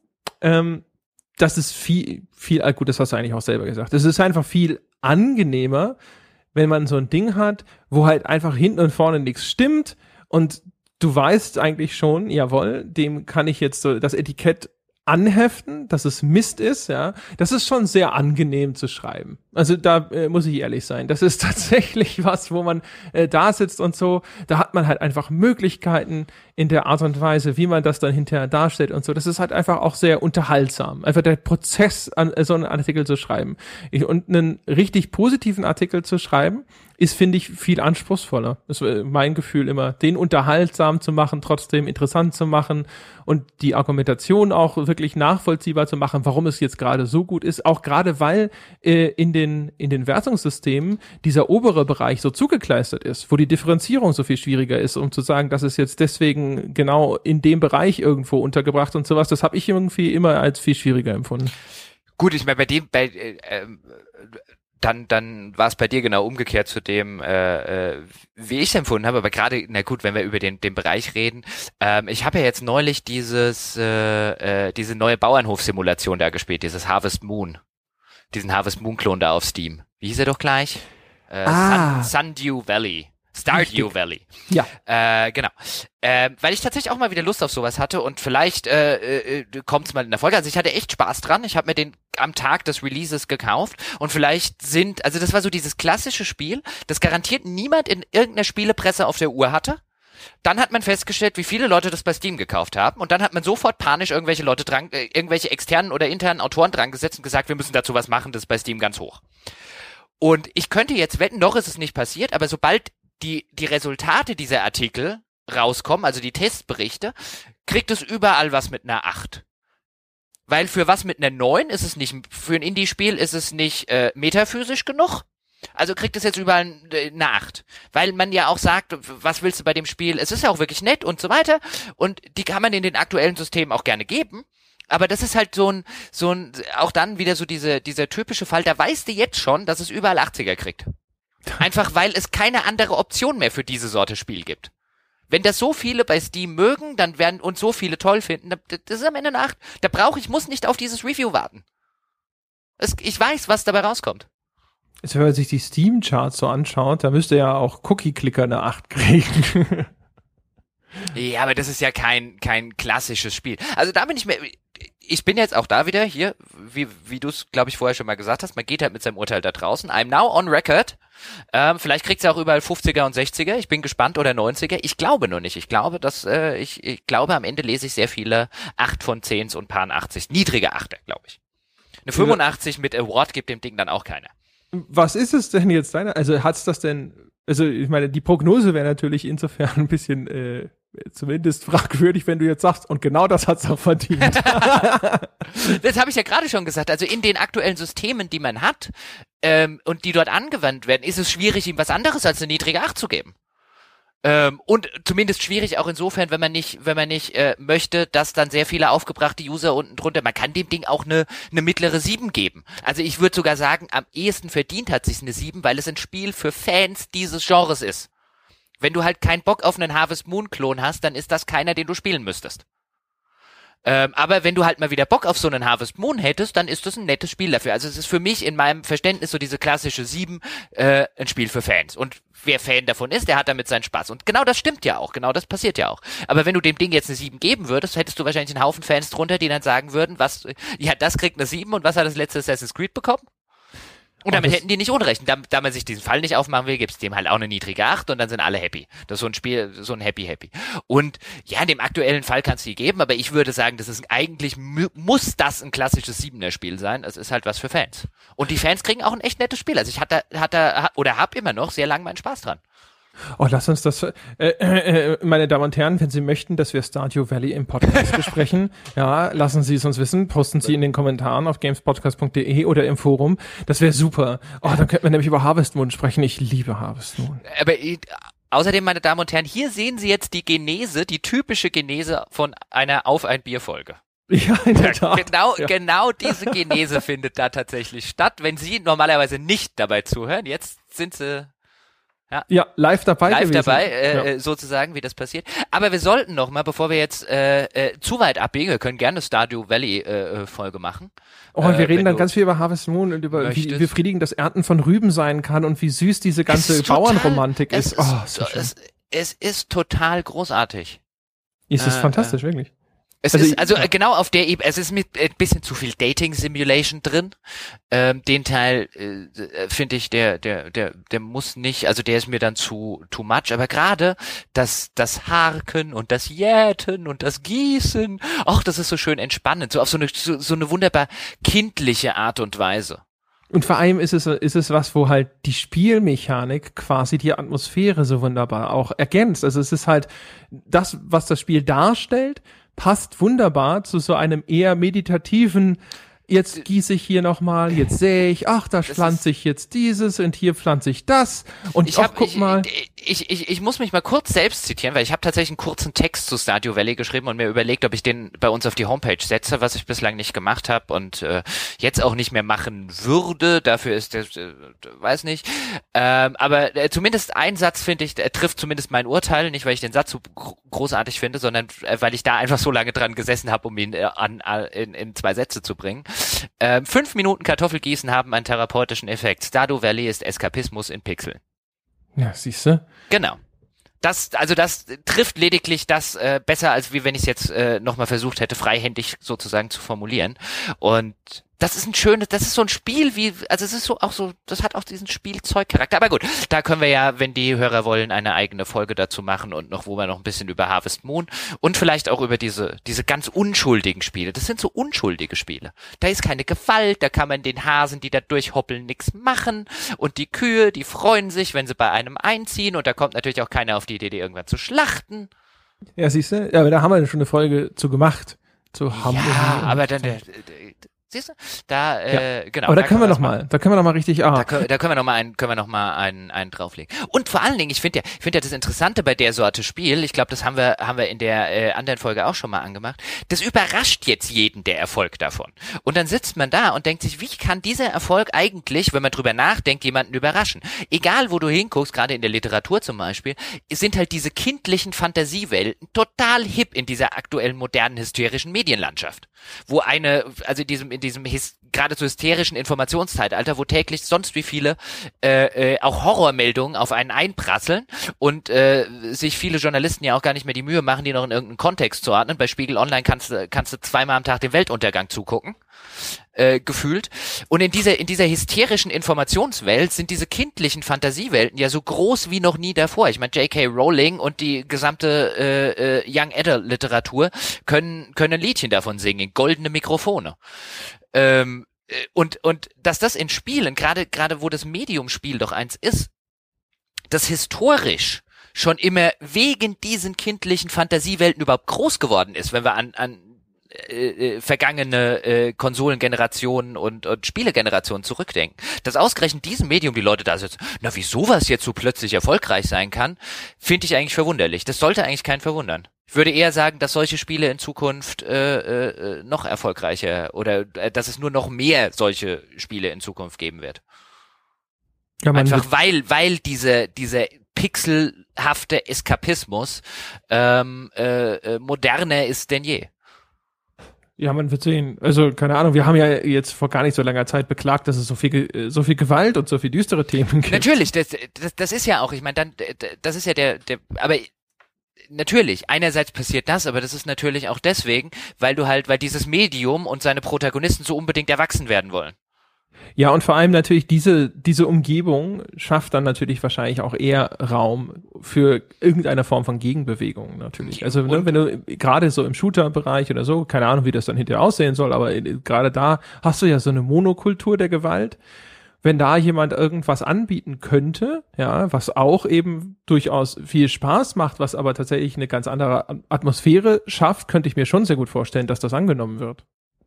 das ist viel, gut, das hast du eigentlich auch selber gesagt. Es ist einfach viel angenehmer, wenn man so ein Ding hat, wo halt einfach hinten und vorne nichts stimmt und du weißt eigentlich schon, jawohl, dem kann ich jetzt so das Etikett anheften, dass es Mist ist, ja. Das ist schon sehr angenehm zu schreiben. Also da muss ich ehrlich sein. Das ist tatsächlich was, wo man da sitzt und so. Da hat man halt einfach Möglichkeiten in der Art und Weise, wie man das dann hinterher darstellt und so. Das ist halt einfach auch sehr unterhaltsam. Einfach der Prozess, so einen Artikel zu schreiben. Und einen richtig positiven Artikel zu schreiben, ist, finde ich, viel anspruchsvoller. Das ist mein Gefühl immer, den unterhaltsam zu machen, trotzdem interessant zu machen und die Argumentation auch wirklich nachvollziehbar zu machen, warum es jetzt gerade so gut ist. Auch gerade, weil in den Wertungssystemen dieser obere Bereich so zugekleistert ist, wo die Differenzierung so viel schwieriger ist, um zu sagen, das ist jetzt deswegen genau in dem Bereich irgendwo untergebracht und sowas. Das habe ich irgendwie immer als viel schwieriger empfunden. Gut, ich meine, dann war es bei dir genau umgekehrt zu dem, wie ich es empfunden habe, aber gerade, na gut, wenn wir über den Bereich reden, ich habe ja jetzt neulich diese neue Bauernhof-Simulation da gespielt, dieses Harvest Moon, diesen Harvest Moon-Klon da auf Steam. Wie hieß er doch gleich? Sundew Valley. Stardew Valley. Ja. Genau. Weil ich tatsächlich auch mal wieder Lust auf sowas hatte und vielleicht kommt es mal in der Folge. Also ich hatte echt Spaß dran. Ich habe mir den am Tag des Releases gekauft und vielleicht also das war so dieses klassische Spiel, das garantiert niemand in irgendeiner Spielepresse auf der Uhr hatte. Dann hat man festgestellt, wie viele Leute das bei Steam gekauft haben und dann hat man sofort panisch irgendwelche Leute irgendwelche externen oder internen Autoren dran gesetzt und gesagt, wir müssen dazu was machen, das ist bei Steam ganz hoch. Und ich könnte jetzt wetten, noch ist es nicht passiert, aber sobald die Resultate dieser Artikel rauskommen, also die Testberichte, kriegt es überall was mit einer 8. Weil für was mit einer 9 ist es nicht, für ein Indie-Spiel ist es nicht metaphysisch genug. Also kriegt es jetzt überall eine 8. Weil man ja auch sagt, was willst du bei dem Spiel? Es ist ja auch wirklich nett und so weiter. Und die kann man in den aktuellen Systemen auch gerne geben. Aber das ist halt so ein, auch dann wieder so dieser typische Fall, da weißt du jetzt schon, dass es überall 80er kriegt. Einfach weil es keine andere Option mehr für diese Sorte Spiel gibt. Wenn das so viele bei Steam mögen, dann werden und so viele toll finden, das ist am Ende eine 8. Ich muss nicht auf dieses Review warten. Ich weiß, was dabei rauskommt. Jetzt, wenn man sich die Steam-Charts so anschaut, da müsste ja auch Cookie-Clicker eine 8 kriegen. Ja, aber das ist ja kein klassisches Spiel. Also da bin ich bin jetzt auch da wieder hier, wie du es, glaube ich, vorher schon mal gesagt hast, man geht halt mit seinem Urteil da draußen. I'm now on record. Vielleicht kriegt's ja auch überall 50er und 60er. Ich bin gespannt, oder 90er. Ich glaube nur nicht. Ich glaube, ich glaube, am Ende lese ich sehr viele 8 von 10s und paar 80. Niedrige 8er, glaube ich. Eine 85 mit Award gibt dem Ding dann auch keiner. Was ist es denn jetzt deiner? Also hat's das denn, also ich meine, die Prognose wäre natürlich insofern ein bisschen zumindest fragwürdig, wenn du jetzt sagst, und genau das hat's auch verdient. Das habe ich ja gerade schon gesagt. Also in den aktuellen Systemen, die man hat und die dort angewandt werden, ist es schwierig, ihm was anderes als eine niedrige 8 zu geben. Und zumindest schwierig auch insofern, wenn man nicht möchte, dass dann sehr viele aufgebrachte User unten drunter, man kann dem Ding auch eine mittlere 7 geben. Also ich würde sogar sagen, am ehesten verdient hat sich's eine 7, weil es ein Spiel für Fans dieses Genres ist. Wenn du halt keinen Bock auf einen Harvest Moon Klon hast, dann ist das keiner, den du spielen müsstest. Aber wenn du halt mal wieder Bock auf so einen Harvest Moon hättest, dann ist das ein nettes Spiel dafür. Also es ist für mich in meinem Verständnis so diese klassische 7 ein Spiel für Fans. Und wer Fan davon ist, der hat damit seinen Spaß. Und genau das stimmt ja auch, genau das passiert ja auch. Aber wenn du dem Ding jetzt eine 7 geben würdest, hättest du wahrscheinlich einen Haufen Fans drunter, die dann sagen würden, das kriegt eine 7 und was hat das letzte Assassin's Creed bekommen? Und damit hätten die nicht Unrecht. Da man sich diesen Fall nicht aufmachen will, gibt's dem halt auch eine niedrige 8 und dann sind alle happy. Das ist so ein Spiel, so ein Happy. Und ja, in dem aktuellen Fall kannst du die geben, aber ich würde sagen, muss das ein klassisches 7er Spiel sein. Es ist halt was für Fans. Und die Fans kriegen auch ein echt nettes Spiel. Also ich hab immer noch sehr lange meinen Spaß dran. Oh, lass uns das, meine Damen und Herren, wenn Sie möchten, dass wir Stardew Valley im Podcast besprechen, ja, lassen Sie es uns wissen, posten Sie in den Kommentaren auf gamespodcast.de oder im Forum. Das wäre super. Oh, dann könnten wir nämlich über Harvest Moon sprechen. Ich liebe Harvest Moon. Aber außerdem, meine Damen und Herren, hier sehen Sie jetzt die typische Genese von einer Auf-ein-Bier-Folge. Ja, in der Tat. Genau diese Genese findet da tatsächlich statt. Wenn Sie normalerweise nicht dabei zuhören, jetzt sind Sie ja, live dabei, sozusagen, wie das passiert. Aber wir sollten noch mal, bevor wir jetzt zu weit abbiegen, wir können gerne Stardew Valley Folge machen. Oh, und wir reden dann ganz viel über Harvest Moon und über wie befriedigend das Ernten von Rüben sein kann und wie süß diese ganze Bauernromantik ist. Es ist total großartig. Es ist fantastisch, wirklich. Genau auf der Ebene, es ist mit ein bisschen zu viel Dating Simulation drin. Den Teil finde ich, der muss nicht, also der ist mir dann too much, aber gerade das Harken und das Jäten und das Gießen, das ist so schön entspannend, so auf so eine wunderbar kindliche Art und Weise. Und vor allem ist es was, wo halt die Spielmechanik quasi die Atmosphäre so wunderbar auch ergänzt. Also es ist halt das, was das Spiel darstellt, passt wunderbar zu so einem eher meditativen, jetzt gieße ich hier nochmal, jetzt sähe ich, ach, da pflanze ich jetzt dieses und hier pflanze ich das und guck mal. Ich muss mich mal kurz selbst zitieren, weil ich habe tatsächlich einen kurzen Text zu Stardew Valley geschrieben und mir überlegt, ob ich den bei uns auf die Homepage setze, was ich bislang nicht gemacht habe und jetzt auch nicht mehr machen würde. Dafür ist der, weiß nicht. Aber zumindest ein Satz, finde ich, trifft zumindest mein Urteil, nicht weil ich den Satz so großartig finde, sondern weil ich da einfach so lange dran gesessen habe, um ihn in 2 Sätze zu bringen. 5 Minuten Kartoffelgießen haben einen therapeutischen Effekt. Stardew Valley ist Eskapismus in Pixeln. Ja, siehste. Genau. Das trifft lediglich das besser, als wie wenn ich es jetzt nochmal versucht hätte, freihändig sozusagen zu formulieren. Und das ist das ist so ein Spiel also es ist das hat auch diesen Spielzeugcharakter. Aber gut, da können wir ja, wenn die Hörer wollen, eine eigene Folge dazu machen und wo wir noch ein bisschen über Harvest Moon und vielleicht auch über diese ganz unschuldigen Spiele. Das sind so unschuldige Spiele. Da ist keine Gewalt, da kann man den Hasen, die da durchhoppeln, nichts machen und die Kühe, die freuen sich, wenn sie bei einem einziehen und da kommt natürlich auch keiner auf die Idee, die irgendwann zu schlachten. Ja, siehst du? Ja, aber da haben wir schon eine Folge zu gemacht. Zu Hamburg. Ja, aber dann siehst du? Genau. Aber da können wir noch mal richtig, Da können wir noch mal einen drauflegen. Und vor allen Dingen, ich finde ja das Interessante bei der Sorte Spiel, ich glaube, das haben wir in der anderen Folge auch schon mal angemacht, das überrascht jetzt jeden, der Erfolg davon. Und dann sitzt man da und denkt sich, wie kann dieser Erfolg eigentlich, wenn man drüber nachdenkt, jemanden überraschen? Egal, wo du hinguckst, gerade in der Literatur zum Beispiel, sind halt diese kindlichen Fantasiewelten total hip in dieser aktuellen modernen hysterischen Medienlandschaft. Wo also in diesem geradezu hysterischen Informationszeitalter, wo täglich sonst wie viele auch Horrormeldungen auf einen einprasseln und sich viele Journalisten ja auch gar nicht mehr die Mühe machen, die noch in irgendeinen Kontext zu ordnen. Bei Spiegel Online kannst du 2-mal am Tag dem Weltuntergang zugucken. Gefühlt. Und in dieser hysterischen Informationswelt sind diese kindlichen Fantasiewelten ja so groß wie noch nie davor. Ich meine, J.K. Rowling und die gesamte Young Adult Literatur können ein Liedchen davon singen, in goldene Mikrofone. Und dass das in Spielen, gerade wo das Medium-Spiel doch eins ist, das historisch schon immer wegen diesen kindlichen Fantasiewelten überhaupt groß geworden ist, wenn wir an vergangene Konsolengenerationen und Spielegenerationen zurückdenken. Dass ausgerechnet diesem Medium die Leute da sitzen, na, wie sowas jetzt so plötzlich erfolgreich sein kann, finde ich eigentlich verwunderlich. Das sollte eigentlich keinen verwundern. Ich würde eher sagen, dass solche Spiele in Zukunft noch erfolgreicher oder dass es nur noch mehr solche Spiele in Zukunft geben wird. Ja, einfach weil dieser pixelhafte Eskapismus moderner ist denn je. Ja, man wird sehen. Also, keine Ahnung, wir haben ja jetzt vor gar nicht so langer Zeit beklagt, dass es so viel Gewalt und so viel düstere Themen gibt. Natürlich, das ist ja auch, ich meine, das ist ja aber natürlich, einerseits passiert das, aber das ist natürlich auch deswegen, weil dieses Medium und seine Protagonisten so unbedingt erwachsen werden wollen. Ja, und vor allem natürlich diese Umgebung schafft dann natürlich wahrscheinlich auch eher Raum für irgendeine Form von Gegenbewegung natürlich. Also wenn du gerade so im Shooter-Bereich oder so, keine Ahnung, wie das dann hinterher aussehen soll, aber gerade da hast du ja so eine Monokultur der Gewalt. Wenn da jemand irgendwas anbieten könnte, ja, was auch eben durchaus viel Spaß macht, was aber tatsächlich eine ganz andere Atmosphäre schafft, könnte ich mir schon sehr gut vorstellen, dass das angenommen wird.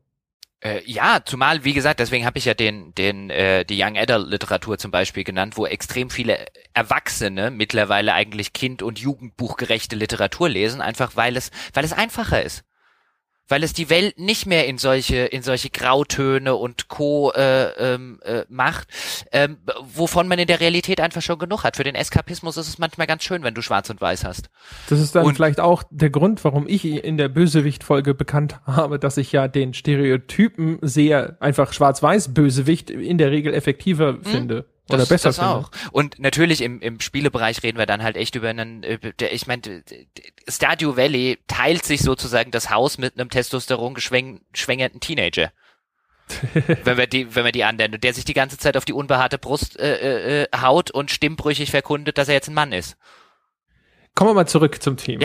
Ja, zumal, wie gesagt, deswegen habe ich ja die Young Adult Literatur zum Beispiel genannt, wo extrem viele Erwachsene mittlerweile eigentlich Kind- und Jugendbuchgerechte Literatur lesen, einfach weil es einfacher ist. Weil es die Welt nicht mehr in solche Grautöne und Co. macht, wovon man in der Realität einfach schon genug hat. Für den Eskapismus ist es manchmal ganz schön, wenn du Schwarz und Weiß hast. Das ist dann vielleicht auch der Grund, warum ich in der Bösewicht-Folge bekannt habe, dass ich ja den Stereotypen sehr einfach Schwarz-Weiß-Bösewicht in der Regel effektiver finde. Oder besser das auch. Und natürlich im Spielebereich reden wir dann halt echt über ich meine, Stardew Valley teilt sich sozusagen das Haus mit einem Testosteron geschwängerten Teenager. wenn wir die anderen, der sich die ganze Zeit auf die unbehaarte Brust haut und stimmbrüchig verkundet, dass er jetzt ein Mann ist. Kommen wir mal zurück zum Thema. Ja.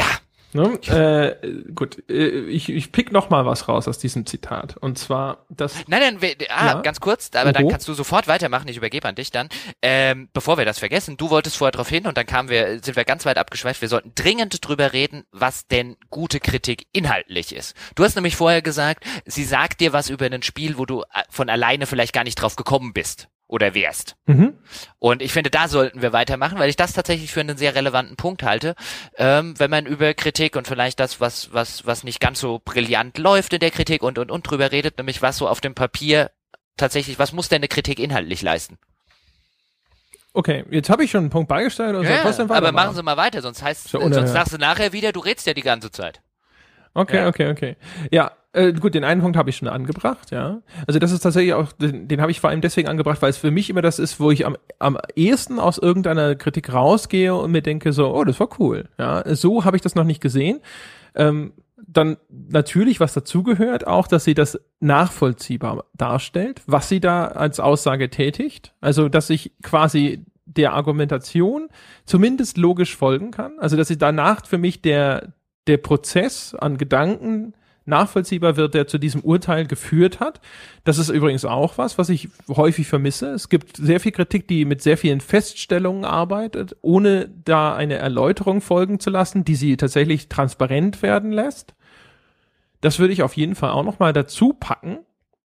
Ne? Gut, ich pick noch mal was raus aus diesem Zitat. Und zwar das. Nein, ganz kurz, aber dann kannst du sofort weitermachen. Ich übergebe an dich dann. Bevor wir das vergessen, du wolltest vorher drauf hin und dann sind wir ganz weit abgeschweift. Wir sollten dringend drüber reden, was denn gute Kritik inhaltlich ist. Du hast nämlich vorher gesagt, sie sagt dir was über ein Spiel, wo du von alleine vielleicht gar nicht drauf gekommen bist. Oder wärst. Mhm. Und ich finde, da sollten wir weitermachen, weil ich das tatsächlich für einen sehr relevanten Punkt halte, wenn man über Kritik und vielleicht das, was nicht ganz so brillant läuft in der Kritik und drüber redet, nämlich was so auf dem Papier tatsächlich, was muss denn eine Kritik inhaltlich leisten? Okay, jetzt habe ich schon einen Punkt beigesteuert. Aber machen Sie mal weiter, sonst sagst du nachher wieder, du redst ja die ganze Zeit. Okay. Ja, gut, den einen Punkt habe ich schon angebracht, ja. Also das ist tatsächlich auch, den habe ich vor allem deswegen angebracht, weil es für mich immer das ist, wo ich am ehesten aus irgendeiner Kritik rausgehe und mir denke so, oh, das war cool, ja. So habe ich das noch nicht gesehen. Dann natürlich, was dazugehört, auch, dass sie das nachvollziehbar darstellt, was sie da als Aussage tätigt. Also, dass ich quasi der Argumentation zumindest logisch folgen kann. Also, dass ich danach für mich der Prozess an Gedanken nachvollziehbar wird, der zu diesem Urteil geführt hat. Das ist übrigens auch was ich häufig vermisse. Es gibt sehr viel Kritik, die mit sehr vielen Feststellungen arbeitet, ohne da eine Erläuterung folgen zu lassen, die sie tatsächlich transparent werden lässt. Das würde ich auf jeden Fall auch noch mal dazu packen.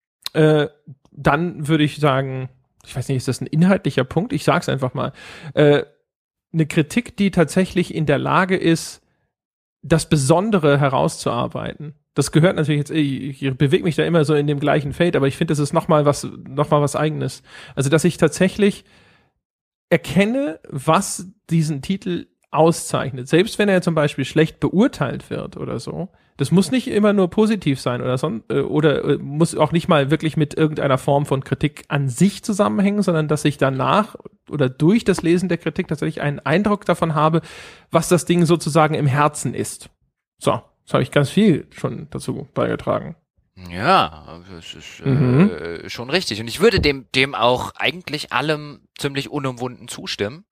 Dann würde ich sagen, ich weiß nicht, ist das ein inhaltlicher Punkt? Ich sag's einfach mal. Eine Kritik, die tatsächlich in der Lage ist, das Besondere herauszuarbeiten. Das gehört natürlich jetzt, ich bewege mich da immer so in dem gleichen Feld, aber ich finde, das ist noch mal was Eigenes. Also, dass ich tatsächlich erkenne, was diesen Titel auszeichnet. Selbst wenn er zum Beispiel schlecht beurteilt wird oder so. Das muss nicht immer nur positiv sein oder muss auch nicht mal wirklich mit irgendeiner Form von Kritik an sich zusammenhängen, sondern dass ich danach oder durch das Lesen der Kritik tatsächlich einen Eindruck davon habe, was das Ding sozusagen im Herzen ist. So, das habe ich ganz viel schon dazu beigetragen. Ja, das ist schon richtig. Und ich würde dem auch eigentlich allem ziemlich unumwunden zustimmen.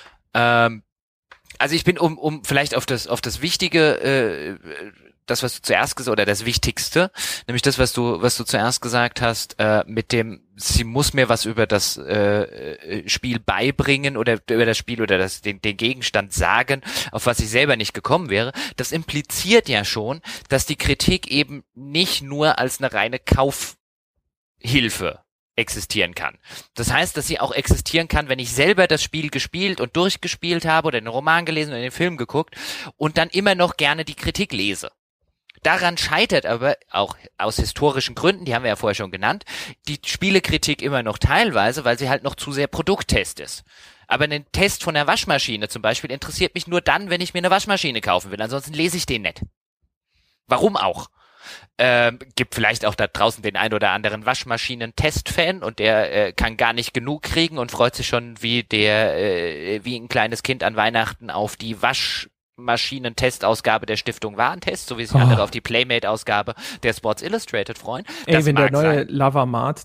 Also ich bin um vielleicht auf das Wichtige, das, was du zuerst gesagt, oder das Wichtigste, nämlich das, was du zuerst gesagt hast, mit dem, sie muss mir was über das Spiel beibringen oder über das Spiel oder den Gegenstand sagen, auf was ich selber nicht gekommen wäre. Das impliziert ja schon, dass die Kritik eben nicht nur als eine reine Kaufhilfe existieren kann. Das heißt, dass sie auch existieren kann, wenn ich selber das Spiel gespielt und durchgespielt habe oder den Roman gelesen oder den Film geguckt und dann immer noch gerne die Kritik lese. Daran scheitert aber auch aus historischen Gründen, die haben wir ja vorher schon genannt, die Spielekritik immer noch teilweise, weil sie halt noch zu sehr Produkttest ist. Aber ein Test von der Waschmaschine zum Beispiel interessiert mich nur dann, wenn ich mir eine Waschmaschine kaufen will. Ansonsten lese ich den nicht. Warum auch? Gibt vielleicht auch da draußen den ein oder anderen Waschmaschinen-Test-Fan und der kann gar nicht genug kriegen und freut sich schon wie ein kleines Kind an Weihnachten auf die Waschmaschinen-Testausgabe der Stiftung Warentest, so wie sich andere auf die Playmate-Ausgabe der Sports Illustrated freuen. Ey, wenn der neue Lavamat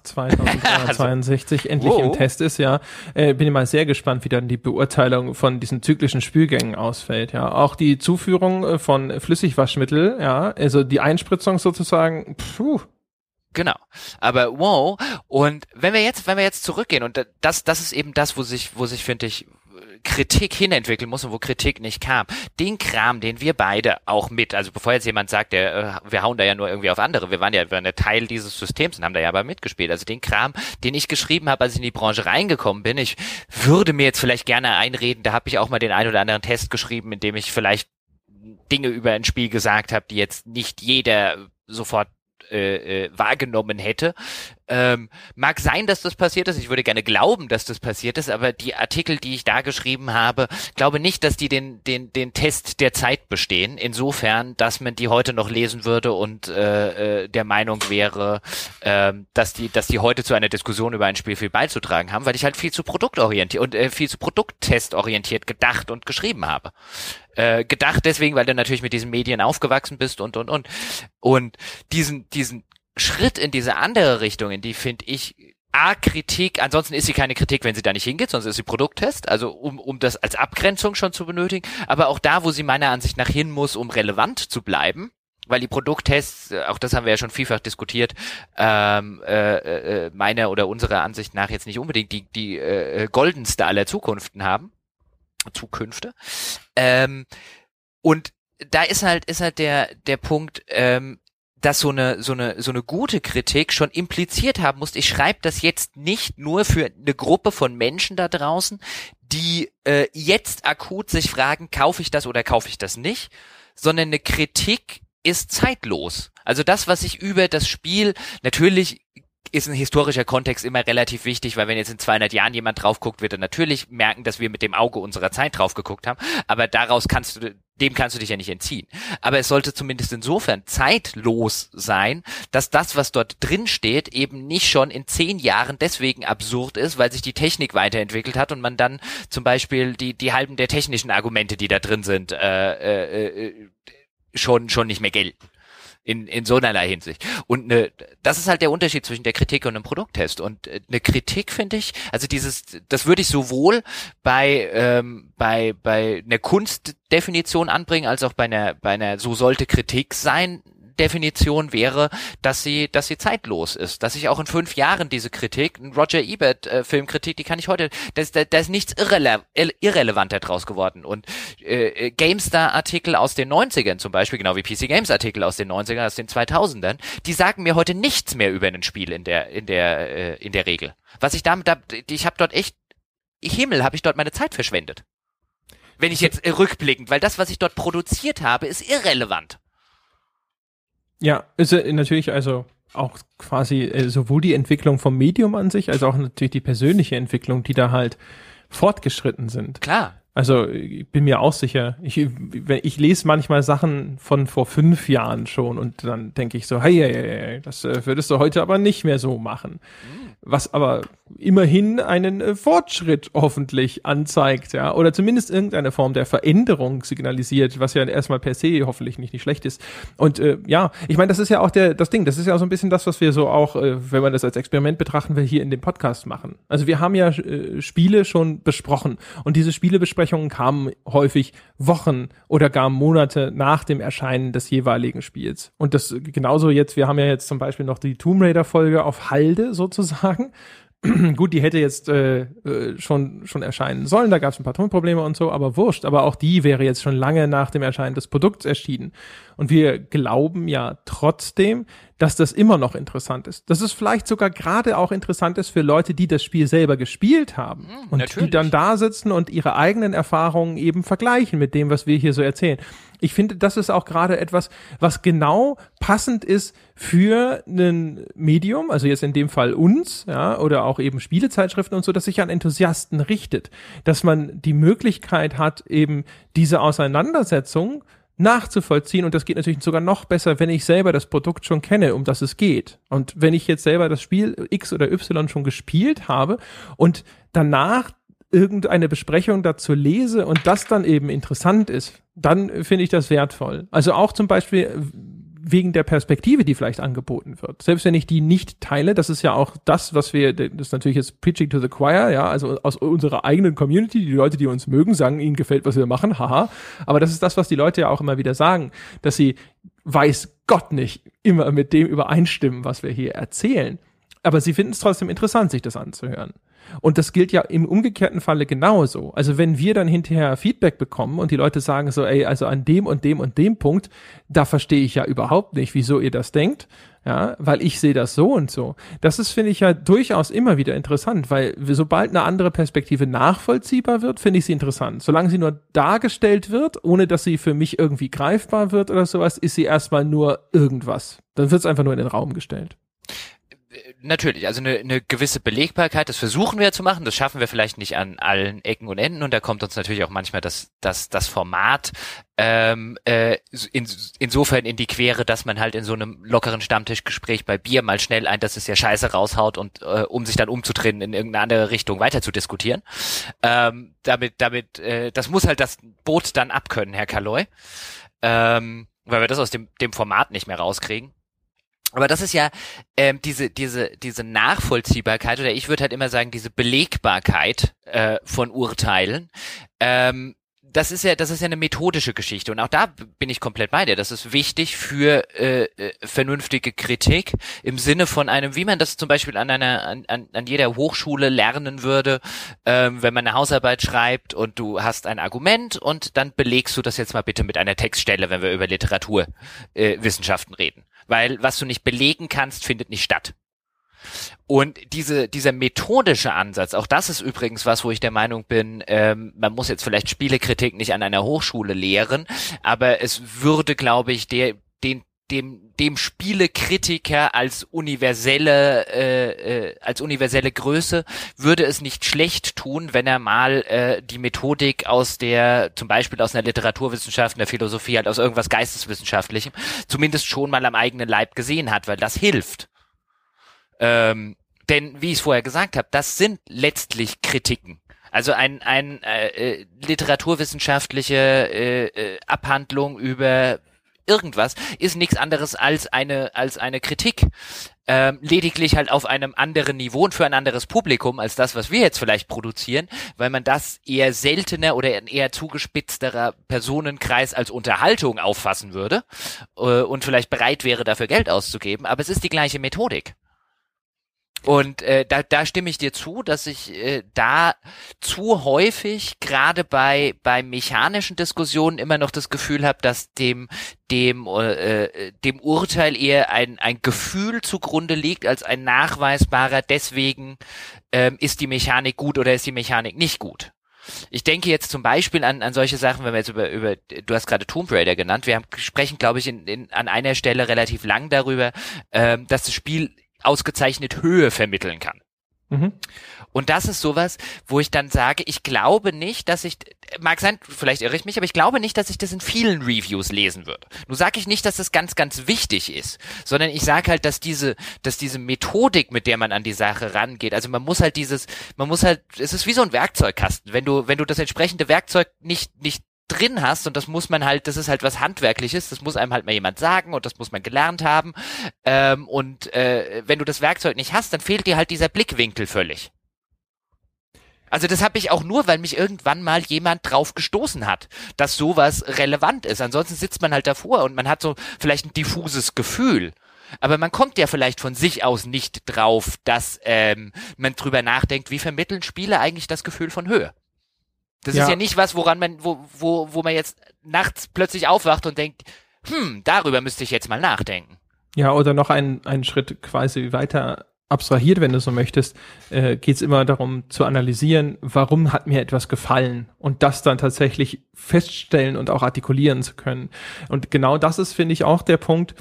2062 endlich im Test ist, ja, bin ich mal sehr gespannt, wie dann die Beurteilung von diesen zyklischen Spülgängen ausfällt, ja. Auch die Zuführung von Flüssigwaschmittel, ja, also die Einspritzung sozusagen, Genau. Aber wow. Und wenn wir jetzt zurückgehen und das ist eben das, wo sich, finde ich, Kritik hinentwickeln muss und wo Kritik nicht kam. Den Kram, den wir beide auch also bevor jetzt jemand sagt, wir hauen da ja nur irgendwie auf andere, wir waren ja Teil dieses Systems und haben da ja aber mitgespielt. Also den Kram, den ich geschrieben habe, als ich in die Branche reingekommen bin, ich würde mir jetzt vielleicht gerne einreden, da habe ich auch mal den ein oder anderen Test geschrieben, in dem ich vielleicht Dinge über ein Spiel gesagt habe, die jetzt nicht jeder sofort wahrgenommen hätte. Mag sein, dass das passiert ist. Ich würde gerne glauben, dass das passiert ist, aber die Artikel, die ich da geschrieben habe, glaube nicht, dass die den Test der Zeit bestehen. Insofern, dass man die heute noch lesen würde und der Meinung wäre, dass die heute zu einer Diskussion über ein Spiel viel beizutragen haben, weil ich halt viel zu produktorientiert und viel zu produkttestorientiert gedacht und geschrieben habe. Gedacht deswegen, weil du natürlich mit diesen Medien aufgewachsen bist und diesen Schritt in diese andere Richtung, in die, finde ich, Kritik, ansonsten ist sie keine Kritik, wenn sie da nicht hingeht, sonst ist sie Produkttest, also um das als Abgrenzung schon zu benötigen, aber auch da, wo sie meiner Ansicht nach hin muss, um relevant zu bleiben, weil die Produkttests, auch das haben wir ja schon vielfach diskutiert, meiner oder unserer Ansicht nach jetzt nicht unbedingt die goldenste aller Zukünfte. Und da ist halt der Punkt, dass so eine gute Kritik schon impliziert haben muss, ich schreibe das jetzt nicht nur für eine Gruppe von Menschen da draußen, die jetzt akut sich fragen, kaufe ich das oder kaufe ich das nicht, sondern eine Kritik ist zeitlos. Also das, was ich über das Spiel, natürlich ist ein historischer Kontext immer relativ wichtig, weil wenn jetzt in 200 Jahren jemand drauf guckt, wird er natürlich merken, dass wir mit dem Auge unserer Zeit drauf geguckt haben, aber dem kannst du dich ja nicht entziehen. Aber es sollte zumindest insofern zeitlos sein, dass das, was dort drin steht, eben nicht schon in 10 Jahren deswegen absurd ist, weil sich die Technik weiterentwickelt hat und man dann zum Beispiel die halben der technischen Argumente, die da drin sind, schon nicht mehr gelten. In so einer Hinsicht. Und das ist halt der Unterschied zwischen der Kritik und einem Produkttest. Und eine Kritik, finde ich, also das würde ich sowohl bei einer Kunstdefinition anbringen, als auch bei einer so sollte Kritik sein Definition wäre, dass sie zeitlos ist. Dass ich auch in 5 Jahren diese Kritik, ein Roger Ebert Filmkritik, die kann ich heute, da ist nichts irrelevanter draus geworden. Und GameStar-Artikel aus den 90ern zum Beispiel, genau wie PC Games-Artikel aus den 90ern, aus den 2000ern, die sagen mir heute nichts mehr über ein Spiel in der Regel. Was ich ich habe dort echt, habe ich dort meine Zeit verschwendet. Wenn ich jetzt rückblickend, weil das, was ich dort produziert habe, ist irrelevant. Ja, ist natürlich also auch quasi sowohl die Entwicklung vom Medium an sich, als auch natürlich die persönliche Entwicklung, die da halt fortgeschritten sind. Klar. Also ich bin mir auch sicher, ich lese manchmal Sachen von vor 5 Jahren schon und dann denke ich so, hey, das würdest du heute aber nicht mehr so machen. Was aber immerhin einen Fortschritt hoffentlich anzeigt, ja, oder zumindest irgendeine Form der Veränderung signalisiert, was ja erstmal per se hoffentlich nicht schlecht ist. Und ja, ich meine, das ist ja auch das Ding, das ist ja auch so ein bisschen das, was wir so auch, wenn man das als Experiment betrachten will, hier in dem Podcast machen. Also wir haben ja Spiele schon besprochen und diese Spielebesprechungen kamen häufig Wochen oder gar Monate nach dem Erscheinen des jeweiligen Spiels. Und das genauso jetzt, wir haben ja jetzt zum Beispiel noch die Tomb Raider Folge auf Halde sozusagen. Gut, die hätte jetzt schon erscheinen sollen, da gab es ein paar Tonprobleme und so, aber wurscht. Aber auch die wäre jetzt schon lange nach dem Erscheinen des Produkts erschienen. Und wir glauben ja trotzdem, dass das immer noch interessant ist. Dass es vielleicht sogar gerade auch interessant ist für Leute, die das Spiel selber gespielt haben. Und natürlich, die dann da sitzen und ihre eigenen Erfahrungen eben vergleichen mit dem, was wir hier so erzählen. Ich finde, das ist auch gerade etwas, was genau passend ist für ein Medium, also jetzt in dem Fall uns, ja, oder auch eben Spielezeitschriften und so, dass sich an Enthusiasten richtet. Dass man die Möglichkeit hat, eben diese Auseinandersetzung nachzuvollziehen, und das geht natürlich sogar noch besser, wenn ich selber das Produkt schon kenne, um das es geht. Und wenn ich jetzt selber das Spiel X oder Y schon gespielt habe und danach irgendeine Besprechung dazu lese und das dann eben interessant ist, dann finde ich das wertvoll. Also auch zum Beispiel wegen der Perspektive, die vielleicht angeboten wird. Selbst wenn ich die nicht teile, das ist ja auch das, was wir, das ist natürlich jetzt Preaching to the Choir, ja, also aus unserer eigenen Community, die Leute, die uns mögen, sagen, ihnen gefällt, was wir machen, haha. Aber das ist das, was die Leute ja auch immer wieder sagen, dass sie, weiß Gott nicht, immer mit dem übereinstimmen, was wir hier erzählen. Aber sie finden es trotzdem interessant, sich das anzuhören. Und das gilt ja im umgekehrten Falle genauso. Also wenn wir dann hinterher Feedback bekommen und die Leute sagen so, ey, also an dem und dem und dem Punkt, da verstehe ich ja überhaupt nicht, wieso ihr das denkt, ja, weil ich sehe das so und so. Das ist, finde ich, ja durchaus immer wieder interessant, weil sobald eine andere Perspektive nachvollziehbar wird, finde ich sie interessant. Solange sie nur dargestellt wird, ohne dass sie für mich irgendwie greifbar wird oder sowas, ist sie erstmal nur irgendwas. Dann wird es einfach nur in den Raum gestellt. Natürlich, also eine gewisse Belegbarkeit, das versuchen wir zu machen, das schaffen wir vielleicht nicht an allen Ecken und Enden, und da kommt uns natürlich auch manchmal das Format insofern in die Quere, dass man halt in so einem lockeren Stammtischgespräch bei Bier mal schnell das ist ja scheiße raushaut, und um sich dann umzudrehen, in irgendeine andere Richtung weiter zu diskutieren. Das muss halt das Boot dann abkönnen, Herr Kaloy, weil wir das aus dem Format nicht mehr rauskriegen. Aber das ist ja diese Nachvollziehbarkeit, oder ich würde halt immer sagen, diese Belegbarkeit von Urteilen. Das ist ja eine methodische Geschichte, und auch da bin ich komplett bei dir. Das ist wichtig für vernünftige Kritik im Sinne von einem, wie man das zum Beispiel an jeder Hochschule lernen würde, wenn man eine Hausarbeit schreibt und du hast ein Argument und dann belegst du das jetzt mal bitte mit einer Textstelle, wenn wir über Literaturwissenschaften reden. Weil was du nicht belegen kannst, findet nicht statt. Und dieser methodische Ansatz, auch das ist übrigens was, wo ich der Meinung bin, man muss jetzt vielleicht Spielekritik nicht an einer Hochschule lehren, aber es würde, glaube ich, dem Spielekritiker als universelle Größe würde es nicht schlecht tun, wenn er mal die Methodik zum Beispiel aus einer Literaturwissenschaft, einer Philosophie, halt aus irgendwas Geisteswissenschaftlichem, zumindest schon mal am eigenen Leib gesehen hat, weil das hilft. Denn, wie ich es vorher gesagt habe, das sind letztlich Kritiken. Also ein literaturwissenschaftliche Abhandlung über irgendwas ist nichts anderes als eine Kritik. Lediglich halt auf einem anderen Niveau und für ein anderes Publikum als das, was wir jetzt vielleicht produzieren, weil man das eher seltener oder ein eher zugespitzterer Personenkreis als Unterhaltung auffassen würde und vielleicht bereit wäre, dafür Geld auszugeben. Aber es ist die gleiche Methodik. Und da stimme ich dir zu, dass ich da zu häufig gerade bei mechanischen Diskussionen immer noch das Gefühl habe, dass dem Urteil eher ein Gefühl zugrunde liegt als ein nachweisbarer, deswegen ist die Mechanik gut oder ist die Mechanik nicht gut. Ich denke jetzt zum Beispiel an solche Sachen, wenn wir jetzt über du hast gerade Tomb Raider genannt, wir sprechen, glaube ich, an einer Stelle relativ lang darüber, dass das Spiel ausgezeichnet Höhe vermitteln kann. Mhm. Und das ist sowas, wo ich dann sage, ich glaube nicht, mag sein, vielleicht irre ich mich, aber ich glaube nicht, dass ich das in vielen Reviews lesen würde. Nun sage ich nicht, dass das ganz, ganz wichtig ist, sondern ich sage halt, dass diese Methodik, mit der man an die Sache rangeht, also es ist wie so ein Werkzeugkasten. Wenn du das entsprechende Werkzeug nicht drin hast, und das ist halt was Handwerkliches, das muss einem halt mal jemand sagen und das muss man gelernt haben, wenn du das Werkzeug nicht hast, dann fehlt dir halt dieser Blickwinkel völlig. Also das habe ich auch nur, weil mich irgendwann mal jemand drauf gestoßen hat, dass sowas relevant ist. Ansonsten sitzt man halt davor und man hat so vielleicht ein diffuses Gefühl. Aber man kommt ja vielleicht von sich aus nicht drauf, dass man drüber nachdenkt, wie vermitteln Spiele eigentlich das Gefühl von Höhe. Das ist ja nicht was, woran wo man jetzt nachts plötzlich aufwacht und denkt, darüber müsste ich jetzt mal nachdenken. Ja, oder noch einen Schritt quasi weiter abstrahiert, wenn du so möchtest, geht es immer darum zu analysieren, warum hat mir etwas gefallen und das dann tatsächlich feststellen und auch artikulieren zu können. Und genau das ist, finde ich, auch der Punkt,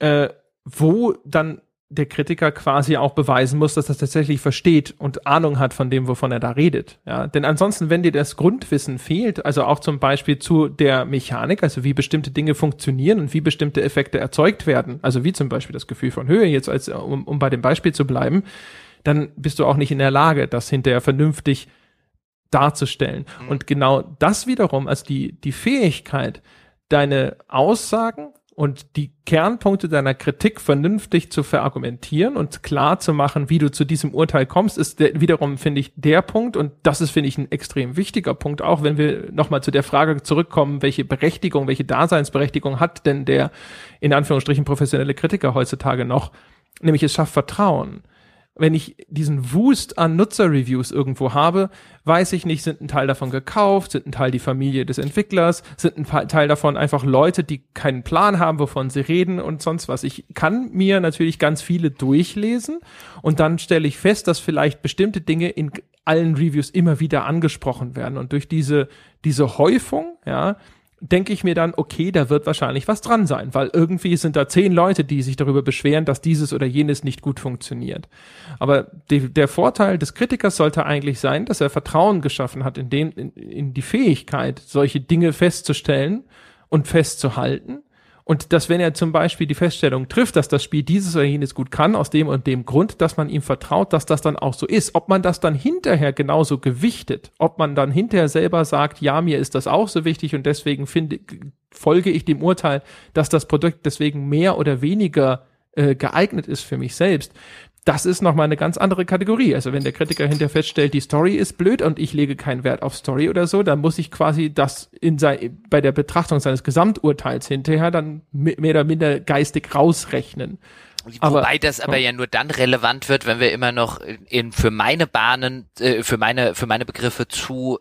wo dann der Kritiker quasi auch beweisen muss, dass er tatsächlich versteht und Ahnung hat von dem, wovon er da redet. Ja, denn ansonsten, wenn dir das Grundwissen fehlt, also auch zum Beispiel zu der Mechanik, also wie bestimmte Dinge funktionieren und wie bestimmte Effekte erzeugt werden, also wie zum Beispiel das Gefühl von Höhe, jetzt um bei dem Beispiel zu bleiben, dann bist du auch nicht in der Lage, das hinterher vernünftig darzustellen. Mhm. Und genau das wiederum, also die Fähigkeit, deine Aussagen und die Kernpunkte deiner Kritik vernünftig zu verargumentieren und klar zu machen, wie du zu diesem Urteil kommst, ist wiederum, finde ich, der Punkt, und das ist, finde ich, ein extrem wichtiger Punkt, auch wenn wir nochmal zu der Frage zurückkommen, welche Daseinsberechtigung hat denn der, in Anführungsstrichen, professionelle Kritiker heutzutage noch, nämlich es schafft Vertrauen. Wenn ich diesen Wust an Nutzerreviews irgendwo habe, weiß ich nicht, sind ein Teil davon gekauft, sind ein Teil die Familie des Entwicklers, sind ein Teil davon einfach Leute, die keinen Plan haben, wovon sie reden und sonst was. Ich kann mir natürlich ganz viele durchlesen und dann stelle ich fest, dass vielleicht bestimmte Dinge in allen Reviews immer wieder angesprochen werden. Und durch diese Häufung, ja, denke ich mir dann, okay, da wird wahrscheinlich was dran sein, weil irgendwie sind da 10 Leute, die sich darüber beschweren, dass dieses oder jenes nicht gut funktioniert. Aber der Vorteil des Kritikers sollte eigentlich sein, dass er Vertrauen geschaffen hat in die Fähigkeit, solche Dinge festzustellen und festzuhalten. Und dass, wenn er zum Beispiel die Feststellung trifft, dass das Spiel dieses oder jenes gut kann, aus dem und dem Grund, dass man ihm vertraut, dass das dann auch so ist. Ob man das dann hinterher genauso gewichtet, ob man dann hinterher selber sagt, ja, mir ist das auch so wichtig und deswegen folge ich dem Urteil, dass das Produkt deswegen mehr oder weniger geeignet ist für mich selbst, das ist nochmal eine ganz andere Kategorie. Also wenn der Kritiker hinterher feststellt, die Story ist blöd und ich lege keinen Wert auf Story oder so, dann muss ich quasi das bei der Betrachtung seines Gesamturteils hinterher dann mehr oder minder geistig rausrechnen. Wobei das aber ja nur dann relevant wird, wenn wir immer noch für meine Bahnen, für meine Begriffe zu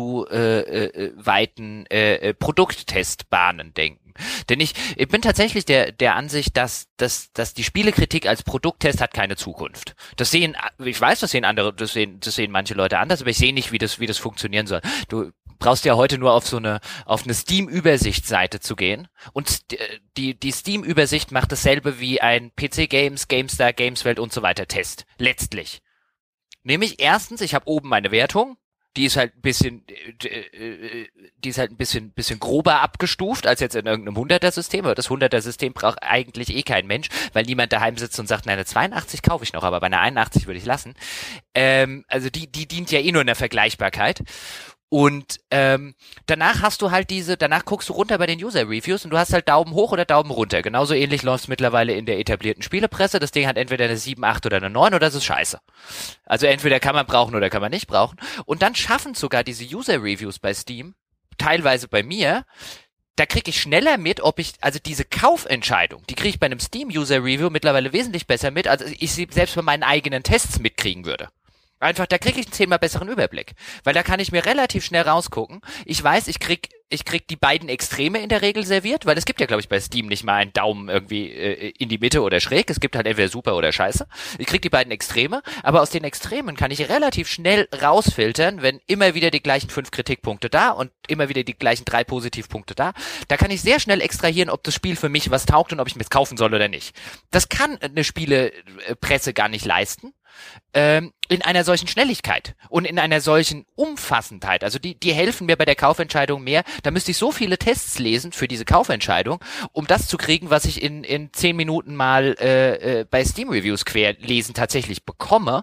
weiten Produkttestbahnen denken. Denn ich bin tatsächlich der Ansicht, dass die Spielekritik als Produkttest hat keine Zukunft. Ich weiß, das sehen manche Leute anders, aber ich sehe nicht, wie das funktionieren soll. Du brauchst ja heute nur auf eine Steam-Übersichtsseite zu gehen und die Steam-Übersicht macht dasselbe wie ein PC Games, GameStar, Gameswelt und so weiter Test. Letztlich. Nämlich erstens, ich habe oben meine Wertung. Die ist halt ein bisschen grober abgestuft als jetzt in irgendeinem 100er-System. Aber das 100er-System braucht eigentlich kein Mensch, weil niemand daheim sitzt und sagt, eine 82 kaufe ich noch, aber bei einer 81 würde ich lassen. Also die dient ja nur in der Vergleichbarkeit. Und danach guckst du runter bei den User-Reviews und du hast halt Daumen hoch oder Daumen runter. Genauso ähnlich läuft es mittlerweile in der etablierten Spielepresse. Das Ding hat entweder eine 7, 8 oder eine 9 oder es ist scheiße. Also entweder kann man brauchen oder kann man nicht brauchen. Und dann schaffen sogar diese User-Reviews bei Steam, teilweise bei mir, da kriege ich schneller mit, also diese Kaufentscheidung, die kriege ich bei einem Steam-User-Review mittlerweile wesentlich besser mit, als ich sie selbst bei meinen eigenen Tests mitkriegen würde. Einfach, da kriege ich einen 10-mal besseren Überblick. Weil da kann ich mir relativ schnell rausgucken. Ich weiß, ich krieg die beiden Extreme in der Regel serviert, weil es gibt ja, glaube ich, bei Steam nicht mal einen Daumen irgendwie in die Mitte oder schräg. Es gibt halt entweder super oder scheiße. Ich krieg die beiden Extreme, aber aus den Extremen kann ich relativ schnell rausfiltern, wenn immer wieder die gleichen 5 Kritikpunkte da und immer wieder die gleichen 3 Positivpunkte da. Da kann ich sehr schnell extrahieren, ob das Spiel für mich was taugt und ob ich mir es kaufen soll oder nicht. Das kann eine Spielepresse gar nicht leisten. In einer solchen Schnelligkeit und in einer solchen Umfassendheit. Also die helfen mir bei der Kaufentscheidung mehr. Da müsste ich so viele Tests lesen für diese Kaufentscheidung, um das zu kriegen, was ich in 10 Minuten mal bei Steam Reviews querlesen tatsächlich bekomme.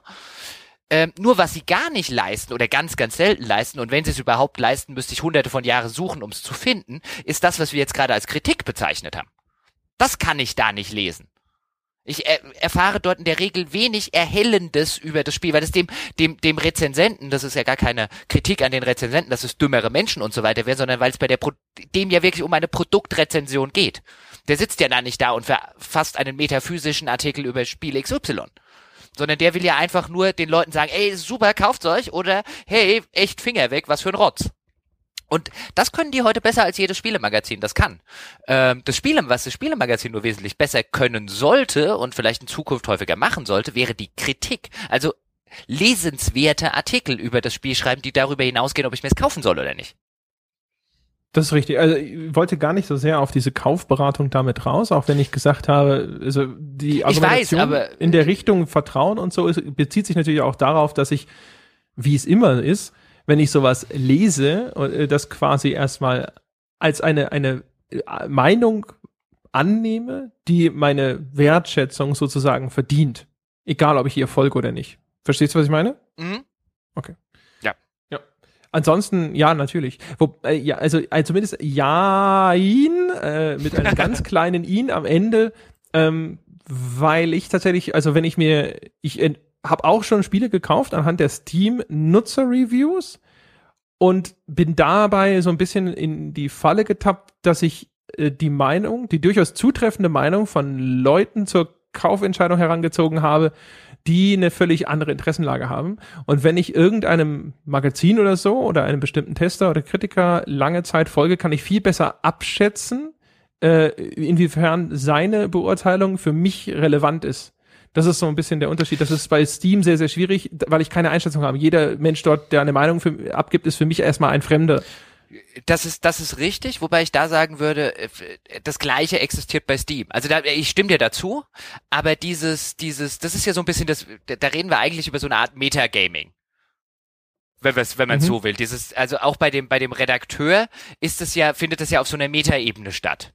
Nur was sie gar nicht leisten oder ganz, ganz selten leisten, und wenn sie es überhaupt leisten, müsste ich hunderte von Jahren suchen, um es zu finden, ist das, was wir jetzt gerade als Kritik bezeichnet haben. Das kann ich da nicht lesen. Ich erfahre dort in der Regel wenig Erhellendes über das Spiel, weil das dem Rezensenten, das ist ja gar keine Kritik an den Rezensenten, dass es dümmere Menschen und so weiter wären, sondern weil es bei dem ja wirklich um eine Produktrezension geht. Der sitzt ja da nicht da und verfasst einen metaphysischen Artikel über Spiel XY. Sondern der will ja einfach nur den Leuten sagen, ey, super, kauft's euch, oder hey, echt Finger weg, was für ein Rotz. Und das können die heute besser als jedes Spielemagazin das kann. Was das Spielemagazin nur wesentlich besser können sollte und vielleicht in Zukunft häufiger machen sollte, wäre die Kritik. Also lesenswerte Artikel über das Spiel schreiben, die darüber hinausgehen, ob ich mir es kaufen soll oder nicht. Das ist richtig. Also ich wollte gar nicht so sehr auf diese Kaufberatung damit raus, auch wenn ich gesagt habe, also die Argumentation in der Richtung Vertrauen und so bezieht sich natürlich auch darauf, dass ich, wie es immer ist, wenn ich sowas lese und das quasi erstmal als eine Meinung annehme, die meine Wertschätzung sozusagen verdient. Egal, ob ich ihr folge oder nicht. Verstehst du, was ich meine? Mhm. Okay. Ja. Ansonsten, ja, natürlich. Also zumindest Jain, mit einem ganz kleinen In am Ende, weil ich tatsächlich, also wenn ich habe auch schon Spiele gekauft anhand der Steam-Nutzer-Reviews und bin dabei so ein bisschen in die Falle getappt, dass ich die durchaus zutreffende Meinung von Leuten zur Kaufentscheidung herangezogen habe, die eine völlig andere Interessenlage haben. Und wenn ich irgendeinem Magazin oder so oder einem bestimmten Tester oder Kritiker lange Zeit folge, kann ich viel besser abschätzen, inwiefern seine Beurteilung für mich relevant ist. Das ist so ein bisschen der Unterschied. Das ist bei Steam sehr, sehr schwierig, weil ich keine Einschätzung habe. Jeder Mensch dort, der eine Meinung abgibt, ist für mich erstmal ein Fremder. Das ist richtig, wobei ich da sagen würde, das Gleiche existiert bei Steam. Also ich stimme dir dazu, aber das ist ja so ein bisschen da reden wir eigentlich über so eine Art Metagaming. Wenn man es so will. Also auch bei dem Redakteur findet das ja auf so einer Metaebene statt.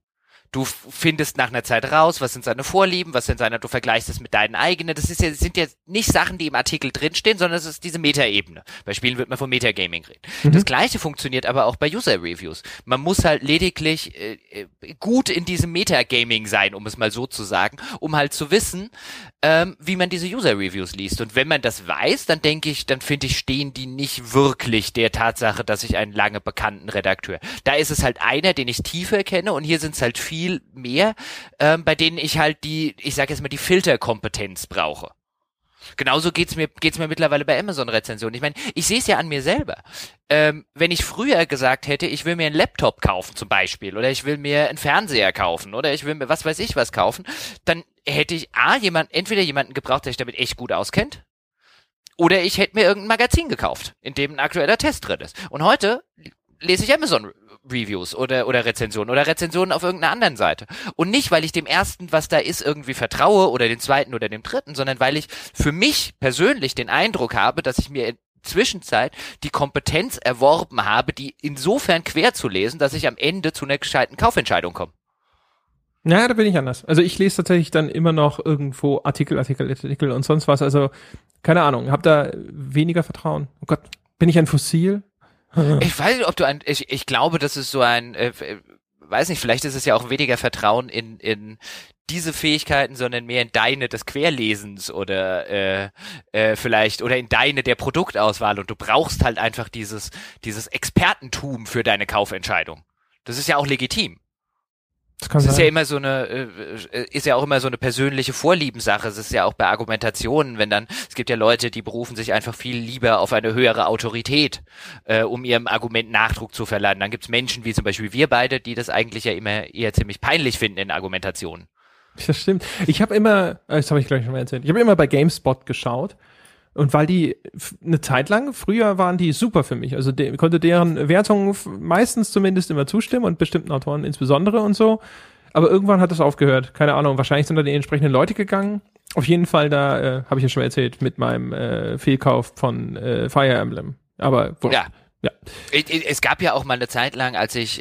Du findest nach einer Zeit raus, was sind seine Vorlieben, du vergleichst es mit deinen eigenen. Sind ja nicht Sachen, die im Artikel drinstehen, sondern es ist diese Metaebene. Bei Spielen wird man von Metagaming reden. Das Gleiche funktioniert aber auch bei User-Reviews. Man muss halt lediglich gut in diesem Metagaming sein, um es mal so zu sagen, um halt zu wissen, wie man diese User-Reviews liest. Und wenn man das weiß, dann finde ich, stehen die nicht wirklich der Tatsache, dass ich einen lange bekannten Redakteur. Da ist es halt einer, den ich tiefer kenne, und hier sind es halt viel mehr, bei denen ich halt die Filterkompetenz brauche. Genauso geht's mir mittlerweile bei Amazon-Rezensionen. Ich meine, ich sehe es ja an mir selber. Wenn ich früher gesagt hätte, ich will mir einen Laptop kaufen zum Beispiel, oder ich will mir einen Fernseher kaufen, oder ich will mir was weiß ich was kaufen, dann hätte ich entweder jemanden gebraucht, der sich damit echt gut auskennt, oder ich hätte mir irgendein Magazin gekauft, in dem ein aktueller Test drin ist. Und heute lese ich Amazon-Reviews oder Rezensionen auf irgendeiner anderen Seite. Und nicht, weil ich dem ersten, was da ist, irgendwie vertraue, oder dem zweiten oder dem dritten, sondern weil ich für mich persönlich den Eindruck habe, dass ich mir in Zwischenzeit die Kompetenz erworben habe, die insofern quer zu lesen, dass ich am Ende zu einer gescheiten Kaufentscheidung komme. Naja, da bin ich anders. Also ich lese tatsächlich dann immer noch irgendwo Artikel und sonst was. Also, keine Ahnung, hab da weniger Vertrauen. Oh Gott, bin ich ein Fossil? Ich weiß nicht, ob ich glaube, das ist so ein, weiß nicht, vielleicht ist es ja auch weniger Vertrauen in diese Fähigkeiten, sondern mehr in deine des Querlesens oder vielleicht, oder in deine der Produktauswahl, und du brauchst halt einfach dieses Expertentum für deine Kaufentscheidung. Das ist ja auch legitim. Das ist ja immer ist ja auch immer so eine persönliche Vorliebensache. Es ist ja auch bei Argumentationen, es gibt ja Leute, die berufen sich einfach viel lieber auf eine höhere Autorität, um ihrem Argument Nachdruck zu verleihen. Dann gibt's Menschen wie zum Beispiel wir beide, die das eigentlich ja immer eher ziemlich peinlich finden in Argumentationen. Das stimmt. Ich habe immer, das habe ich gleich schon mal erzählt, ich habe immer bei GameSpot geschaut. Und weil die eine Zeit lang, früher waren die super für mich. Also konnte deren Wertungen meistens zumindest immer zustimmen und bestimmten Autoren insbesondere und so. Aber irgendwann hat das aufgehört. Keine Ahnung, wahrscheinlich sind da die entsprechenden Leute gegangen. Auf jeden Fall, da habe ich ja schon mal erzählt, mit meinem Fehlkauf von Fire Emblem. Aber ja. Es gab ja auch mal eine Zeit lang, als ich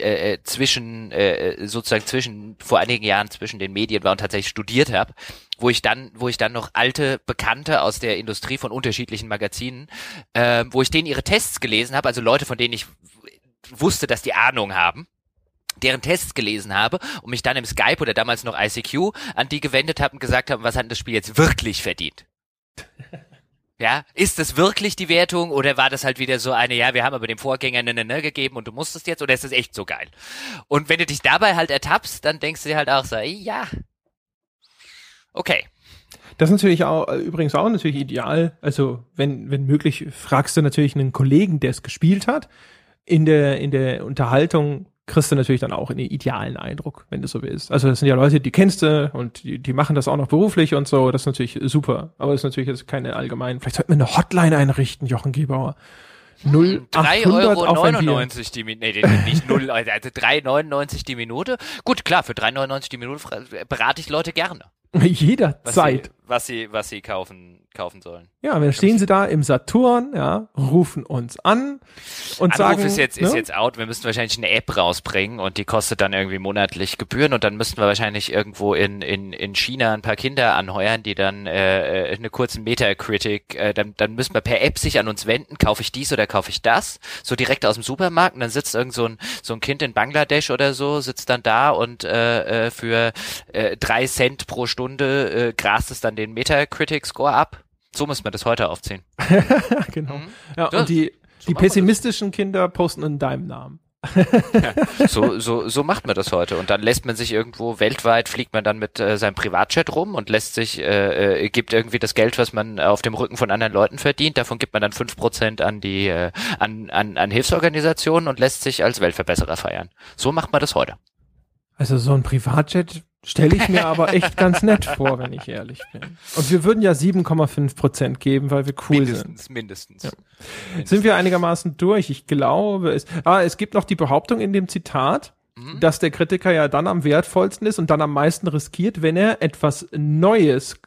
vor einigen Jahren zwischen den Medien war und tatsächlich studiert habe, wo ich dann noch alte Bekannte aus der Industrie von unterschiedlichen Magazinen, wo ich denen ihre Tests gelesen habe, also Leute, von denen ich wusste, dass die Ahnung haben, deren Tests gelesen habe und mich dann im Skype oder damals noch ICQ an die gewendet habe und gesagt habe, was hat denn das Spiel jetzt wirklich verdient? Ja, ist das wirklich die Wertung, oder war das halt wieder so eine, ja, wir haben aber dem Vorgänger gegeben und du musstest jetzt, oder ist das echt so geil? Und wenn du dich dabei halt ertappst, dann denkst du dir halt auch so, ja, okay. Das ist natürlich übrigens auch natürlich ideal. Also, wenn möglich, fragst du natürlich einen Kollegen, der es gespielt hat. In der Unterhaltung kriegst du natürlich dann auch einen idealen Eindruck, wenn du so willst. Also das sind ja Leute, die kennst du und die machen das auch noch beruflich und so. Das ist natürlich super. Aber das ist natürlich jetzt keine allgemeinen. Vielleicht sollten wir eine Hotline einrichten, Jochen Gebauer. 3,99 € die Minute. Nee, nicht 0, also 3,99 die Minute. Gut, klar, für 3,99 die Minute berate ich Leute gerne. Jederzeit. Was sie kaufen sollen. Ja, dann stehen sie da im Saturn, ja, rufen uns an und Anruf sagen. ist jetzt out. Wir müssten wahrscheinlich eine App rausbringen und die kostet dann irgendwie monatlich Gebühren, und dann müssten wir wahrscheinlich irgendwo in China ein paar Kinder anheuern, die dann eine kurze Metacritic, dann müssen wir per App sich an uns wenden, kaufe ich dies oder kaufe ich das, so direkt aus dem Supermarkt, und dann sitzt irgend so ein Kind in Bangladesch oder so, sitzt dann da und für 3 Cent pro Stunde grast es dann den Metacritic-Score ab. So muss man das heute aufziehen. Genau. Ja, und die pessimistischen Kinder posten in deinem Namen. Ja, so macht man das heute. Und dann lässt man sich irgendwo weltweit, fliegt man dann mit seinem Privatjet rum und gibt irgendwie das Geld, was man auf dem Rücken von anderen Leuten verdient. Davon gibt man dann 5% an die an Hilfsorganisationen und lässt sich als Weltverbesserer feiern. So macht man das heute. Also so ein Privatjet stelle ich mir aber echt ganz nett vor, wenn ich ehrlich bin. Und wir würden ja 7,5% geben, weil wir cool sind. Mindestens. Ja. Sind wir einigermaßen durch? Ich glaube es gibt noch die Behauptung in dem Zitat, dass der Kritiker ja dann am wertvollsten ist und dann am meisten riskiert, wenn er etwas Neues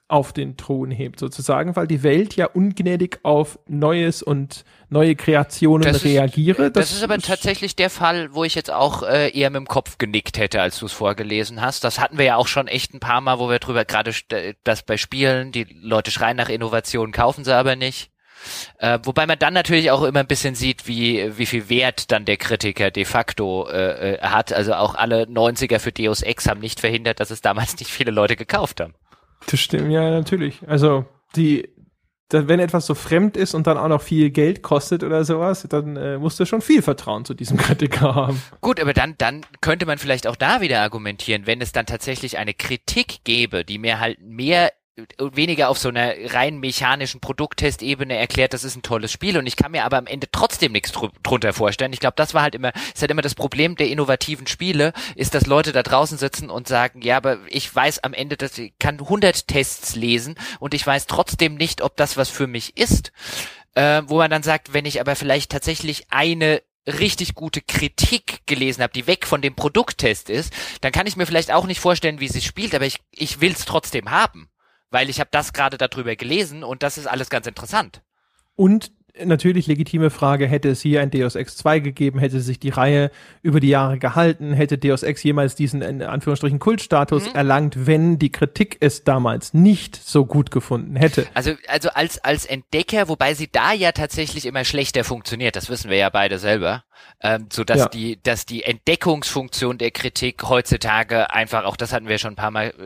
auf den Thron hebt, sozusagen, weil die Welt ja ungnädig auf Neues und neue Kreationen reagiere. Das ist aber tatsächlich der Fall, wo ich jetzt auch eher mit dem Kopf genickt hätte, als du es vorgelesen hast. Das hatten wir ja auch schon echt ein paar Mal, wo wir drüber, gerade das bei Spielen, die Leute schreien nach Innovation, kaufen sie aber nicht. Wobei man dann natürlich auch immer ein bisschen sieht, wie viel Wert dann der Kritiker de facto hat. Also auch alle 90er für Deus Ex haben nicht verhindert, dass es damals nicht viele Leute gekauft haben. Das stimmt, ja, natürlich. Also wenn etwas so fremd ist und dann auch noch viel Geld kostet oder sowas, dann musst du schon viel Vertrauen zu diesem Kritiker haben. Gut, aber dann könnte man vielleicht auch da wieder argumentieren, wenn es dann tatsächlich eine Kritik gäbe, die mir halt weniger auf so einer rein mechanischen Produkttestebene erklärt, das ist ein tolles Spiel und ich kann mir aber am Ende trotzdem nichts drunter vorstellen. Ich glaube, ist halt immer das Problem der innovativen Spiele, ist, dass Leute da draußen sitzen und sagen, ja, aber ich weiß am Ende, dass ich kann 100 Tests lesen und ich weiß trotzdem nicht, ob das was für mich ist. Wo man dann sagt, wenn ich aber vielleicht tatsächlich eine richtig gute Kritik gelesen habe, die weg von dem Produkttest ist, dann kann ich mir vielleicht auch nicht vorstellen, wie sie spielt, aber ich will es trotzdem haben. Weil ich habe das gerade darüber gelesen und das ist alles ganz interessant. Und natürlich legitime Frage, hätte es hier ein Deus Ex 2 gegeben, hätte sich die Reihe über die Jahre gehalten, hätte Deus Ex jemals diesen, in Anführungsstrichen, Kultstatus erlangt, wenn die Kritik es damals nicht so gut gefunden hätte. Also als Entdecker, wobei sie da ja tatsächlich immer schlechter funktioniert, das wissen wir ja beide selber, so dass dass die Entdeckungsfunktion der Kritik heutzutage einfach, auch das hatten wir schon ein paar Mal,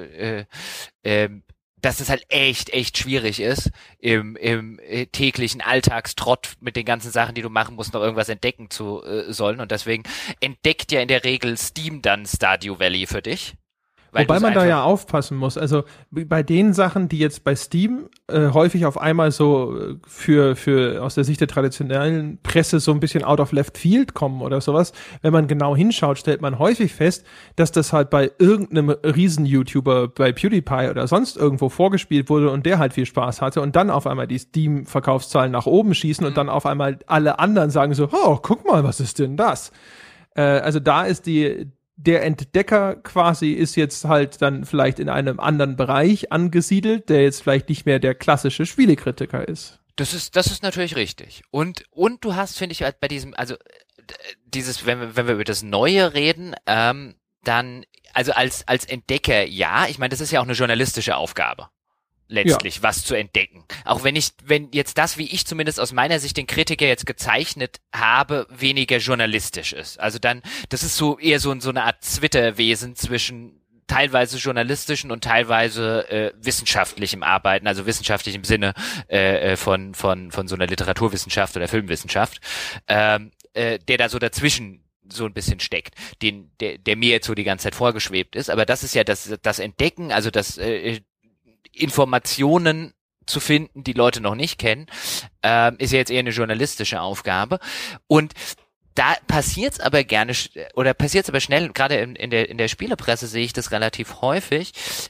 dass es halt echt schwierig ist, im täglichen Alltagstrott mit den ganzen Sachen, die du machen musst, noch irgendwas entdecken zu sollen. Und deswegen entdeckt ja in der Regel Steam dann Stardew Valley für dich. Wobei man da ja aufpassen muss. Also bei den Sachen, die jetzt bei Steam häufig auf einmal so für aus der Sicht der traditionellen Presse so ein bisschen out of left field kommen oder sowas, wenn man genau hinschaut, stellt man häufig fest, dass das halt bei irgendeinem Riesen-YouTuber, bei PewDiePie oder sonst irgendwo vorgespielt wurde und der halt viel Spaß hatte und dann auf einmal die Steam-Verkaufszahlen nach oben schießen und dann auf einmal alle anderen sagen so, oh, guck mal, was ist denn das? Also da ist der Entdecker quasi ist jetzt halt dann vielleicht in einem anderen Bereich angesiedelt, der jetzt vielleicht nicht mehr der klassische Spielekritiker ist. Das ist natürlich richtig. Und du hast, finde ich, bei diesem, also dieses, wenn wir über das Neue reden, dann, also als Entdecker, ja, ich meine, das ist ja auch eine journalistische Aufgabe. Letztlich, was zu entdecken. Auch wenn jetzt das, wie ich zumindest aus meiner Sicht den Kritiker jetzt gezeichnet habe, weniger journalistisch ist. Also dann, das ist so eher so eine Art Zwitterwesen zwischen teilweise journalistischen und teilweise wissenschaftlichem Arbeiten, also wissenschaftlich im Sinne von so einer Literaturwissenschaft oder Filmwissenschaft, der da so dazwischen so ein bisschen steckt, der mir jetzt so die ganze Zeit vorgeschwebt ist. Aber das ist ja das Entdecken, also das Informationen zu finden, die Leute noch nicht kennen, ist ja jetzt eher eine journalistische Aufgabe. Und da passiert's aber schnell, gerade in der Spielepresse sehe ich das relativ häufig,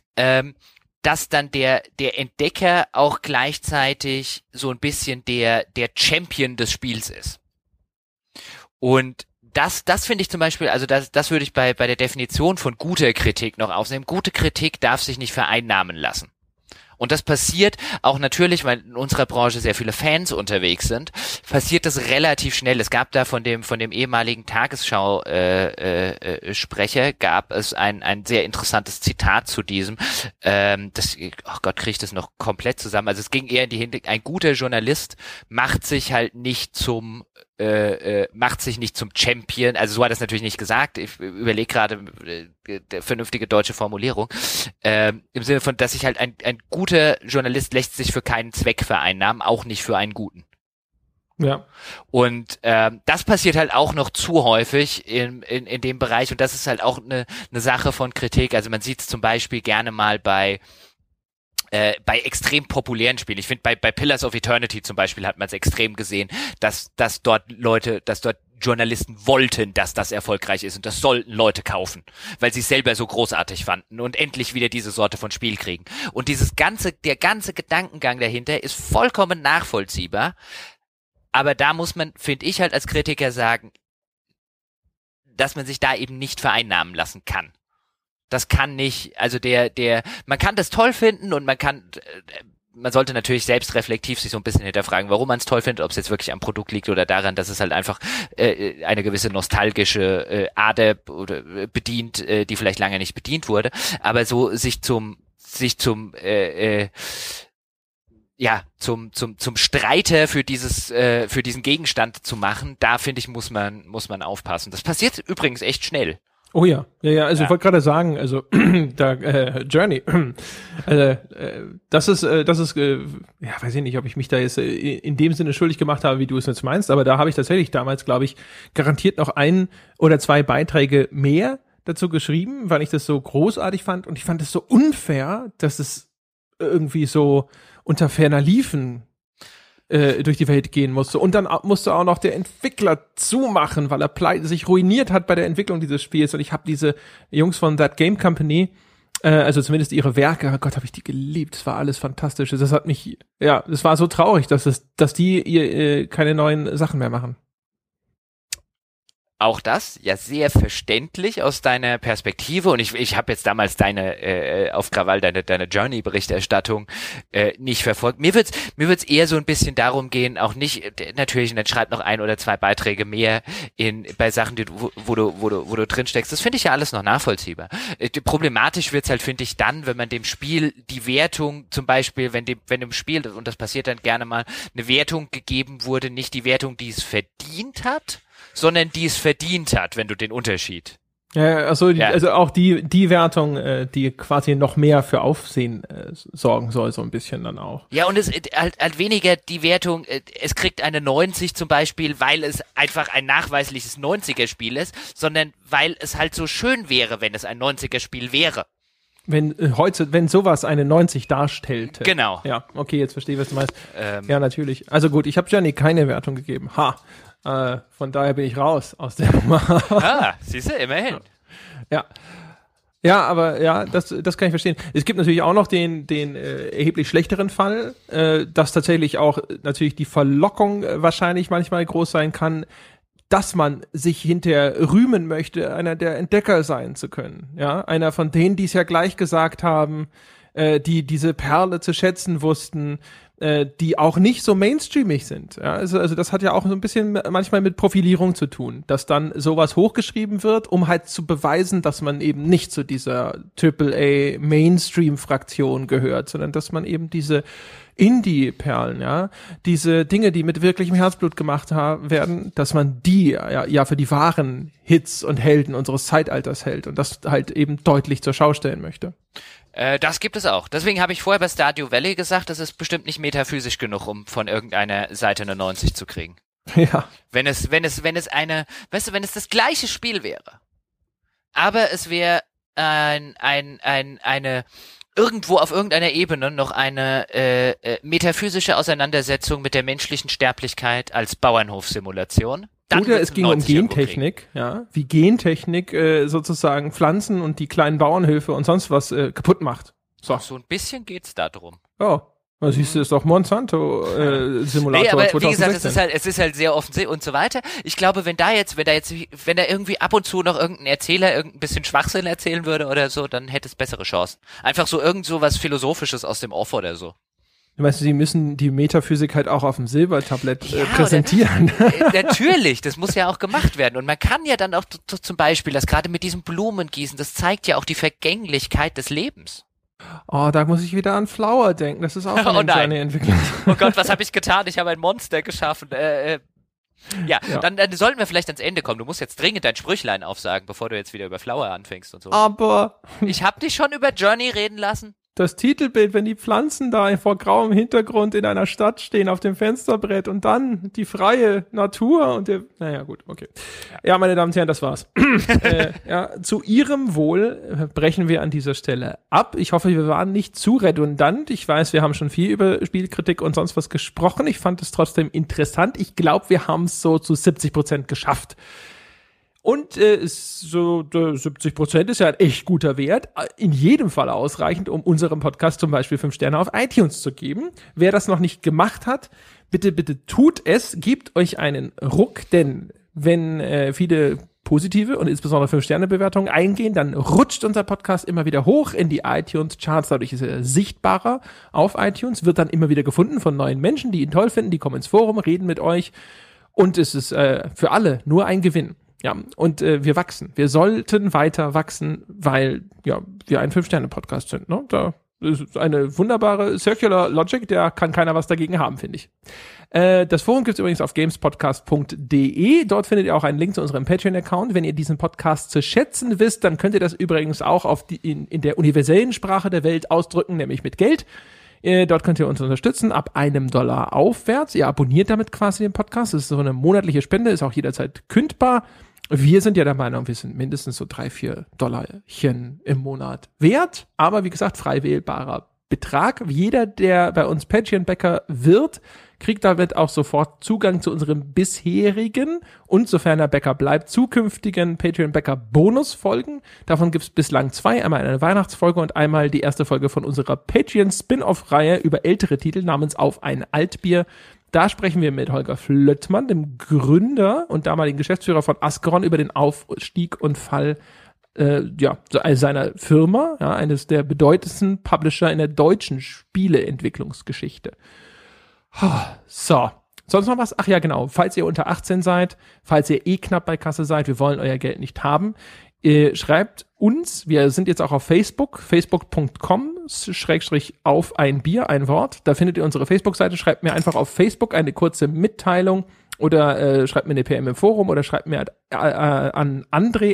dass dann der Entdecker auch gleichzeitig so ein bisschen der Champion des Spiels ist. Und das finde ich zum Beispiel, also das würde ich bei der Definition von guter Kritik noch aufnehmen. Gute Kritik darf sich nicht vereinnahmen lassen. Und das passiert auch natürlich, weil in unserer Branche sehr viele Fans unterwegs sind, passiert das relativ schnell. Es gab da von dem ehemaligen Tagesschau-Sprecher gab es ein sehr interessantes Zitat zu diesem. Oh Gott, kriege ich das noch komplett zusammen. Also es ging eher in die Hinsicht, ein guter Journalist macht sich nicht zum Champion, also so hat er es natürlich nicht gesagt, ich überlege gerade der vernünftige deutsche Formulierung, im Sinne von, dass sich halt ein guter Journalist lässt sich für keinen Zweck vereinnahmen, auch nicht für einen guten. Ja. Und das passiert halt auch noch zu häufig in dem Bereich und das ist halt auch eine Sache von Kritik, also man sieht es zum Beispiel gerne mal bei extrem populären Spielen. Ich finde, bei Pillars of Eternity zum Beispiel hat man es extrem gesehen, dass dort Journalisten wollten, dass das erfolgreich ist und das sollten Leute kaufen, weil sie es selber so großartig fanden und endlich wieder diese Sorte von Spiel kriegen. Und der ganze Gedankengang dahinter ist vollkommen nachvollziehbar, aber da muss man, finde ich halt als Kritiker sagen, dass man sich da eben nicht vereinnahmen lassen kann. Das kann nicht, also man kann das toll finden und man sollte natürlich selbstreflektiv sich so ein bisschen hinterfragen, warum man es toll findet, ob es jetzt wirklich am Produkt liegt oder daran, dass es halt einfach eine gewisse nostalgische Ader bedient, die vielleicht lange nicht bedient wurde. Aber so sich zum Streiter für diesen Gegenstand zu machen, da finde ich, muss man aufpassen. Das passiert übrigens echt schnell. Oh ja, also ich wollte gerade sagen, also Journey, das ist, weiß ich nicht, ob ich mich da jetzt in dem Sinne schuldig gemacht habe, wie du es jetzt meinst, aber da habe ich tatsächlich damals, glaube ich, garantiert noch 1 oder 2 Beiträge mehr dazu geschrieben, weil ich das so großartig fand und ich fand es so unfair, dass es irgendwie so unter ferner Liefen durch die Welt gehen musste. Und dann musste auch noch der Entwickler zumachen, weil er sich ruiniert hat bei der Entwicklung dieses Spiels. Und ich habe diese Jungs von That Game Company, also zumindest ihre Werke, oh Gott, habe ich die geliebt. Das war alles fantastisch. Das hat mich, es war so traurig, dass die keine neuen Sachen mehr machen. Auch das ja sehr verständlich aus deiner Perspektive und ich habe jetzt damals deine auf Krawall deine Journey-Berichterstattung nicht verfolgt. Mir wird's eher so ein bisschen darum gehen, auch nicht natürlich, und dann schreib noch 1 oder 2 Beiträge mehr bei Sachen, wo du drin steckst. Das finde ich ja alles noch nachvollziehbar. Problematisch wird's halt, finde ich, dann, wenn man dem Spiel die Wertung, zum Beispiel, wenn dem Spiel, und das passiert dann gerne mal, eine Wertung gegeben wurde, nicht die Wertung, die es verdient hat, sondern die es verdient hat, wenn du den Unterschied. Also auch die Wertung, die quasi noch mehr für Aufsehen sorgen soll, so ein bisschen dann auch. Ja, und es halt weniger die Wertung, es kriegt eine 90 zum Beispiel, weil es einfach ein nachweisliches 90er-Spiel ist, sondern weil es halt so schön wäre, wenn es ein 90er-Spiel wäre. Wenn sowas eine 90 darstellte. Genau. Ja, okay, jetzt verstehe ich, was du meinst. Ja, natürlich. Also gut, ich habe Journey keine Wertung gegeben. Von daher bin ich raus aus der Nummer. Siehst du, immerhin. Ja. Ja, aber das kann ich verstehen. Es gibt natürlich auch noch den erheblich schlechteren Fall, dass tatsächlich auch natürlich die Verlockung wahrscheinlich manchmal groß sein kann, dass man sich hinterher rühmen möchte, einer der Entdecker sein zu können. Ja, einer von denen, die es ja gleich gesagt haben, die diese Perle zu schätzen wussten, die auch nicht so mainstreamig sind. Ja, also das hat ja auch so ein bisschen manchmal mit Profilierung zu tun, dass dann sowas hochgeschrieben wird, um halt zu beweisen, dass man eben nicht zu dieser AAA Mainstream-Fraktion gehört, sondern dass man eben diese Indie-Perlen, diese Dinge, die mit wirklichem Herzblut gemacht werden, dass man die ja für die wahren Hits und Helden unseres Zeitalters hält und das halt eben deutlich zur Schau stellen möchte. Das gibt es auch. Deswegen habe ich vorher bei Stardew Valley gesagt, das ist bestimmt nicht metaphysisch genug, um von irgendeiner Seite eine 90 zu kriegen. Ja. Wenn es das gleiche Spiel wäre, aber es wäre eine irgendwo auf irgendeiner Ebene noch eine metaphysische Auseinandersetzung mit der menschlichen Sterblichkeit als Bauernhofsimulation. Oder es ging um Gentechnik, wie Gentechnik sozusagen Pflanzen und die kleinen Bauernhöfe und sonst was kaputt macht. So ein bisschen geht's da drum. Oh, siehst du, ist doch Monsanto-Simulator. Aber 2016. wie gesagt, es ist halt sehr offensichtlich und so weiter. Ich glaube, wenn da irgendwie ab und zu noch irgendein Erzähler irgendein bisschen Schwachsinn erzählen würde oder so, dann hätte es bessere Chancen. Einfach so irgend so was Philosophisches aus dem Off oder so. Weißt du, sie müssen die Metaphysik halt auch auf dem Silbertablett präsentieren. Natürlich, das muss ja auch gemacht werden. Und man kann ja dann auch zum Beispiel, das gerade mit diesem Blumengießen, das zeigt ja auch die Vergänglichkeit des Lebens. Oh, da muss ich wieder an Flower denken. Das ist auch eine Entwicklung. Oh Gott, was habe ich getan? Ich habe ein Monster geschaffen. Dann sollten wir vielleicht ans Ende kommen. Du musst jetzt dringend dein Sprüchlein aufsagen, bevor du jetzt wieder über Flower anfängst und so. Aber ich habe dich schon über Journey reden lassen. Das Titelbild, wenn die Pflanzen da vor grauem Hintergrund in einer Stadt stehen auf dem Fensterbrett und dann die freie Natur und naja, gut, okay. Ja, meine Damen und Herren, das war's. Zu Ihrem Wohl brechen wir an dieser Stelle ab. Ich hoffe, wir waren nicht zu redundant. Ich weiß, wir haben schon viel über Spielkritik und sonst was gesprochen. Ich fand es trotzdem interessant. Ich glaube, wir haben es so zu 70% geschafft. Und 70% ist ja ein echt guter Wert, in jedem Fall ausreichend, um unserem Podcast zum Beispiel 5 Sterne auf iTunes zu geben. Wer das noch nicht gemacht hat, bitte tut es, gebt euch einen Ruck, denn wenn viele positive und insbesondere 5-Sterne-Bewertungen eingehen, dann rutscht unser Podcast immer wieder hoch in die iTunes-Charts, dadurch ist er sichtbarer auf iTunes, wird dann immer wieder gefunden von neuen Menschen, die ihn toll finden, die kommen ins Forum, reden mit euch und es ist für alle nur ein Gewinn. Ja, und wir wachsen. Wir sollten weiter wachsen, weil ja wir ein 5-Sterne-Podcast sind. Ne? Da ist eine wunderbare Circular Logic, da kann keiner was dagegen haben, finde ich. Das Forum gibt es übrigens auf gamespodcast.de. Dort findet ihr auch einen Link zu unserem Patreon-Account. Wenn ihr diesen Podcast zu schätzen wisst, dann könnt ihr das übrigens auch auf in der universellen Sprache der Welt ausdrücken, nämlich mit Geld. Dort könnt ihr uns unterstützen, ab $1 aufwärts. Ihr abonniert damit quasi den Podcast. Das ist so eine monatliche Spende, ist auch jederzeit kündbar. Wir sind ja der Meinung, wir sind mindestens so $3-4 im Monat wert. Aber wie gesagt, frei wählbarer Betrag. Jeder, der bei uns Patreon-Bäcker wird, kriegt damit auch sofort Zugang zu unserem bisherigen und, sofern er Bäcker bleibt, zukünftigen Patreon-Bäcker-Bonusfolgen. Davon gibt es bislang 2. Einmal eine Weihnachtsfolge und einmal die erste Folge von unserer Patreon-Spin-Off-Reihe über ältere Titel namens Auf ein Altbier. Da sprechen wir mit Holger Flöttmann, dem Gründer und damaligen Geschäftsführer von Ascaron, über den Aufstieg und Fall seiner Firma, ja, eines der bedeutendsten Publisher in der deutschen Spieleentwicklungsgeschichte. So, sonst noch was? Ach ja, genau, falls ihr unter 18 seid, falls ihr knapp bei Kasse seid, wir wollen euer Geld nicht haben, schreibt uns, wir sind jetzt auch auf Facebook, facebook.com/auf ein Bier, ein Wort, da findet ihr unsere Facebook-Seite, schreibt mir einfach auf Facebook eine kurze Mitteilung oder schreibt mir eine PM im Forum oder schreibt mir an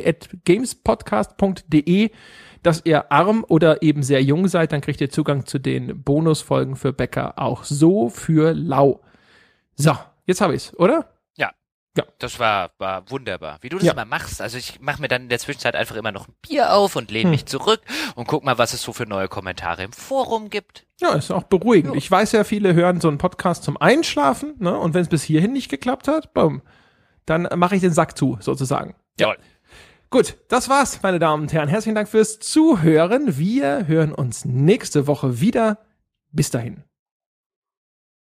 andre@gamespodcast.de, dass ihr arm oder eben sehr jung seid, dann kriegt ihr Zugang zu den Bonusfolgen für Bäcker auch so für lau. So, jetzt habe ich's, oder? Ja, das war wunderbar. Wie du das immer machst. Also ich mache mir dann in der Zwischenzeit einfach immer noch ein Bier auf und lehne mich zurück und guck mal, was es so für neue Kommentare im Forum gibt. Ja, ist auch beruhigend. Ja. Ich weiß ja, viele hören so einen Podcast zum Einschlafen, ne? Und wenn es bis hierhin nicht geklappt hat, boom, dann mache ich den Sack zu, sozusagen. Ja. Gut, das war's, meine Damen und Herren. Herzlichen Dank fürs Zuhören. Wir hören uns nächste Woche wieder. Bis dahin.